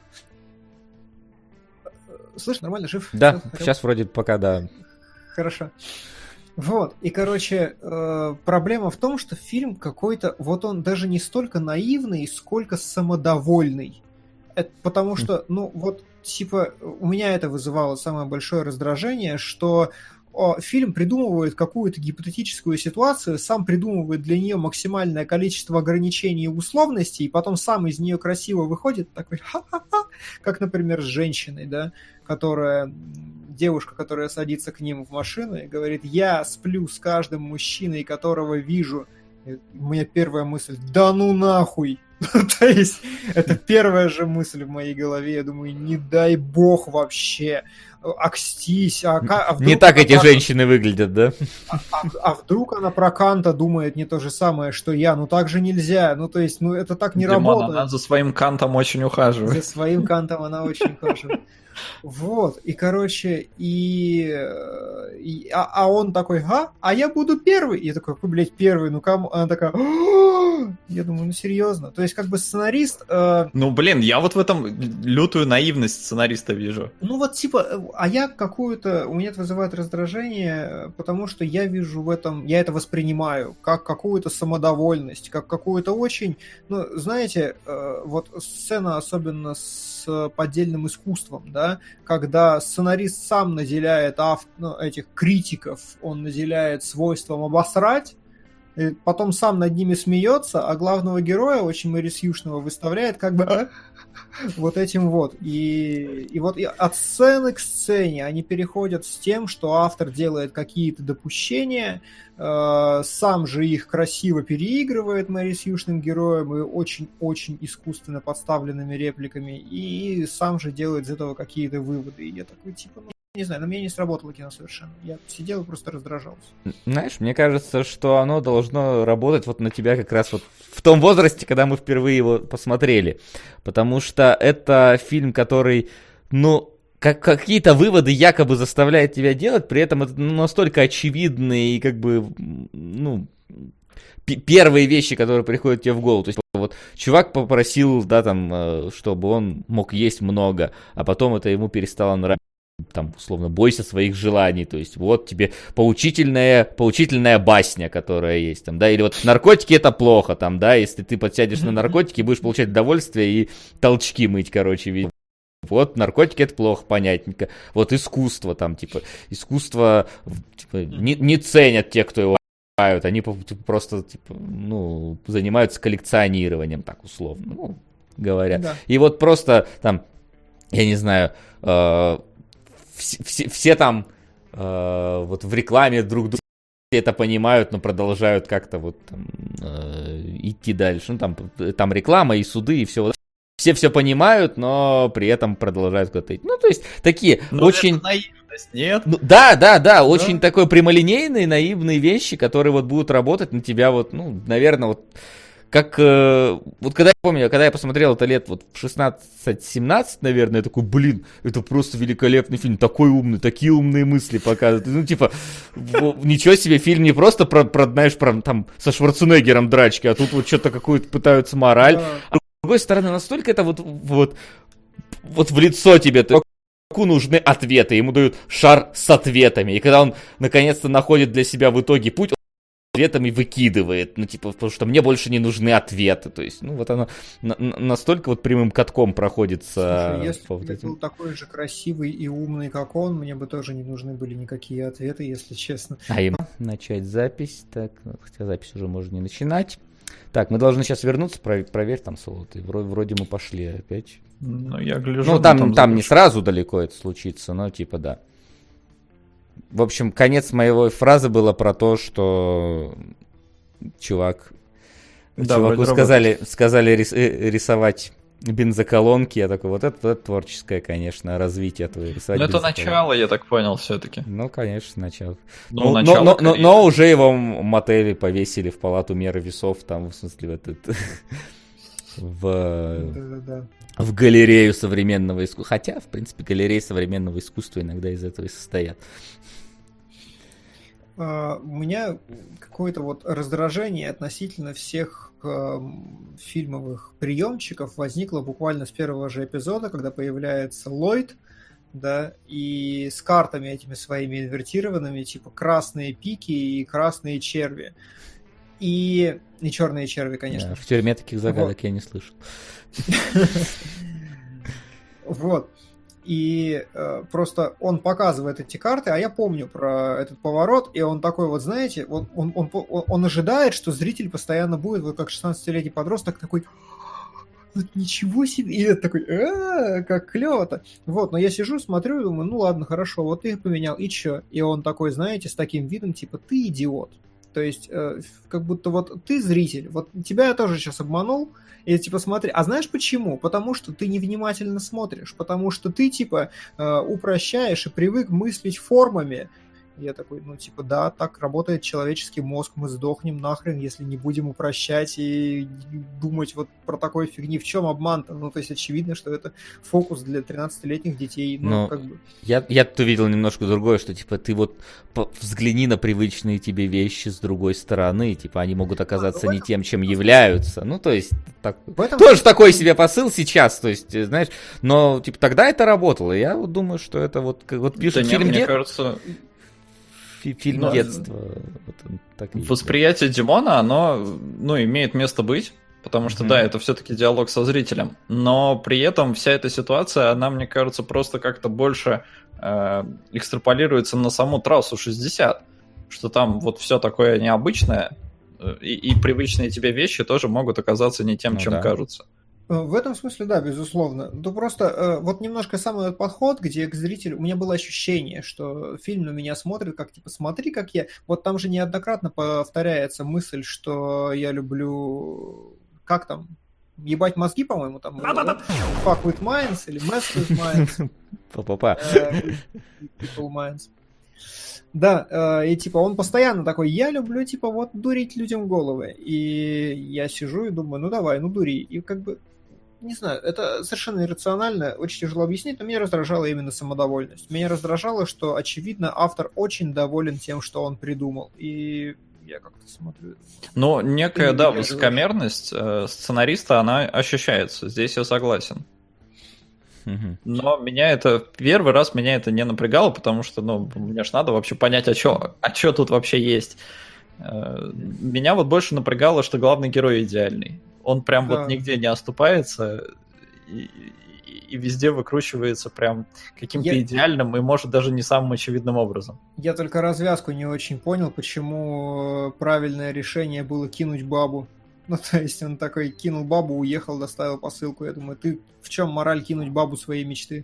[SPEAKER 3] Слышь, нормально, жив?
[SPEAKER 1] Да, сейчас вроде пока да.
[SPEAKER 3] Хорошо. Вот, и, короче, проблема в том, что фильм какой-то, вот он даже не столько наивный, сколько самодовольный. Это потому что, ну, вот, типа, у меня это вызывало самое большое раздражение, что фильм придумывает какую-то гипотетическую ситуацию, сам придумывает для нее максимальное количество ограничений и условностей, и потом сам из нее красиво выходит, такой ха-ха-ха, как, например, с женщиной, да, которая девушка, которая садится к ним в машину и говорит: я сплю с каждым мужчиной, которого вижу. И у меня первая мысль: да ну нахуй! То есть, это первая же мысль в моей голове. Я думаю, не дай бог вообще. Акстись.
[SPEAKER 1] Не так эти женщины выглядят, да?
[SPEAKER 3] А вдруг она про Канта думает не то же самое, что я? Ну так же нельзя. Ну то есть, ну это так не
[SPEAKER 2] Димон,
[SPEAKER 3] работает.
[SPEAKER 2] она за своим Кантом очень ухаживает.
[SPEAKER 3] За своим Кантом она очень ухаживает. Вот, и, короче, а он такой: а я буду первый. Я такой: какой, блядь, первый? Ну, кому? Она такая: я думаю, ну, серьезно. То есть, как бы сценарист...
[SPEAKER 2] Ну, блин, я вот в этом лютую наивность сценариста вижу.
[SPEAKER 3] Ну, вот, типа, а я какую-то... У меня это вызывает раздражение, потому что я вижу в этом... Я это воспринимаю как какую-то самодовольность, как какую-то очень... Ну, знаете, вот сцена, особенно с поддельным искусством, да, когда сценарист сам наделяет этих критиков, он наделяет свойством обосрать, и потом сам над ними смеется, а главного героя, очень Морис Юшного, выставляет как бы вот этим вот. И вот от сцены к сцене они переходят с тем, что автор делает какие-то допущения, сам же их красиво переигрывает Морис Юшным героем и очень-очень искусственно подставленными репликами, и сам же делает из этого какие-то выводы. И я такой, типа, не знаю, на меня не сработало кино совершенно. Я сидел и просто раздражался.
[SPEAKER 1] Знаешь, мне кажется, что оно должно работать вот на тебя как раз вот в том возрасте, когда мы впервые его посмотрели. Потому что это фильм, который, ну, какие-то выводы якобы заставляет тебя делать, при этом это настолько очевидные и как бы, ну, первые вещи, которые приходят тебе в голову. То есть вот чувак попросил, да, там, чтобы он мог есть много, а потом это ему перестало нравиться. Там, условно, бойся своих желаний, то есть вот тебе поучительная басня, которая есть, там, да, или вот наркотики это плохо, там, да, если ты подсядешь на наркотики, будешь получать удовольствие и толчки мыть, короче, вот наркотики это плохо, понятненько, вот искусство, там, типа, искусство типа, не ценят те, кто его знают, они просто, типа, ну, занимаются коллекционированием, так, условно, ну, говоря, да. И вот просто, там, я не знаю, все там вот в рекламе друг друга это понимают, но продолжают как-то вот там, идти дальше. Ну, там реклама и суды, и все. Все понимают, но при этом продолжают куда-то идти. Ну, то есть, такие но очень...
[SPEAKER 2] Это наивность, нет?
[SPEAKER 1] Ну, да, очень такой прямолинейные, наивные вещи, которые вот будут работать на тебя вот, ну, наверное, вот... Как, вот когда я помню, когда я посмотрел это лет вот в 16-17, наверное, я такой, блин, это просто великолепный фильм, такой умный, такие умные мысли показывают. Ну, типа, ничего себе, фильм не просто знаешь, там, со Шварценеггером драчки, а тут вот что-то какую-то пытаются мораль. А с другой стороны, настолько это вот в лицо тебе, чуваку нужны ответы, ему дают шар с ответами. И когда он наконец-то находит для себя в итоге путь, ответами выкидывает, ну, типа, потому что мне больше не нужны ответы, то есть, ну, вот оно настолько вот прямым катком проходится.
[SPEAKER 3] Слушай, если бы я был такой же красивый и умный, как он, мне бы тоже не нужны были никакие ответы, если честно.
[SPEAKER 1] А им начать запись, так, хотя запись уже можно не начинать. Так, мы должны сейчас вернуться, проверь там, Соло, ты вроде мы пошли опять.
[SPEAKER 2] Ну, я гляжу.
[SPEAKER 1] Ну, там не сразу далеко это случится, но, типа, да. В общем, конец моей фразы было про то, что чуваку сказали рисовать бензоколонки. Я такой, вот это творческое, конечно, развитие твоего рисовать.
[SPEAKER 2] Ну, это начало, я так понял, все-таки.
[SPEAKER 1] Ну, конечно, начало.
[SPEAKER 2] Но
[SPEAKER 1] уже его мотели повесили в палату меры весов, там, в смысле, в галерею современного искусства. Хотя, в принципе, галереи современного искусства иногда из этого и состоят.
[SPEAKER 3] У меня какое-то вот раздражение относительно всех фильмовых приемчиков возникло буквально с первого же эпизода, когда появляется Ллойд, да, и с картами этими своими инвертированными, типа красные пики и красные черви. И черные черви, конечно.
[SPEAKER 1] Да, в тюрьме таких загадок я не слышал.
[SPEAKER 3] Вот. И просто он показывает эти карты, а я помню про этот поворот, и он такой вот, знаете, он ожидает, что зритель постоянно будет, вот как 16-летний подросток, такой: вот ничего себе, и я такой, как клево-то. Вот, но я сижу, смотрю и думаю, ну ладно, хорошо, вот ты их поменял, и чё? И он такой, знаете, с таким видом, типа, ты идиот. То есть, как будто вот ты зритель, вот тебя я тоже сейчас обманул, и типа смотри, а знаешь почему? Потому что ты невнимательно смотришь, потому что ты типа упрощаешь и привык мыслить формами. Я такой, ну типа да, так работает человеческий мозг, мы сдохнем нахрен, если не будем упрощать и думать вот про такой фигни. В чем обман-то? Ну то есть очевидно, что это фокус для 13-летних детей. Ну, как бы...
[SPEAKER 1] Я тут увидел немножко другое, что типа ты вот взгляни на привычные тебе вещи с другой стороны, типа они могут оказаться не тем, чем являются. Ну то есть тоже такой себе посыл сейчас, то есть знаешь, но типа тогда это работало. Я вот думаю, что это вот пишут фильм,
[SPEAKER 2] мне кажется...
[SPEAKER 1] Фильм детства. Вот
[SPEAKER 2] восприятие Димона, оно имеет место быть, потому что, да, это все-таки диалог со зрителем. Но при этом вся эта ситуация, она, мне кажется, просто как-то больше экстраполируется на саму трассу 60. Что там вот все такое необычное, и привычные тебе вещи тоже могут оказаться не тем, чем кажутся.
[SPEAKER 3] В этом смысле, да, безусловно. То просто вот немножко сам этот подход, где к зрителю... У меня было ощущение, что фильм на меня смотрит, как типа, смотри, как я... Вот там же неоднократно повторяется мысль, что я люблю... Как там? Ебать мозги, по-моему, там. Fuck with minds или mess with minds. People minds. Да, и типа он постоянно такой, я люблю типа вот дурить людям головы. И я сижу и думаю, ну давай, ну дури. И как бы не знаю, это совершенно иррационально, очень тяжело объяснить, но меня раздражала именно самодовольность. Меня раздражало, что, очевидно, автор очень доволен тем, что он придумал. И я как-то смотрю...
[SPEAKER 2] Но некая, да, высокомерность сценариста, она ощущается. Здесь я согласен. Но первый раз меня это не напрягало, потому что, мне ж надо вообще понять, а что тут вообще есть. Меня вот больше напрягало, что главный герой идеальный. Он прям вот нигде не оступается и везде выкручивается прям каким-то идеальным и, может, даже не самым очевидным образом.
[SPEAKER 3] Я только развязку не очень понял, почему правильное решение было кинуть бабу. Ну, то есть он такой кинул бабу, уехал, доставил посылку. Я думаю, ты в чем мораль кинуть бабу своей мечты?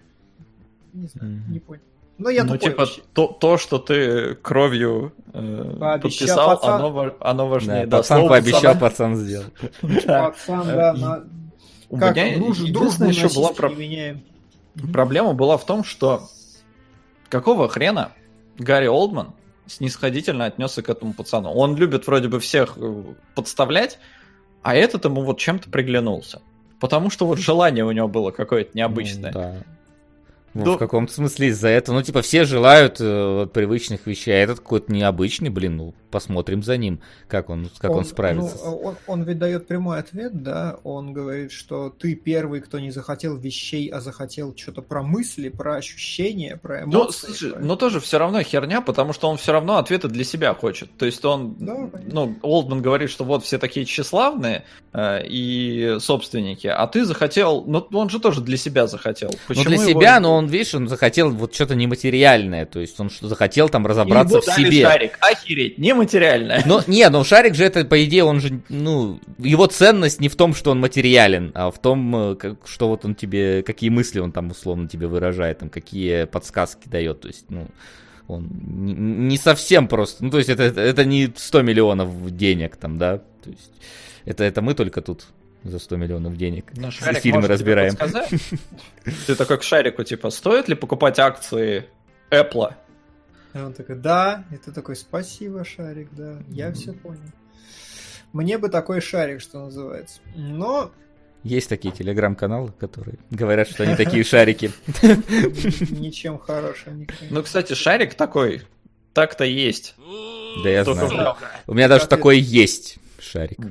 [SPEAKER 3] Не знаю, не понял. Но я тупой
[SPEAKER 2] типа то, что ты кровью подписал, оно важнее.
[SPEAKER 1] Да, пацан пообещал, пацан сделал.
[SPEAKER 3] Пацан, да.
[SPEAKER 2] У меня единственная еще была проблема была в том, что какого хрена Гарри Олдман снисходительно отнесся к этому пацану. Он любит вроде бы всех подставлять, а этот ему вот чем-то приглянулся. Потому что вот желание у него было какое-то необычное.
[SPEAKER 1] Да. В каком-то смысле из-за этого. Все желают привычных вещей, а этот какой-то необычный, посмотрим за ним, как он справится.
[SPEAKER 3] Он ведь дает прямой ответ, да, он говорит, что ты первый, кто не захотел вещей, а захотел что-то про мысли, про ощущения, про эмоции.
[SPEAKER 2] Но тоже все равно херня, потому что он все равно ответы для себя хочет. То есть он, Олдман говорит, что вот все такие тщеславные и собственники, а ты захотел, он же тоже для себя захотел.
[SPEAKER 1] Почему для себя, но он захотел вот что-то нематериальное, то есть он захотел там разобраться в себе.
[SPEAKER 2] Шарик, охереть, нематериальное.
[SPEAKER 1] Но шарик же это, по идее, он же, его ценность не в том, что он материален, а в том, что вот он тебе, какие мысли он там условно тебе выражает, там, какие подсказки дает, то есть, он не совсем просто, то есть это не 100 миллионов денег там, да, то есть это мы только тут за 100 миллионов денег фильмы разбираем.
[SPEAKER 2] Ты такой к шарику, типа, стоит ли покупать акции Apple?
[SPEAKER 3] И он такой, да. И ты такой, спасибо, шарик, да. Я все понял. Мне бы такой шарик, что называется. Но...
[SPEAKER 1] Есть такие телеграм-каналы, которые говорят, что они такие шарики.
[SPEAKER 3] Ничем хорошим.
[SPEAKER 2] Кстати, шарик такой, так-то есть.
[SPEAKER 1] Да я знаю. У меня даже такой есть шарик.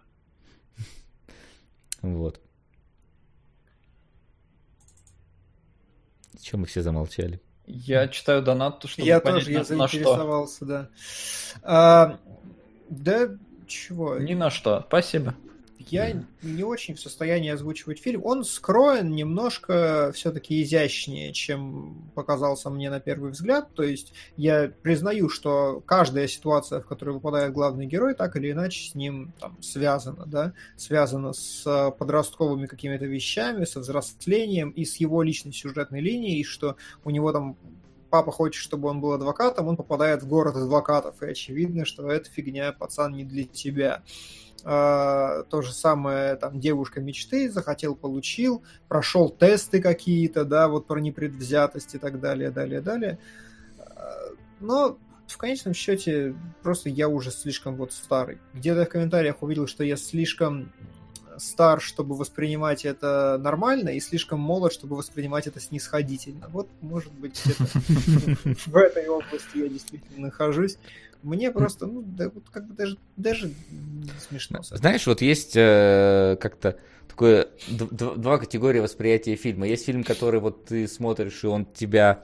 [SPEAKER 1] Вот. Чего мы все замолчали?
[SPEAKER 2] Я читаю донат, чтобы
[SPEAKER 3] я
[SPEAKER 2] понять,
[SPEAKER 3] тоже, я заинтересовался, да. Да, чего?
[SPEAKER 2] Ни на что, спасибо.
[SPEAKER 3] я не очень в состоянии озвучивать фильм. Он скроен немножко все-таки изящнее, чем показался мне на первый взгляд. То есть я признаю, что каждая ситуация, в которую выпадает главный герой, так или иначе с ним там связана, да? Связана с подростковыми какими-то вещами, со взрослением и с его личной сюжетной линией, что у него там папа хочет, чтобы он был адвокатом, он попадает в город адвокатов, и очевидно, что эта фигня, пацан, не для тебя. То же самое, там, девушка мечты, захотел, получил, прошел тесты какие-то, да, вот про непредвзятость и так далее, далее. Но в конечном счете просто я уже слишком вот старый. Где-то в комментариях увидел, что я слишком стар, чтобы воспринимать это нормально, и слишком молод, чтобы воспринимать это снисходительно. Вот, может быть, в этой области я действительно нахожусь. Мне просто, ну, да, вот как бы даже смешно.
[SPEAKER 1] Знаешь, вот есть как-то такое два категории восприятия фильма. Есть фильм, который вот ты смотришь, и он тебя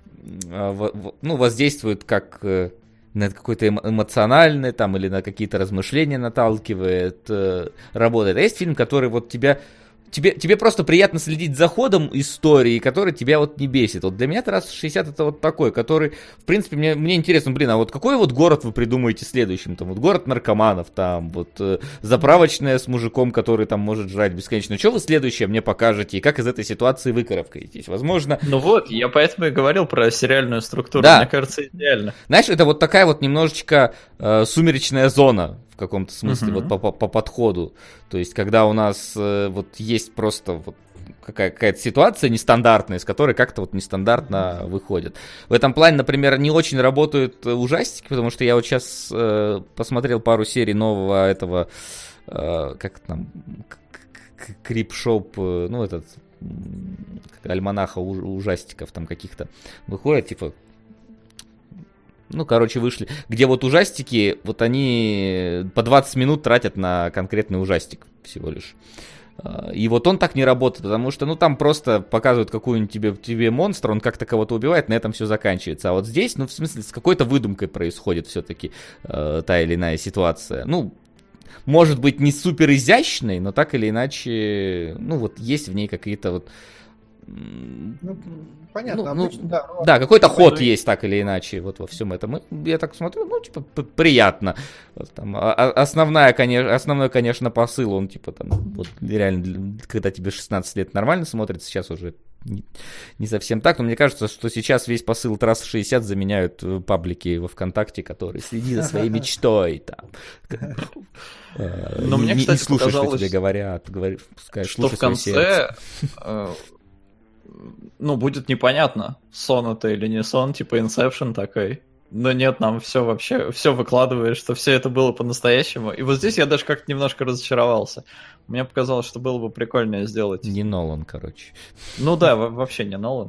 [SPEAKER 1] воздействует как на какой-то эмоциональный там, или на какие-то размышления наталкивает, работает. А есть фильм, который вот тебе просто приятно следить за ходом истории, который тебя вот не бесит. Вот для меня «Трасса 60» это вот такой, который, в принципе, мне интересно, а вот какой вот город вы придумаете следующим? Там вот город наркоманов, там вот заправочная с мужиком, который там может жрать бесконечно. Что вы следующее мне покажете и как из этой ситуации выкарабкаетесь? Возможно...
[SPEAKER 2] Ну вот, я поэтому и говорил про сериальную структуру.
[SPEAKER 1] Да.
[SPEAKER 2] Мне кажется, идеально.
[SPEAKER 1] Знаешь, это вот такая вот немножечко сумеречная зона в каком-то смысле, вот по подходу. То есть, когда у нас вот есть просто вот какая-то ситуация нестандартная, из которой как-то вот нестандартно выходит. В этом плане, например, не очень работают ужастики, потому что я вот сейчас посмотрел пару серий нового этого, как там, Крипшоп, ну, этот, альманаха ужастиков там каких-то выходит, типа, ну, короче, вышли, где вот ужастики, вот они по 20 минут тратят на конкретный ужастик всего лишь. И вот он так не работает, потому что, ну, там просто показывают какую-нибудь тебе монстр, он как-то кого-то убивает, на этом все заканчивается. А вот здесь, ну, в смысле, с какой-то выдумкой происходит все-таки та или иная ситуация. Ну, может быть, не супер изящной, но так или иначе, ну, вот есть в ней какие-то вот...
[SPEAKER 3] Ну, понятно, обычно,
[SPEAKER 1] да, какой-то ход есть так или иначе вот во всем этом. Я так смотрю, ну, типа, приятно. Там, основной, конечно, посыл, он, типа, там, вот реально, когда тебе 16 лет нормально смотрится, сейчас уже не совсем так, но мне кажется, что сейчас весь посыл «Трассы 60» заменяют паблики во ВКонтакте, которые «Следи за своей мечтой», там.
[SPEAKER 2] Но мне, кстати,
[SPEAKER 1] слушай,
[SPEAKER 2] показалось,
[SPEAKER 1] что тебе говорят, пускай,
[SPEAKER 2] что в конце... Ну, будет непонятно, сон это или не сон, типа Inception такой. Но нет, нам все вообще, все выкладывает, что все это было по-настоящему. И вот здесь я даже как-то немножко разочаровался. Мне показалось, что было бы прикольнее сделать.
[SPEAKER 1] Не Нолан, короче.
[SPEAKER 2] Ну да, вообще не Нолан.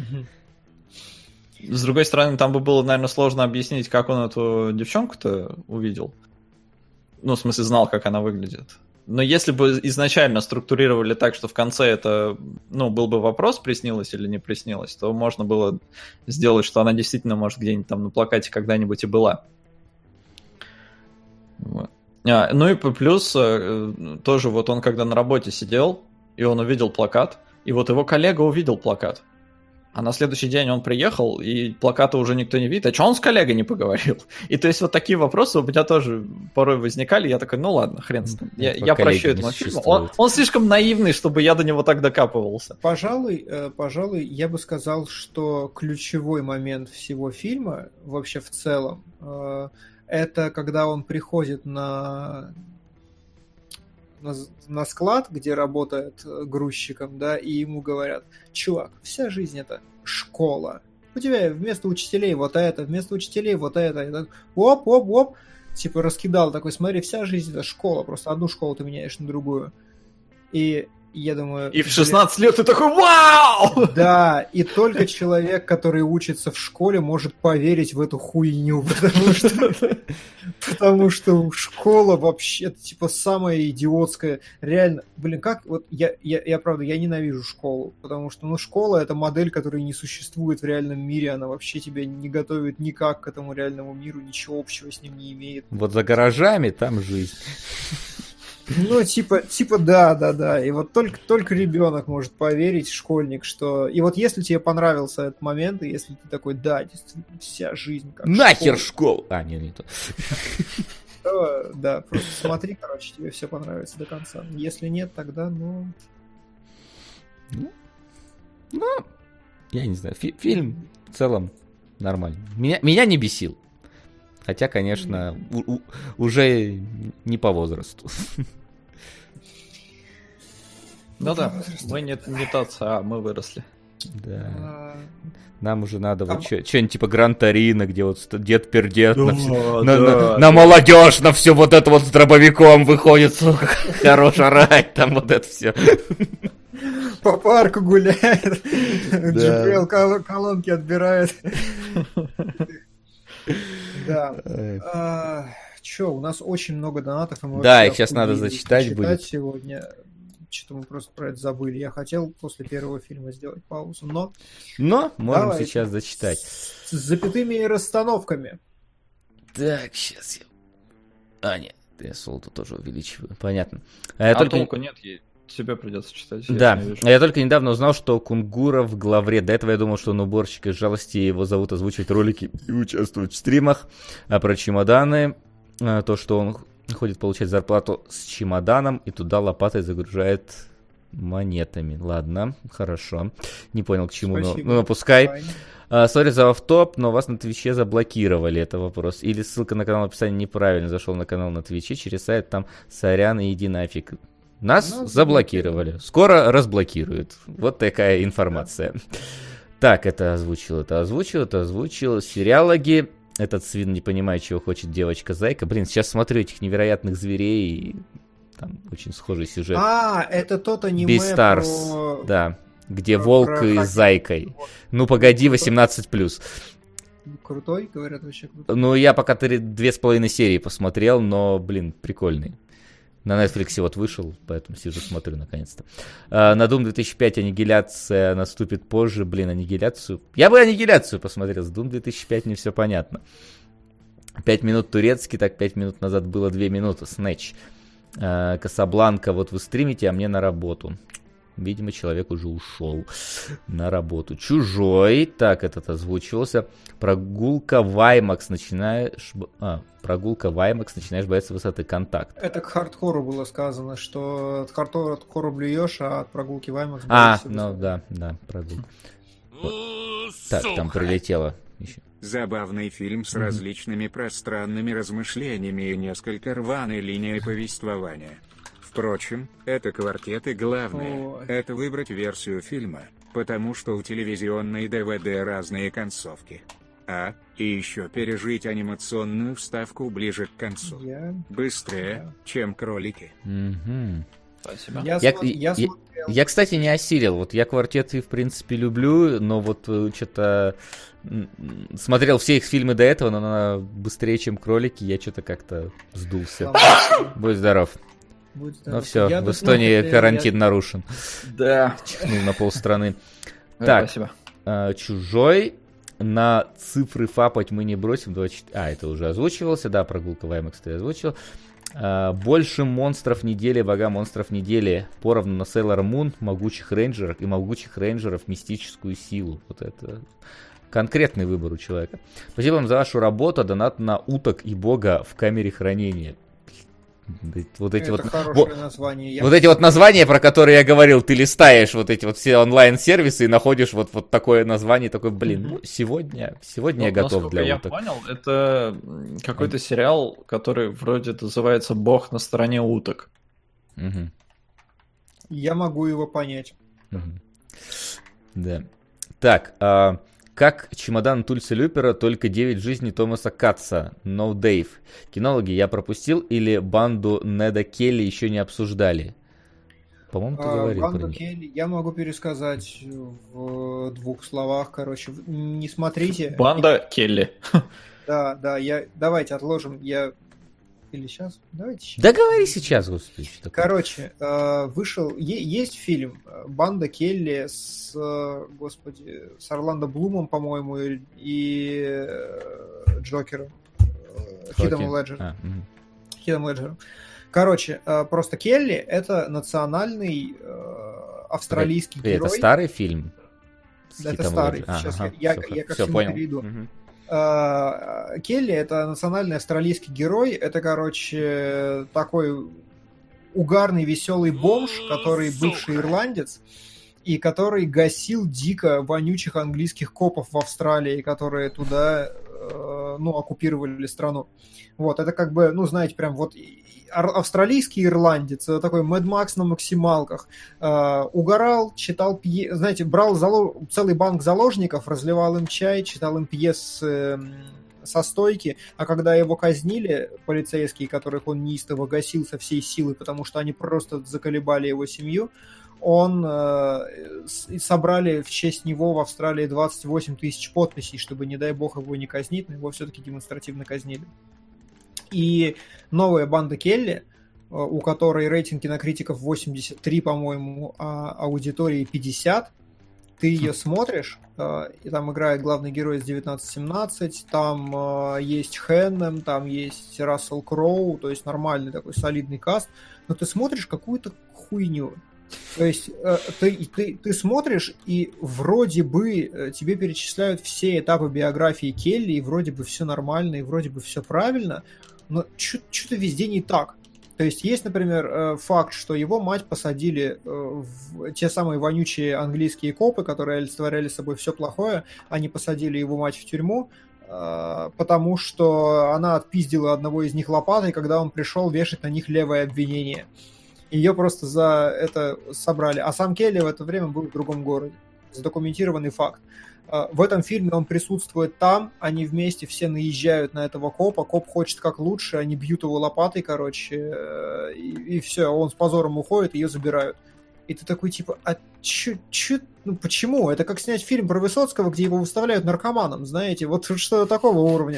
[SPEAKER 2] С другой стороны, там бы было, наверное, сложно объяснить, как он эту девчонку-то увидел. Ну, в смысле, знал, как она выглядит. Но если бы изначально структурировали так, что в конце это, ну, был бы вопрос, приснилось или не приснилось, то можно было сделать, что она действительно, может, где-нибудь там на плакате когда-нибудь и была. Вот. Ну и плюс тоже вот он когда на работе сидел, и он увидел плакат, и вот его коллега увидел плакат. А на следующий день он приехал, и плаката уже никто не видит. А что он с коллегой не поговорил? И то есть вот такие вопросы у меня тоже порой возникали. Я такой, ну ладно, хрен с ним. Я прощу этому фильму. Он слишком наивный, чтобы я до него так докапывался.
[SPEAKER 3] Пожалуй, я бы сказал, что ключевой момент всего фильма, вообще в целом, это когда он приходит на склад, где работает грузчиком, да, и ему говорят: чувак, вся жизнь это школа. У тебя вместо учителей вот это, вместо учителей вот это. И так, оп, типа раскидал такой: смотри, вся жизнь это школа, просто одну школу ты меняешь на другую. И я думаю...
[SPEAKER 2] И в 16 лет ты такой: вау!
[SPEAKER 3] Да, и только человек, который учится в школе, может поверить в эту хуйню, потому что школа вообще типа самая идиотская. Реально, блин, как вот я правда, я ненавижу школу, потому что, ну, школа это модель, которая не существует в реальном мире, она вообще тебя не готовит никак к этому реальному миру, ничего общего с ним не имеет.
[SPEAKER 1] Вот за гаражами там жизнь.
[SPEAKER 3] Ну, типа, да. И вот только ребенок может поверить, школьник, что... И вот если тебе понравился этот момент, и если ты такой, да, действительно, вся жизнь как
[SPEAKER 1] Нахер школу! А, не то.
[SPEAKER 3] То, да, просто смотри, короче, тебе все понравится до конца. Если нет, тогда, ну,
[SPEAKER 1] я не знаю, фильм в целом нормальный. Меня не бесил. Хотя, конечно, уже не по возрасту.
[SPEAKER 2] Ну да, мы не отца, а мы выросли.
[SPEAKER 1] Да. Нам уже надо вот что-нибудь типа Гран-Торино, где вот дед пердет на молодежь, на все вот это вот с дробовиком выходит, сука, хорош орать, там вот это все.
[SPEAKER 3] по парку гуляет, GPL колонки отбирает. Да. Че, у нас очень много донатов.
[SPEAKER 1] Да, их сейчас надо зачитать будет.
[SPEAKER 3] Сегодня. Что-то мы просто про это забыли. Я хотел после первого фильма сделать паузу, но
[SPEAKER 1] можем сейчас зачитать.
[SPEAKER 3] С запятыми и расстановками.
[SPEAKER 1] Так, сейчас я... нет, я солото тоже увеличиваю. Понятно.
[SPEAKER 2] Толку нет, тебе придется читать.
[SPEAKER 1] Да, я только недавно узнал, что Кунгуров главред. До этого я думал, что он уборщик из жалости, его зовут озвучивать ролики и участвовать в стримах. А про чемоданы, то, что он ходит получать зарплату с чемоданом и туда лопатой загружает монетами. Ладно, хорошо. Не понял, к чему, но пускай. Сори за офф-топ, но вас на Твиче заблокировали, это вопрос. Или ссылка на канал в описании неправильно, зашел на канал на Твиче через сайт, там сорян и иди нафиг. Нас заблокировали. Скоро разблокируют. Вот такая информация. Так, это озвучил. Сериалоги. Этот свин не понимает, чего хочет девочка-зайка. Блин, сейчас смотрю этих невероятных зверей, и там очень схожий сюжет.
[SPEAKER 3] Это тот аниме
[SPEAKER 1] Beastars, да, где волк и зайкой. Ну, погоди, 18+.
[SPEAKER 3] Крутой, говорят, вообще крутой.
[SPEAKER 1] Ну, я пока 2,5 серии посмотрел, но, блин, прикольный. На Netflix вот вышел, поэтому сижу, смотрю наконец-то. На Doom 2005 аннигиляция наступит позже. Блин, аннигиляцию... Я бы аннигиляцию посмотрел. С Doom 2005 не все понятно. 5 минут турецкий, так 5 минут назад было 2 минуты. Снэч. Касабланка, вот вы стримите, а мне на работу. Видимо, человек уже ушел на работу. Чужой. Так, этот озвучивался. Прогулка Ваймакс. Начинаешь бояться высоты. Контакт.
[SPEAKER 3] Это к хардкору было сказано, что от хардкора блюешь, а от прогулки Ваймакс боишься высоты.
[SPEAKER 1] Да, прогулка. Вот. Так, там прилетело еще.
[SPEAKER 4] Забавный фильм с различными пространными размышлениями и несколько рваной линией повествования. Впрочем, это квартет, и главное, это выбрать версию фильма, потому что у телевизионной ДВД разные концовки. И еще пережить анимационную вставку ближе к концу. Быстрее, чем кролики.
[SPEAKER 2] Спасибо.
[SPEAKER 1] Я, кстати, не осилил. Вот я квартеты, в принципе, люблю, но вот что-то смотрел все их фильмы до этого, но она быстрее, чем кролики, я что-то как-то сдулся. Будь здоров. Ну все, в Эстонии карантин нарушен.
[SPEAKER 2] Да.
[SPEAKER 1] Чихнул на полстраны. Так,
[SPEAKER 2] спасибо.
[SPEAKER 1] Чужой. На цифры фапать мы не бросим. 24... это уже озвучивался. Да, прогулка Ваймакс ты озвучил. Больше монстров недели, бога монстров недели. Поровну на Sailor Moon, могучих рейнджеров и могучих рейнджеров мистическую силу. Вот это конкретный выбор у человека. Спасибо вам за вашу работу. Донат на уток и бога в камере хранения. Вот эти
[SPEAKER 3] название.
[SPEAKER 1] Вот эти вот названия, про которые я говорил, ты листаешь вот эти вот все онлайн-сервисы и находишь вот такое название, такой, блин, сегодня я готов для уток.
[SPEAKER 2] Я понял, это какой-то сериал, который вроде называется «Бог на стороне уток».
[SPEAKER 1] Угу.
[SPEAKER 3] Я могу его понять.
[SPEAKER 1] Угу. Да. Так, как чемодан Тульса Люпера, только 9 жизней Томаса Катца. No Dave. Кинологи я пропустил или банду Неда Келли еще не обсуждали? По-моему, ты говорил
[SPEAKER 3] банду
[SPEAKER 1] про них.
[SPEAKER 3] Келли я могу пересказать в 2 словах. Короче, не смотрите.
[SPEAKER 2] Банда Келли.
[SPEAKER 3] Да, давайте отложим. Или сейчас? Давайте сейчас.
[SPEAKER 1] Да говори сейчас, господи.
[SPEAKER 3] Короче, вышел... Есть фильм «Банда Келли» с Орландо Блумом, по-моему, и Джокером. Хитом Леджером. Короче, просто Келли — это национальный австралийский герой.
[SPEAKER 1] Это старый фильм?
[SPEAKER 3] Это старый. Сейчас я как всему перейду. Келли — это национальный австралийский герой. Это, короче, такой угарный, веселый бомж, который бывший ирландец, и который гасил дико вонючих английских копов в Австралии, которые туда, оккупировали страну. Вот, это как бы, знаете, прям вот австралийский ирландец, такой Мэд Макс на максималках. Угорал, читал знаете, брал целый банк заложников, разливал им чай, читал им пьесы со стойки, а когда его казнили, полицейские, которых он неистово гасил со всей силы, потому что они просто заколебали его семью, собрали в честь него в Австралии 28 тысяч подписей, чтобы, не дай бог, его не казнить, но его все-таки демонстративно казнили. И новая банда Келли, у которой рейтинг кинокритиков 83, по-моему, а аудитории 50, ты ее смотришь, и там играет главный герой из 1917, там есть Хэннем, там есть Рассел Кроу, то есть нормальный такой солидный каст, но ты смотришь какую-то хуйню. То есть ты смотришь, и вроде бы тебе перечисляют все этапы биографии Келли, и вроде бы все нормально, и вроде бы все правильно, но что-то везде не так. То есть, например, факт, что его мать посадили в те самые вонючие английские копы, которые олицетворяли собой все плохое, они посадили его мать в тюрьму, потому что она отпиздила одного из них лопатой, когда он пришел вешать на них левое обвинение. Ее просто за это собрали. А сам Келли в это время был в другом городе. Задокументированный факт. В этом фильме он присутствует там, они вместе все наезжают на этого копа, коп хочет как лучше, они бьют его лопатой, короче, и все, он с позором уходит, ее забирают. И ты такой, типа, почему? Это как снять фильм про Высоцкого, где его выставляют наркоманом, знаете, вот что такого уровня.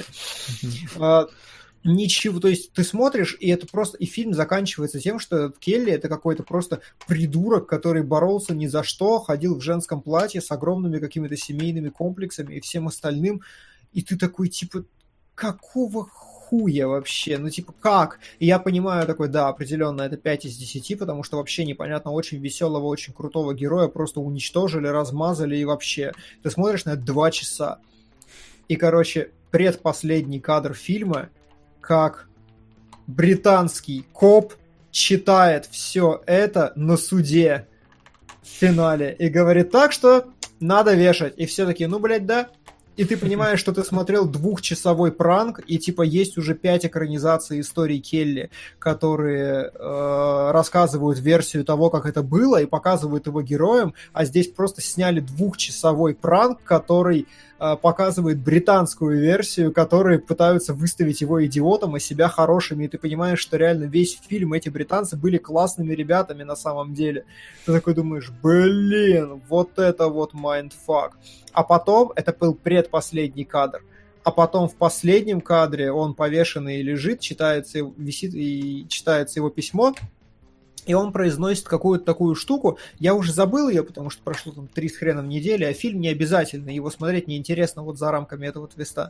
[SPEAKER 3] Ничего, то есть ты смотришь, и это просто, и фильм заканчивается тем, что Келли — это какой-то просто придурок, который боролся ни за что, ходил в женском платье с огромными какими-то семейными комплексами и всем остальным, и ты такой, типа, какого хуя вообще? Как? И я понимаю такой, да, определенно, это 5 из 10, потому что вообще непонятно, очень веселого, очень крутого героя просто уничтожили, размазали, и вообще. Ты смотришь на это 2 часа. И, короче, предпоследний кадр фильма, как британский коп читает все это на суде в финале и говорит так, что надо вешать. И все такие, да. И ты понимаешь, что ты смотрел 2-часовой пранк, и типа есть уже 5 экранизаций истории Келли, которые рассказывают версию того, как это было, и показывают его героям, а здесь просто сняли 2-часовой пранк, который показывает британскую версию, которые пытаются выставить его идиотом, а себя хорошими, и ты понимаешь, что реально весь фильм эти британцы были классными ребятами на самом деле. Ты такой думаешь, вот это вот майндфак. А потом, это был предпоследний кадр, а потом в последнем кадре он повешенный лежит, висит и читается его письмо, и он произносит какую-то такую штуку. Я уже забыл ее, потому что прошло там 3 с хреном недели, а фильм не обязательно, его смотреть неинтересно вот за рамками этого твиста.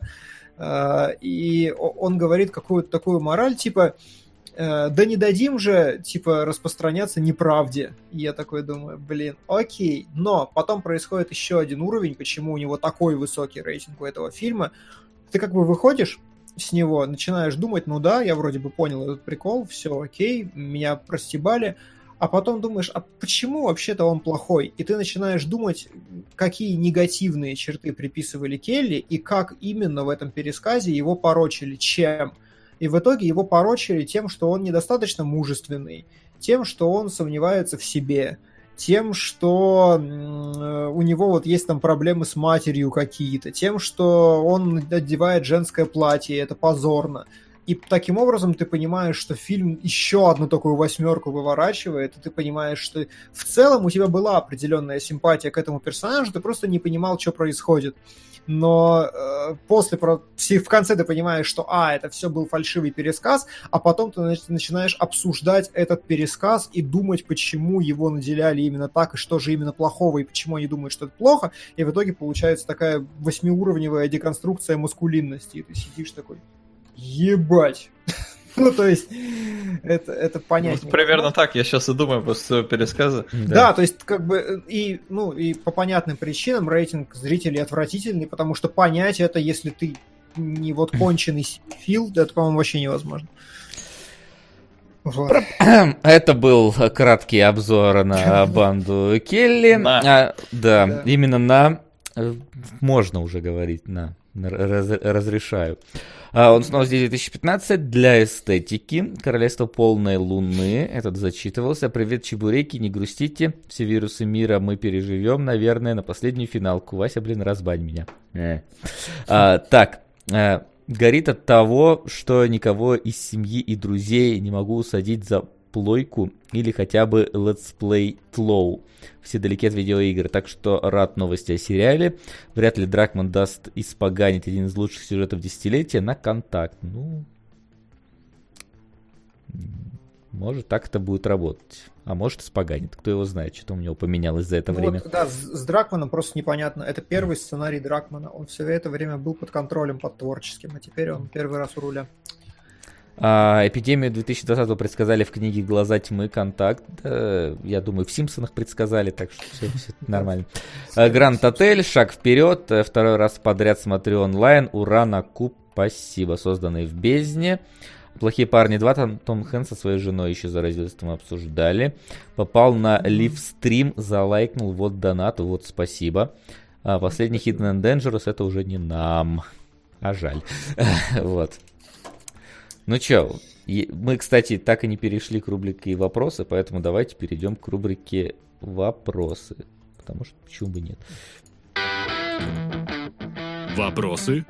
[SPEAKER 3] И он говорит какую-то такую мораль, типа, да не дадим же, типа, распространяться неправде. И я такой думаю, окей. Но потом происходит еще один уровень, почему у него такой высокий рейтинг у этого фильма. Ты как бы выходишь с него, начинаешь думать, я вроде бы понял этот прикол, все окей, меня простебали, а потом думаешь, а почему вообще-то он плохой? И ты начинаешь думать, какие негативные черты приписывали Келли, и как именно в этом пересказе его порочили, чем. И в итоге его порочили тем, что он недостаточно мужественный, тем, что он сомневается в себе, тем, что у него вот есть там проблемы с матерью какие-то, тем, что он одевает женское платье, это позорно. И таким образом ты понимаешь, что фильм еще одну такую 8 выворачивает, и ты понимаешь, что в целом у тебя была определенная симпатия к этому персонажу, ты просто не понимал, что происходит. Но в конце ты понимаешь, что это все был фальшивый пересказ, а потом ты начинаешь обсуждать этот пересказ и думать, почему его наделяли именно так, и что же именно плохого, и почему они думают, что это плохо, и в итоге получается такая 8-уровневая деконструкция маскулинности, и ты сидишь такой, ебать, Ну, то есть, это понятно.
[SPEAKER 2] Вот примерно так я сейчас и думаю после своего пересказа.
[SPEAKER 3] Да, то есть, как бы, и по понятным причинам рейтинг зрителей отвратительный, потому что понять это, если ты не вот конченый фил, это, по-моему, вообще невозможно. Вот.
[SPEAKER 1] Это был краткий обзор на банду Келли. Да, именно на... Можно уже говорить на... Разрешаю. Он снова здесь 2015 для эстетики. Королевство полной луны. Этот зачитывался. Привет, чебуреки, не грустите. Все вирусы мира мы переживем, наверное, на последнюю финалку. Вася, разбань меня. Так. Горит от того, что никого из семьи и друзей не могу усадить за плойку или хотя бы летсплей тлоу. Все далеки от видеоигр, так что рад новости о сериале. Вряд ли Дракман даст испоганить один из лучших сюжетов десятилетия на контакт. Ну, может, так это будет работать. А может, испоганит. Кто его знает, что у него поменялось за это время.
[SPEAKER 3] Вот, да, с Дракманом просто непонятно. Это первый сценарий Дракмана. Он все это время был под контролем, под творческим, а теперь он первый раз у руля.
[SPEAKER 1] Эпидемию 2020 предсказали в книге «Глаза тьмы. Контакт». Я думаю, в «Симпсонах» предсказали, так что все нормально. Гранд Отель, шаг вперед. Второй раз подряд смотрю онлайн. Ура, на куб, спасибо. Созданный в бездне. «Плохие парни 2», Том Хэнкс со своей женой еще заразился, мы обсуждали. Попал на ливстрим, залайкнул, вот донат, вот спасибо. Последний Hidden and Dangerous, это уже не нам. А жаль. Вот. Ну чё, мы, кстати, так и не перешли к рубрике «Вопросы», поэтому давайте перейдем к рубрике «Вопросы». Потому что почему бы нет.
[SPEAKER 5] Вопросы?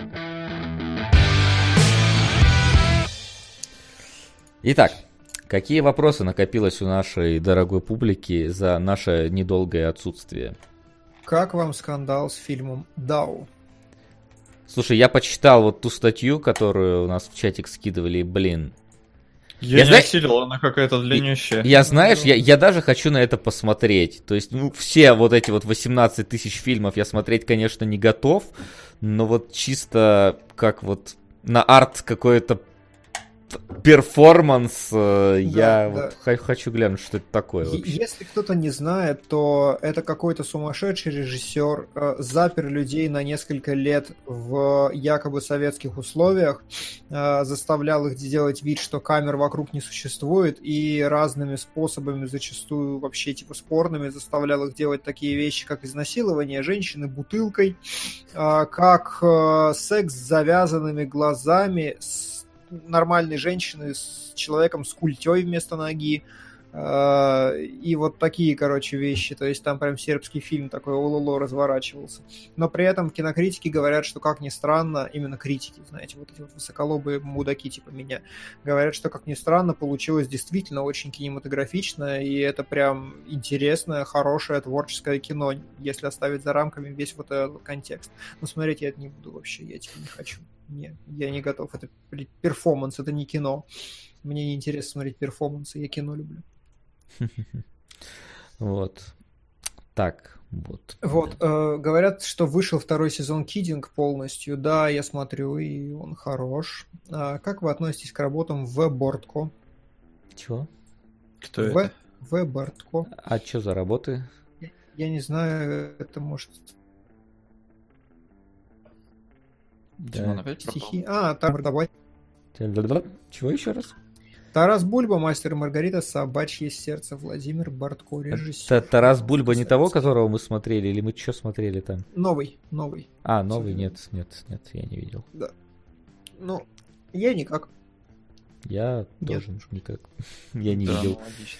[SPEAKER 1] Итак, какие вопросы накопилось у нашей дорогой публики за наше недолгое отсутствие?
[SPEAKER 3] Как вам скандал с фильмом «Дау»?
[SPEAKER 1] Слушай, я почитал вот ту статью, которую у нас в чатик скидывали, блин.
[SPEAKER 2] Я не осилил, она какая-то длиннющая.
[SPEAKER 1] Я знаешь, я даже хочу на это посмотреть. То есть, ну, все вот эти вот 18 тысяч фильмов я смотреть, конечно, не готов. Но вот чисто как вот на арт какой-то перформанс, я вот хочу глянуть, что это такое вообще.
[SPEAKER 3] Если кто-то не знает, то это какой-то сумасшедший режиссер запер людей на несколько лет в якобы советских условиях, заставлял их делать вид, что камер вокруг не существует, и разными способами, зачастую вообще типа спорными, заставлял их делать такие вещи, как изнасилование женщины бутылкой, как секс с завязанными глазами, с нормальной женщины с человеком с культей вместо ноги, и вот такие, короче, вещи. То есть там прям сербский фильм такой ололо разворачивался. Но при этом кинокритики говорят, что, как ни странно, именно критики, знаете, вот эти вот высоколобые мудаки типа меня, говорят, что, как ни странно, получилось действительно очень кинематографично, и это прям интересное, хорошее творческое кино, если оставить за рамками весь вот этот контекст. Но смотреть я это не буду вообще, я типа не хочу. Нет, я не готов. Это перформанс, это не кино. Мне не интересно смотреть перформансы, я кино люблю.
[SPEAKER 1] Вот. Так, вот.
[SPEAKER 3] Вот, говорят, что вышел второй сезон Киддинг полностью. Да, я смотрю, и он хорош. Как вы относитесь к работам в Бортко?
[SPEAKER 1] Чего?
[SPEAKER 2] Кто это?
[SPEAKER 3] В Бортко.
[SPEAKER 1] А что за работы?
[SPEAKER 3] Я не знаю, это может...
[SPEAKER 2] Да.
[SPEAKER 3] Стихи. Там давай.
[SPEAKER 1] Чего еще раз?
[SPEAKER 3] Тарас Бульба, «Мастер и Маргарита», «Собачье сердце», Владимир Бортко, режиссер.
[SPEAKER 1] Тарас Бульба не того, которого мы смотрели, или мы что смотрели там?
[SPEAKER 3] Новый.
[SPEAKER 1] Новый, нет, я не видел.
[SPEAKER 3] Да. Ну, я никак.
[SPEAKER 1] Я тоже никак. Я не видел.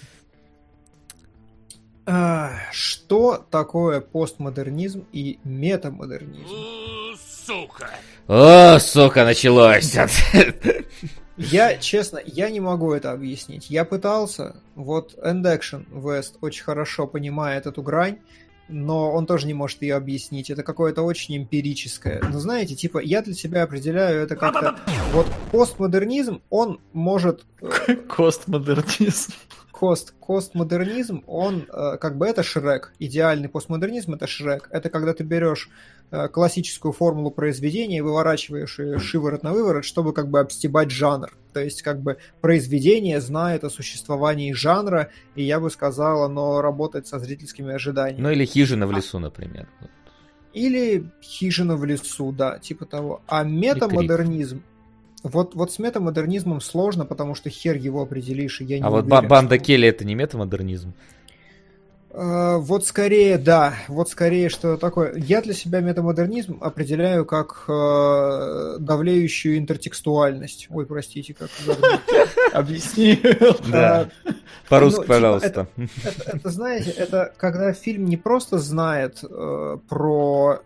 [SPEAKER 3] Что такое постмодернизм и метамодернизм?
[SPEAKER 6] Сука!
[SPEAKER 1] О, сука, началось!
[SPEAKER 3] Я, честно, я не могу это объяснить. Я пытался, вот End Action West очень хорошо понимает эту грань, но он тоже не может ее объяснить. Это какое-то очень эмпирическое. Но знаете, типа, я для себя определяю это как-то... Вот постмодернизм, он может...
[SPEAKER 2] Костмодернизм.
[SPEAKER 3] Постмодернизм, он как бы это Шрек. Идеальный постмодернизм — это Шрек. Это когда ты берешь классическую формулу произведения и выворачиваешь ее шиворот на выворот, чтобы как бы обстебать жанр. То есть как бы произведение знает о существовании жанра, и я бы сказал, оно работает со зрительскими ожиданиями.
[SPEAKER 1] Ну или «Хижина в лесу», например.
[SPEAKER 3] Или «Хижина в лесу», да, типа того. А метамодернизм, вот с метамодернизмом сложно, потому что хер его определишь, и я не
[SPEAKER 1] А вот
[SPEAKER 3] уверен,
[SPEAKER 1] «Банда
[SPEAKER 3] что...
[SPEAKER 1] Келли» — это не метамодернизм?
[SPEAKER 3] Вот скорее, да, вот скорее, что такое. Я для себя метамодернизм определяю как давлеющую интертекстуальность. Ой, простите, как...
[SPEAKER 2] Объясни.
[SPEAKER 1] Да. По-русски,
[SPEAKER 3] Ну, типа,
[SPEAKER 1] пожалуйста.
[SPEAKER 3] Это, знаете, это когда фильм не просто знает про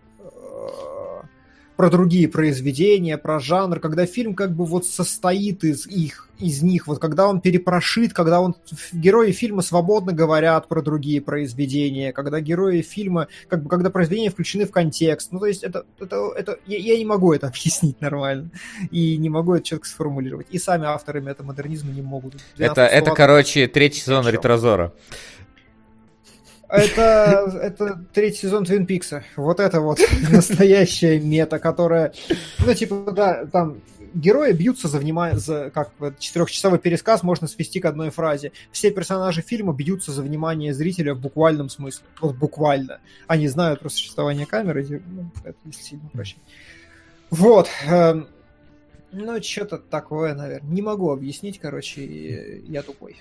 [SPEAKER 3] другие произведения, про жанр, когда фильм как бы вот состоит из них, вот когда он перепрошит, когда герои фильма свободно говорят про другие произведения, когда герои фильма, как бы когда произведения включены в контекст. Ну, то есть это я не могу это объяснить нормально и не могу это четко сформулировать. И сами авторы метамодернизма не могут.
[SPEAKER 1] Это, короче, 3-й сезон «Ретрозора».
[SPEAKER 3] Это 3-й сезон Твин Пикса. Вот это вот настоящая мета, которая... Ну, типа, да, там герои бьются за внимание, как 4-часовой пересказ можно свести к одной фразе. Все персонажи фильма бьются за внимание зрителя в буквальном смысле. Вот буквально. Они знают про существование камеры. Ну, это сильно проще. Вот. Ну, что-то такое, наверное. Не могу объяснить, короче, я тупой.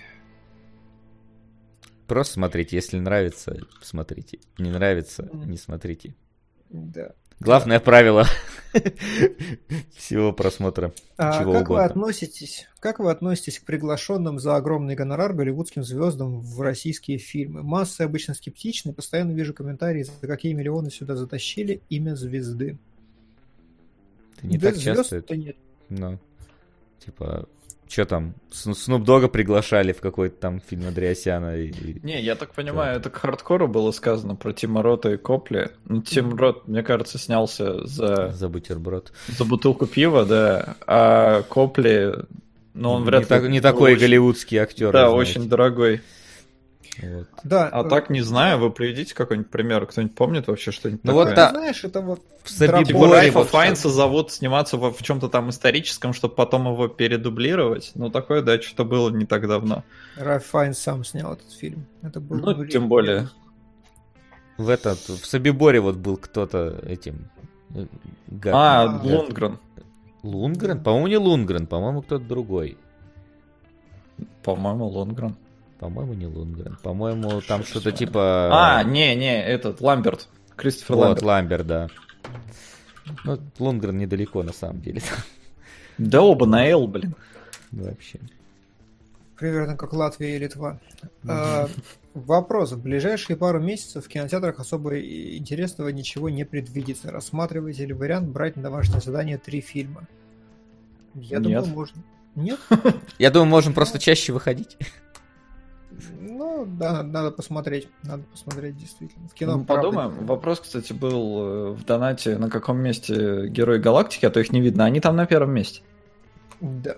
[SPEAKER 1] Просто смотрите, если нравится, смотрите. Не нравится, не смотрите.
[SPEAKER 3] Да.
[SPEAKER 1] Главное правило всего просмотра чего
[SPEAKER 3] как
[SPEAKER 1] угодно.
[SPEAKER 3] Как вы относитесь к приглашенным за огромный гонорар голливудским звездам в российские фильмы? Массы обычно скептичны, постоянно вижу комментарии, за какие миллионы сюда затащили имя звезды.
[SPEAKER 1] Это не так часто.
[SPEAKER 3] Звезд-то нет.
[SPEAKER 1] Ну, типа... Что там, Снуп Догга приглашали в какой-то там фильм Андреасяна?
[SPEAKER 2] Не, я так понимаю, это к хардкору было сказано про Тима Рота и Копли. Ну, Тим Рот, мне кажется, снялся за
[SPEAKER 1] бутерброд.
[SPEAKER 2] За бутылку пива, да. А Копли, ну, он вряд ли...
[SPEAKER 1] Не такой голливудский актер.
[SPEAKER 2] Да, очень дорогой.
[SPEAKER 1] Вот.
[SPEAKER 3] Да.
[SPEAKER 2] А так не знаю, вы приведите какой-нибудь пример, кто-нибудь помнит вообще что-нибудь
[SPEAKER 1] ну
[SPEAKER 2] такое?
[SPEAKER 1] Вот да.
[SPEAKER 3] Знаешь, это вот
[SPEAKER 1] в Собиборе
[SPEAKER 2] типа Райфа
[SPEAKER 1] вот
[SPEAKER 2] Файнса зовут сниматься в чем-то там историческом, чтобы потом его передублировать. Ну, такое, да, что-то было не так давно.
[SPEAKER 3] Райф Файнс сам снял этот фильм. Это был
[SPEAKER 2] Ну, тем более.
[SPEAKER 1] В Собиборе вот был кто-то этим...
[SPEAKER 2] Лундгрен.
[SPEAKER 1] Лундгрен? По-моему, не Лундгрен, по-моему, кто-то другой.
[SPEAKER 2] По-моему, Лундгрен.
[SPEAKER 1] По-моему, не Лундгрен. По-моему, там что-то типа...
[SPEAKER 2] Ламберт. Кристофер
[SPEAKER 1] Вот, Ламберт, да. Ну, Лундгрен недалеко, на самом деле.
[SPEAKER 2] Да оба на Л, блин.
[SPEAKER 1] Вообще.
[SPEAKER 3] Примерно как Латвия и Литва. Вопрос. В ближайшие пару месяцев в кинотеатрах особо интересного ничего не предвидится. Рассматриваете ли вариант брать на домашнее задание 3 фильма? Я думаю, можно. Нет?
[SPEAKER 1] Я думаю, можем просто чаще выходить.
[SPEAKER 3] Ну, да, надо посмотреть. Надо посмотреть, действительно. В кино,
[SPEAKER 2] подумаем.
[SPEAKER 3] правда.
[SPEAKER 2] Вопрос, кстати, был в донате, на каком месте Герои Галактики, а то их не видно. Они там на первом месте.
[SPEAKER 3] Да.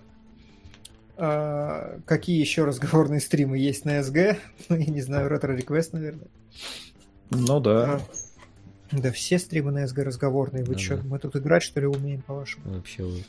[SPEAKER 3] Какие еще разговорные стримы есть на СГ? Ну, я не знаю, Retro Request, наверное.
[SPEAKER 2] Ну да.
[SPEAKER 3] Да все стримы на СГ разговорные. Вы что, мы тут играть, что ли, умеем, по-вашему?
[SPEAKER 1] Вообще вы.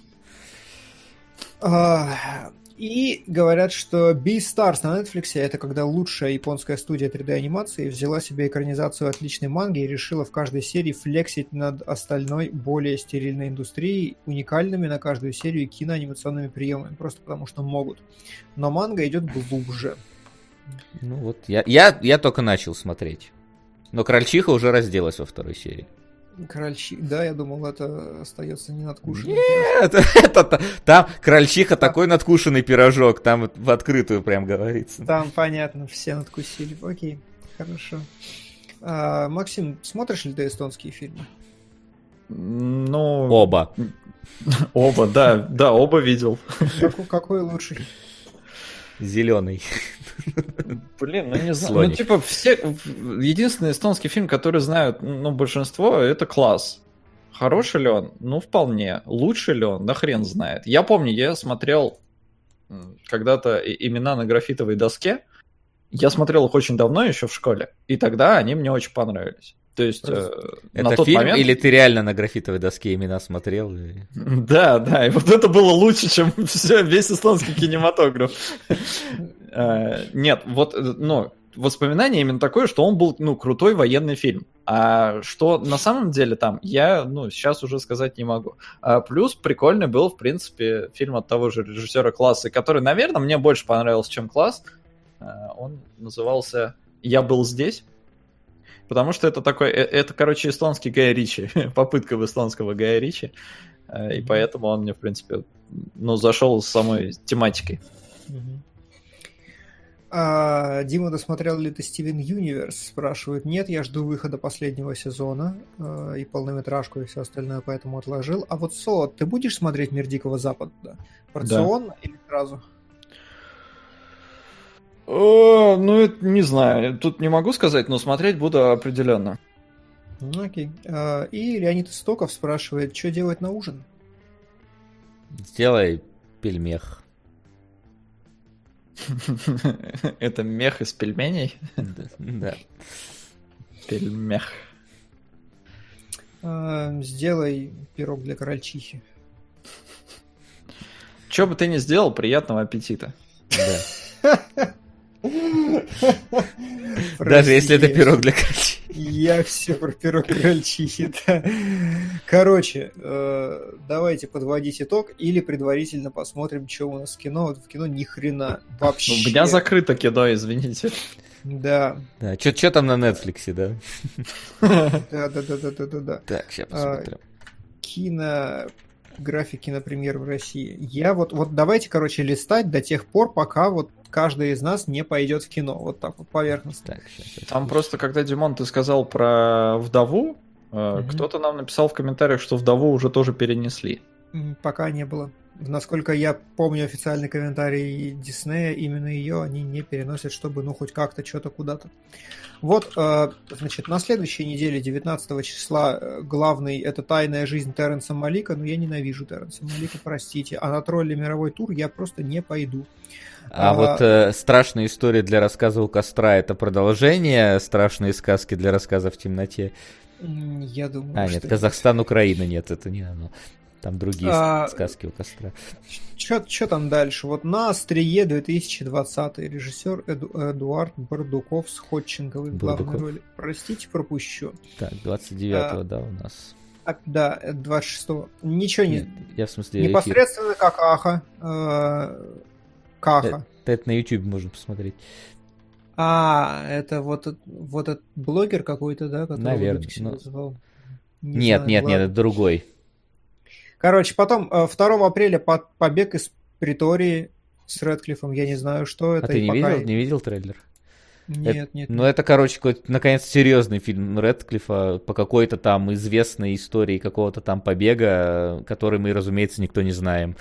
[SPEAKER 3] И говорят, что Beastars на Netflix — это когда лучшая японская студия 3D-анимации взяла себе экранизацию отличной манги и решила в каждой серии флексить над остальной, более стерильной индустрией, уникальными на каждую серию киноанимационными приемами, просто потому что могут. Но манга идет глубже.
[SPEAKER 1] Ну вот, я только начал смотреть. Но Крольчиха уже разделась во 2-й серии.
[SPEAKER 3] Да, я думал, это остается не надкушенным.
[SPEAKER 1] Нет, там Крольчиха такой надкушенный пирожок, там в открытую прям говорится.
[SPEAKER 3] Там понятно, все надкусили. Окей, хорошо. Максим, смотришь ли ты эстонские фильмы?
[SPEAKER 2] Ну...
[SPEAKER 1] Оба,
[SPEAKER 2] да, оба видел.
[SPEAKER 3] Какой лучший?
[SPEAKER 1] Зеленый.
[SPEAKER 2] Блин, ну не знаю.
[SPEAKER 1] Слоник.
[SPEAKER 2] Ну, типа, единственный эстонский фильм, который знают, большинство, это «Класс». Хороший ли он? Ну, вполне. Лучше ли он? Да хрен знает. Я помню, я смотрел когда-то «Имена на графитовой доске». я смотрел их очень давно, еще в школе, и тогда они мне очень понравились. То есть
[SPEAKER 1] Это
[SPEAKER 2] на тот
[SPEAKER 1] фильм
[SPEAKER 2] момент...
[SPEAKER 1] или ты реально на графитовой доске имена смотрел?
[SPEAKER 2] Да, и вот это было лучше, чем весь эстонский кинематограф. Нет, вот, воспоминание именно такое, что он был, крутой военный фильм. А что на самом деле там, я, сейчас уже сказать не могу. Плюс прикольный был, в принципе, фильм от того же режиссера «Класса», который, наверное, мне больше понравился, чем «Класс». Он назывался «Я был здесь». Потому что это такой, короче, эстонский Гай Ричи, попытка в эстонского Гая Ричи, и поэтому он мне, в принципе, зашел с самой тематикой.
[SPEAKER 3] Дима, досмотрел ли ты Стивен Юниверс? Спрашивают. Нет, я жду выхода последнего сезона и полнометражку и все остальное, поэтому отложил. А вот Соло, ты будешь смотреть «Мир Дикого Запада»? Порционно или сразу?
[SPEAKER 2] Это не знаю, тут не могу сказать, но смотреть буду определенно.
[SPEAKER 3] Окей. И Леонид Истоков спрашивает, что делать на ужин?
[SPEAKER 1] Сделай пельмех.
[SPEAKER 2] Это мех из пельменей?
[SPEAKER 1] Да.
[SPEAKER 2] Пельмех.
[SPEAKER 3] Сделай пирог для крольчихи.
[SPEAKER 2] Что бы ты ни сделал, приятного аппетита.
[SPEAKER 1] Да. Даже если это пирог для крольчихи.
[SPEAKER 3] Я все про пирог крольчихи, да. Короче, давайте подводить итог или предварительно посмотрим, что у нас в кино. Вот в кино ни хрена вообще.
[SPEAKER 2] У меня закрыто кино, извините.
[SPEAKER 3] Да.
[SPEAKER 1] Да. Что там на Netflix, да?
[SPEAKER 3] Да.
[SPEAKER 1] Так, сейчас посмотрим.
[SPEAKER 3] График кинопремьер в России. Я вот давайте, короче, листать до тех пор, пока вот каждый из нас не пойдет в кино. Вот так вот, поверхностно.
[SPEAKER 1] Так, сейчас.
[SPEAKER 2] Там просто, когда, Димон, ты сказал про «Вдову», кто-то нам написал в комментариях, что «Вдову» уже тоже перенесли.
[SPEAKER 3] Пока не было. Насколько я помню официальный комментарий Диснея, именно ее они не переносят, чтобы, хоть как-то, что-то куда-то. Вот, значит, на следующей неделе, 19 числа, главный — это «Тайная жизнь Терренса Малика». Но я ненавижу Терренса Малика, простите. А на «Тролли. Мировой тур» я просто не пойду.
[SPEAKER 1] Вот «Страшная история для рассказа у костра» — это продолжение «Страшные сказки для рассказа в темноте».
[SPEAKER 3] Я думаю,
[SPEAKER 1] нет, Казахстан, Украина, нет, это не оно. Там другие сказки у костра.
[SPEAKER 3] Что там дальше? Вот «На острие» 2020 режиссер Эдуард Бардуков с Ходченковой в главной роли. Простите, пропущу.
[SPEAKER 1] Так, 29-го, да, у нас.
[SPEAKER 3] Да, 26-го. Ничего не...
[SPEAKER 1] Я в смысле...
[SPEAKER 3] Непосредственно как Аха. Каха.
[SPEAKER 1] Это на YouTube можно посмотреть.
[SPEAKER 3] Это вот этот блогер какой-то, да?
[SPEAKER 1] Наверное.
[SPEAKER 3] Называл?
[SPEAKER 1] Нет, это другой.
[SPEAKER 3] Короче, потом 2 апреля «Побег из Притории» с Рэдклиффом. Я не знаю, что это.
[SPEAKER 1] А ты не видел трейлер?
[SPEAKER 3] Нет.
[SPEAKER 1] Это, короче, наконец, серьезный фильм Рэдклиффа по какой-то там известной истории какого-то там побега, который мы, разумеется, никто не знаем.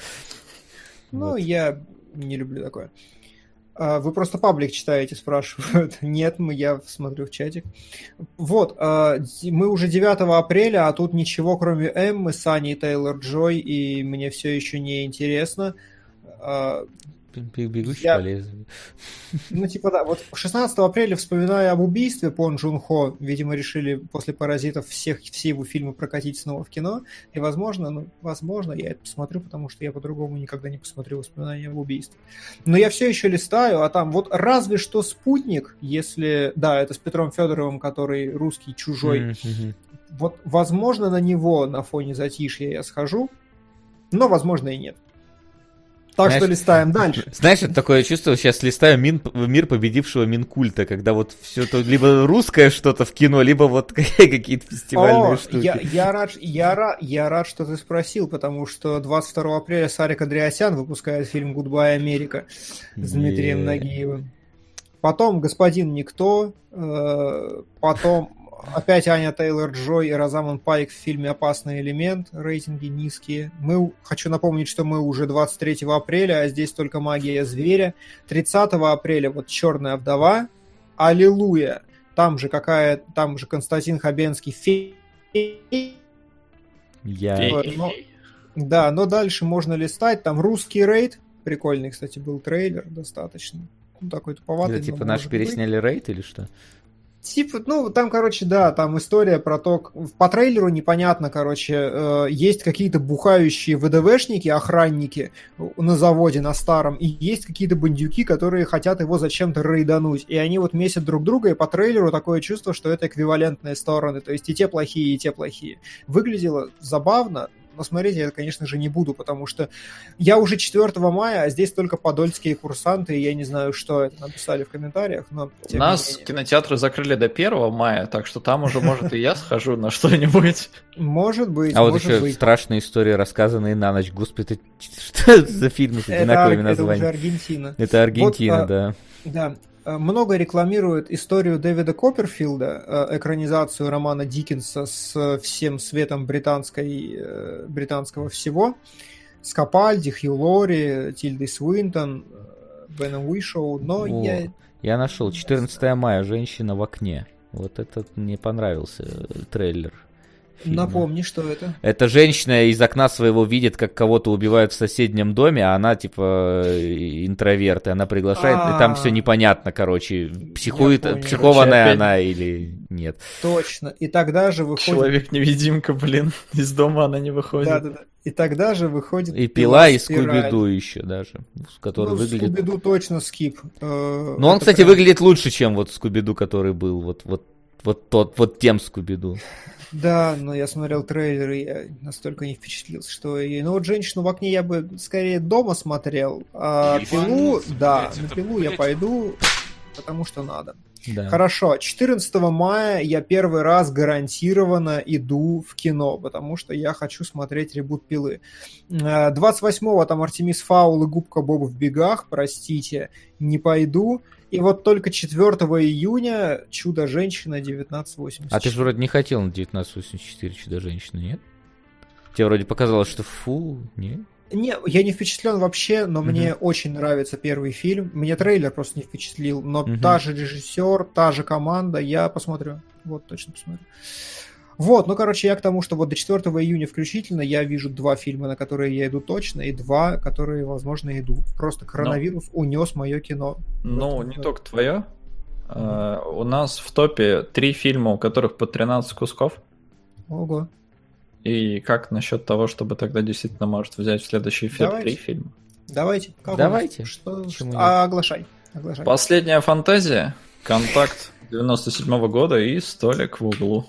[SPEAKER 3] Я не люблю такое. Вы просто паблик читаете, спрашивают. Нет, я смотрю в чатик. Вот, мы уже 9 апреля, а тут ничего, кроме Эммы, Сани Тейлор-Джой, и мне все еще не интересно.
[SPEAKER 1] Бегущий по лезвию.
[SPEAKER 3] Да. Вот 16 апреля, вспоминая об убийстве Пон Джун Хо, видимо, решили после «Паразитов» все его фильмы прокатить снова в кино. И, возможно, я это посмотрю, потому что я по-другому никогда не посмотрю «Воспоминания об убийстве». Но я все еще листаю, а там вот разве что «Спутник», если... Да, это с Петром Федоровым, который русский, чужой. Вот, возможно, на него на фоне «Затишья» я схожу, но, возможно, и нет. Так что листаем дальше.
[SPEAKER 1] Знаешь, это такое чувство, сейчас листаю «Мир победившего Минкульта», когда вот все то либо русское что-то в кино, либо вот какие-то фестивальные штуки.
[SPEAKER 3] Я рад, что ты спросил, потому что 22 апреля Сарик Андреасян выпускает фильм «Гудбай, Америка» с Дмитрием Нагиевым. Потом «Господин Никто», потом опять Аня Тейлор-Джой и Розамунд Пайк в фильме «Опасный элемент», рейтинги низкие. Хочу напомнить, что мы уже 23 апреля, а здесь только «Магия зверя». 30 апреля вот «Черная вдова», «Аллилуйя». Там же Константин Хабенский. Да, но дальше можно листать. Там «Русский рейд». Прикольный, кстати, был трейлер достаточно. такой туповатый.
[SPEAKER 1] Это типа наш пересняли рейд или что?
[SPEAKER 3] Типа, ну, там, короче, да, там история про то, по трейлеру непонятно, короче, есть какие-то бухающие ВДВшники, охранники на заводе, на старом, и есть какие-то бандюки, которые хотят его зачем-то рейдануть, и они вот месят друг друга, и по трейлеру такое чувство, что это эквивалентные стороны, то есть и те плохие, и те плохие. Выглядело забавно, но смотреть я это, конечно же, не буду, потому что я уже 4 мая, а здесь только подольские курсанты, и я не знаю, что это написали в комментариях, но...
[SPEAKER 2] У нас кинотеатры закрыли до 1 мая, так что там уже, может, и я схожу на что-нибудь.
[SPEAKER 3] Может быть,
[SPEAKER 1] а вот еще страшные истории, рассказанные на ночь. Господи, что за фильмы с одинаковыми названиями?
[SPEAKER 3] Это уже Аргентина.
[SPEAKER 1] Это Аргентина, да.
[SPEAKER 3] Да. Много рекламируют историю Дэвида Копперфилда, экранизацию романа Диккенса с всем светом британского всего. С Капальди, Хью Лори, Тильдой Свинтон, Беном Уишоу, но
[SPEAKER 1] Я нашел 14 мая «Женщина в окне». Вот этот мне понравился трейлер фильма.
[SPEAKER 3] Напомни, что это.
[SPEAKER 1] Это женщина из окна своего видит, как кого-то убивают в соседнем доме, а она типа интроверт, и она приглашает, и там все непонятно, короче, психованная она или нет.
[SPEAKER 3] Точно, и тогда же выходит...
[SPEAKER 2] Человек-невидимка, блин, из дома она не выходит.
[SPEAKER 3] Да. И тогда же выходит...
[SPEAKER 1] И Пила, и Скуби-Ду еще даже, который выглядит...
[SPEAKER 3] Скуби-Ду точно скип.
[SPEAKER 1] Но он, кстати, выглядит лучше, чем вот Скуби-Ду, который был, вот тем Скуби-Ду.
[SPEAKER 3] Да, но я смотрел трейлер, и я настолько не впечатлился, что... Ну вот «Женщину в окне» я бы скорее дома смотрел, а «Пилу», да, на «Пилу» я пойду, потому что надо.
[SPEAKER 1] Да.
[SPEAKER 3] Хорошо, 14 мая я первый раз гарантированно иду в кино, потому что я хочу смотреть ребут «Пилы». 28-го там Артемис Фаул и Губка Боб в бегах, простите, не пойду. И вот только 4 июня «Чудо-женщина» 1984.
[SPEAKER 1] А ты же вроде не хотел на 1984 «Чудо-женщина», нет? Тебе вроде показалось, что фу, нет?
[SPEAKER 3] Не, я не впечатлен вообще, но мне очень нравится первый фильм. Мне трейлер просто не впечатлил, но та же режиссер, та же команда, я посмотрю. Вот, точно посмотрю. Вот, ну, короче, я к тому, что вот до 4 июня включительно я вижу 2 фильма, на которые я иду точно, и 2, которые, возможно, иду. Просто коронавирус унес мое кино.
[SPEAKER 2] Ну, не только твое. У нас в топе 3 фильма, у которых по 13 кусков.
[SPEAKER 3] Ого.
[SPEAKER 2] И как насчет того, чтобы тогда действительно может взять в следующий эфир 3 фильма?
[SPEAKER 3] Давайте.
[SPEAKER 1] Давайте.
[SPEAKER 3] Оглашай.
[SPEAKER 2] «Последняя фантазия», «Контакт» 97-го года и «Столик в углу».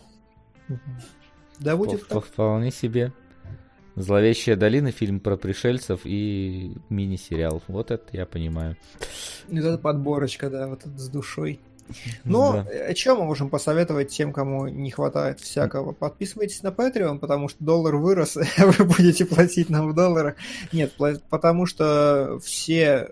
[SPEAKER 3] Да будет так.
[SPEAKER 1] Вполне себе. «Зловещая долина», фильм про пришельцев и мини-сериал. Вот это я понимаю.
[SPEAKER 3] Это подборочка, да, вот это с душой. Но что мы можем посоветовать тем, кому не хватает всякого? Подписывайтесь на Patreon, потому что доллар вырос, вы будете платить нам в долларах. Нет, потому что все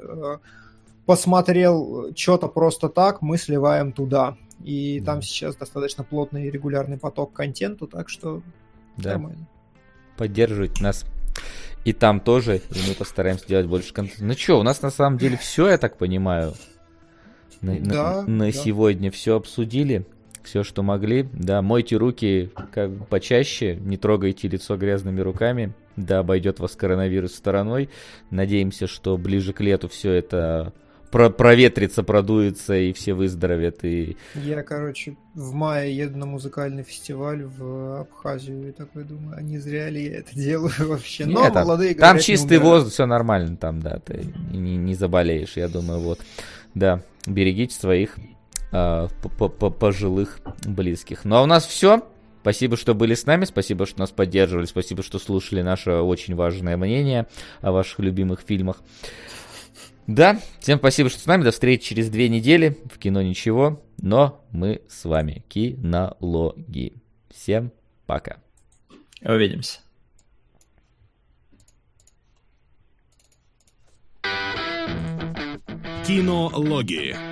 [SPEAKER 3] посмотрел что-то просто так, мы сливаем туда. И там сейчас достаточно плотный и регулярный поток контента, так что нормально.
[SPEAKER 1] Поддерживайте нас и там тоже, и мы постараемся делать больше контента. Ну что, у нас на самом деле все, я так понимаю. На сегодня все обсудили, все, что могли. Да, мойте руки как бы почаще, не трогайте лицо грязными руками. Да, обойдет вас коронавирус стороной. Надеемся, что ближе к лету все это проветрится, продуется, и все выздоровят. И...
[SPEAKER 3] Я, в мае еду на музыкальный фестиваль в Абхазию, и такой думаю, а не зря ли я это делаю вообще? Но
[SPEAKER 1] нет,
[SPEAKER 3] молодые
[SPEAKER 1] там чистый воздух, все нормально, там, да, ты не заболеешь, я думаю, вот. Да, берегите своих пожилых близких. Ну, а у нас все. Спасибо, что были с нами, спасибо, что нас поддерживали, спасибо, что слушали наше очень важное мнение о ваших любимых фильмах. Да, всем спасибо, что с нами. До встречи через 2 недели. В кино ничего, но мы с вами. Кинологи. Всем пока.
[SPEAKER 2] Увидимся.
[SPEAKER 5] Кинологи.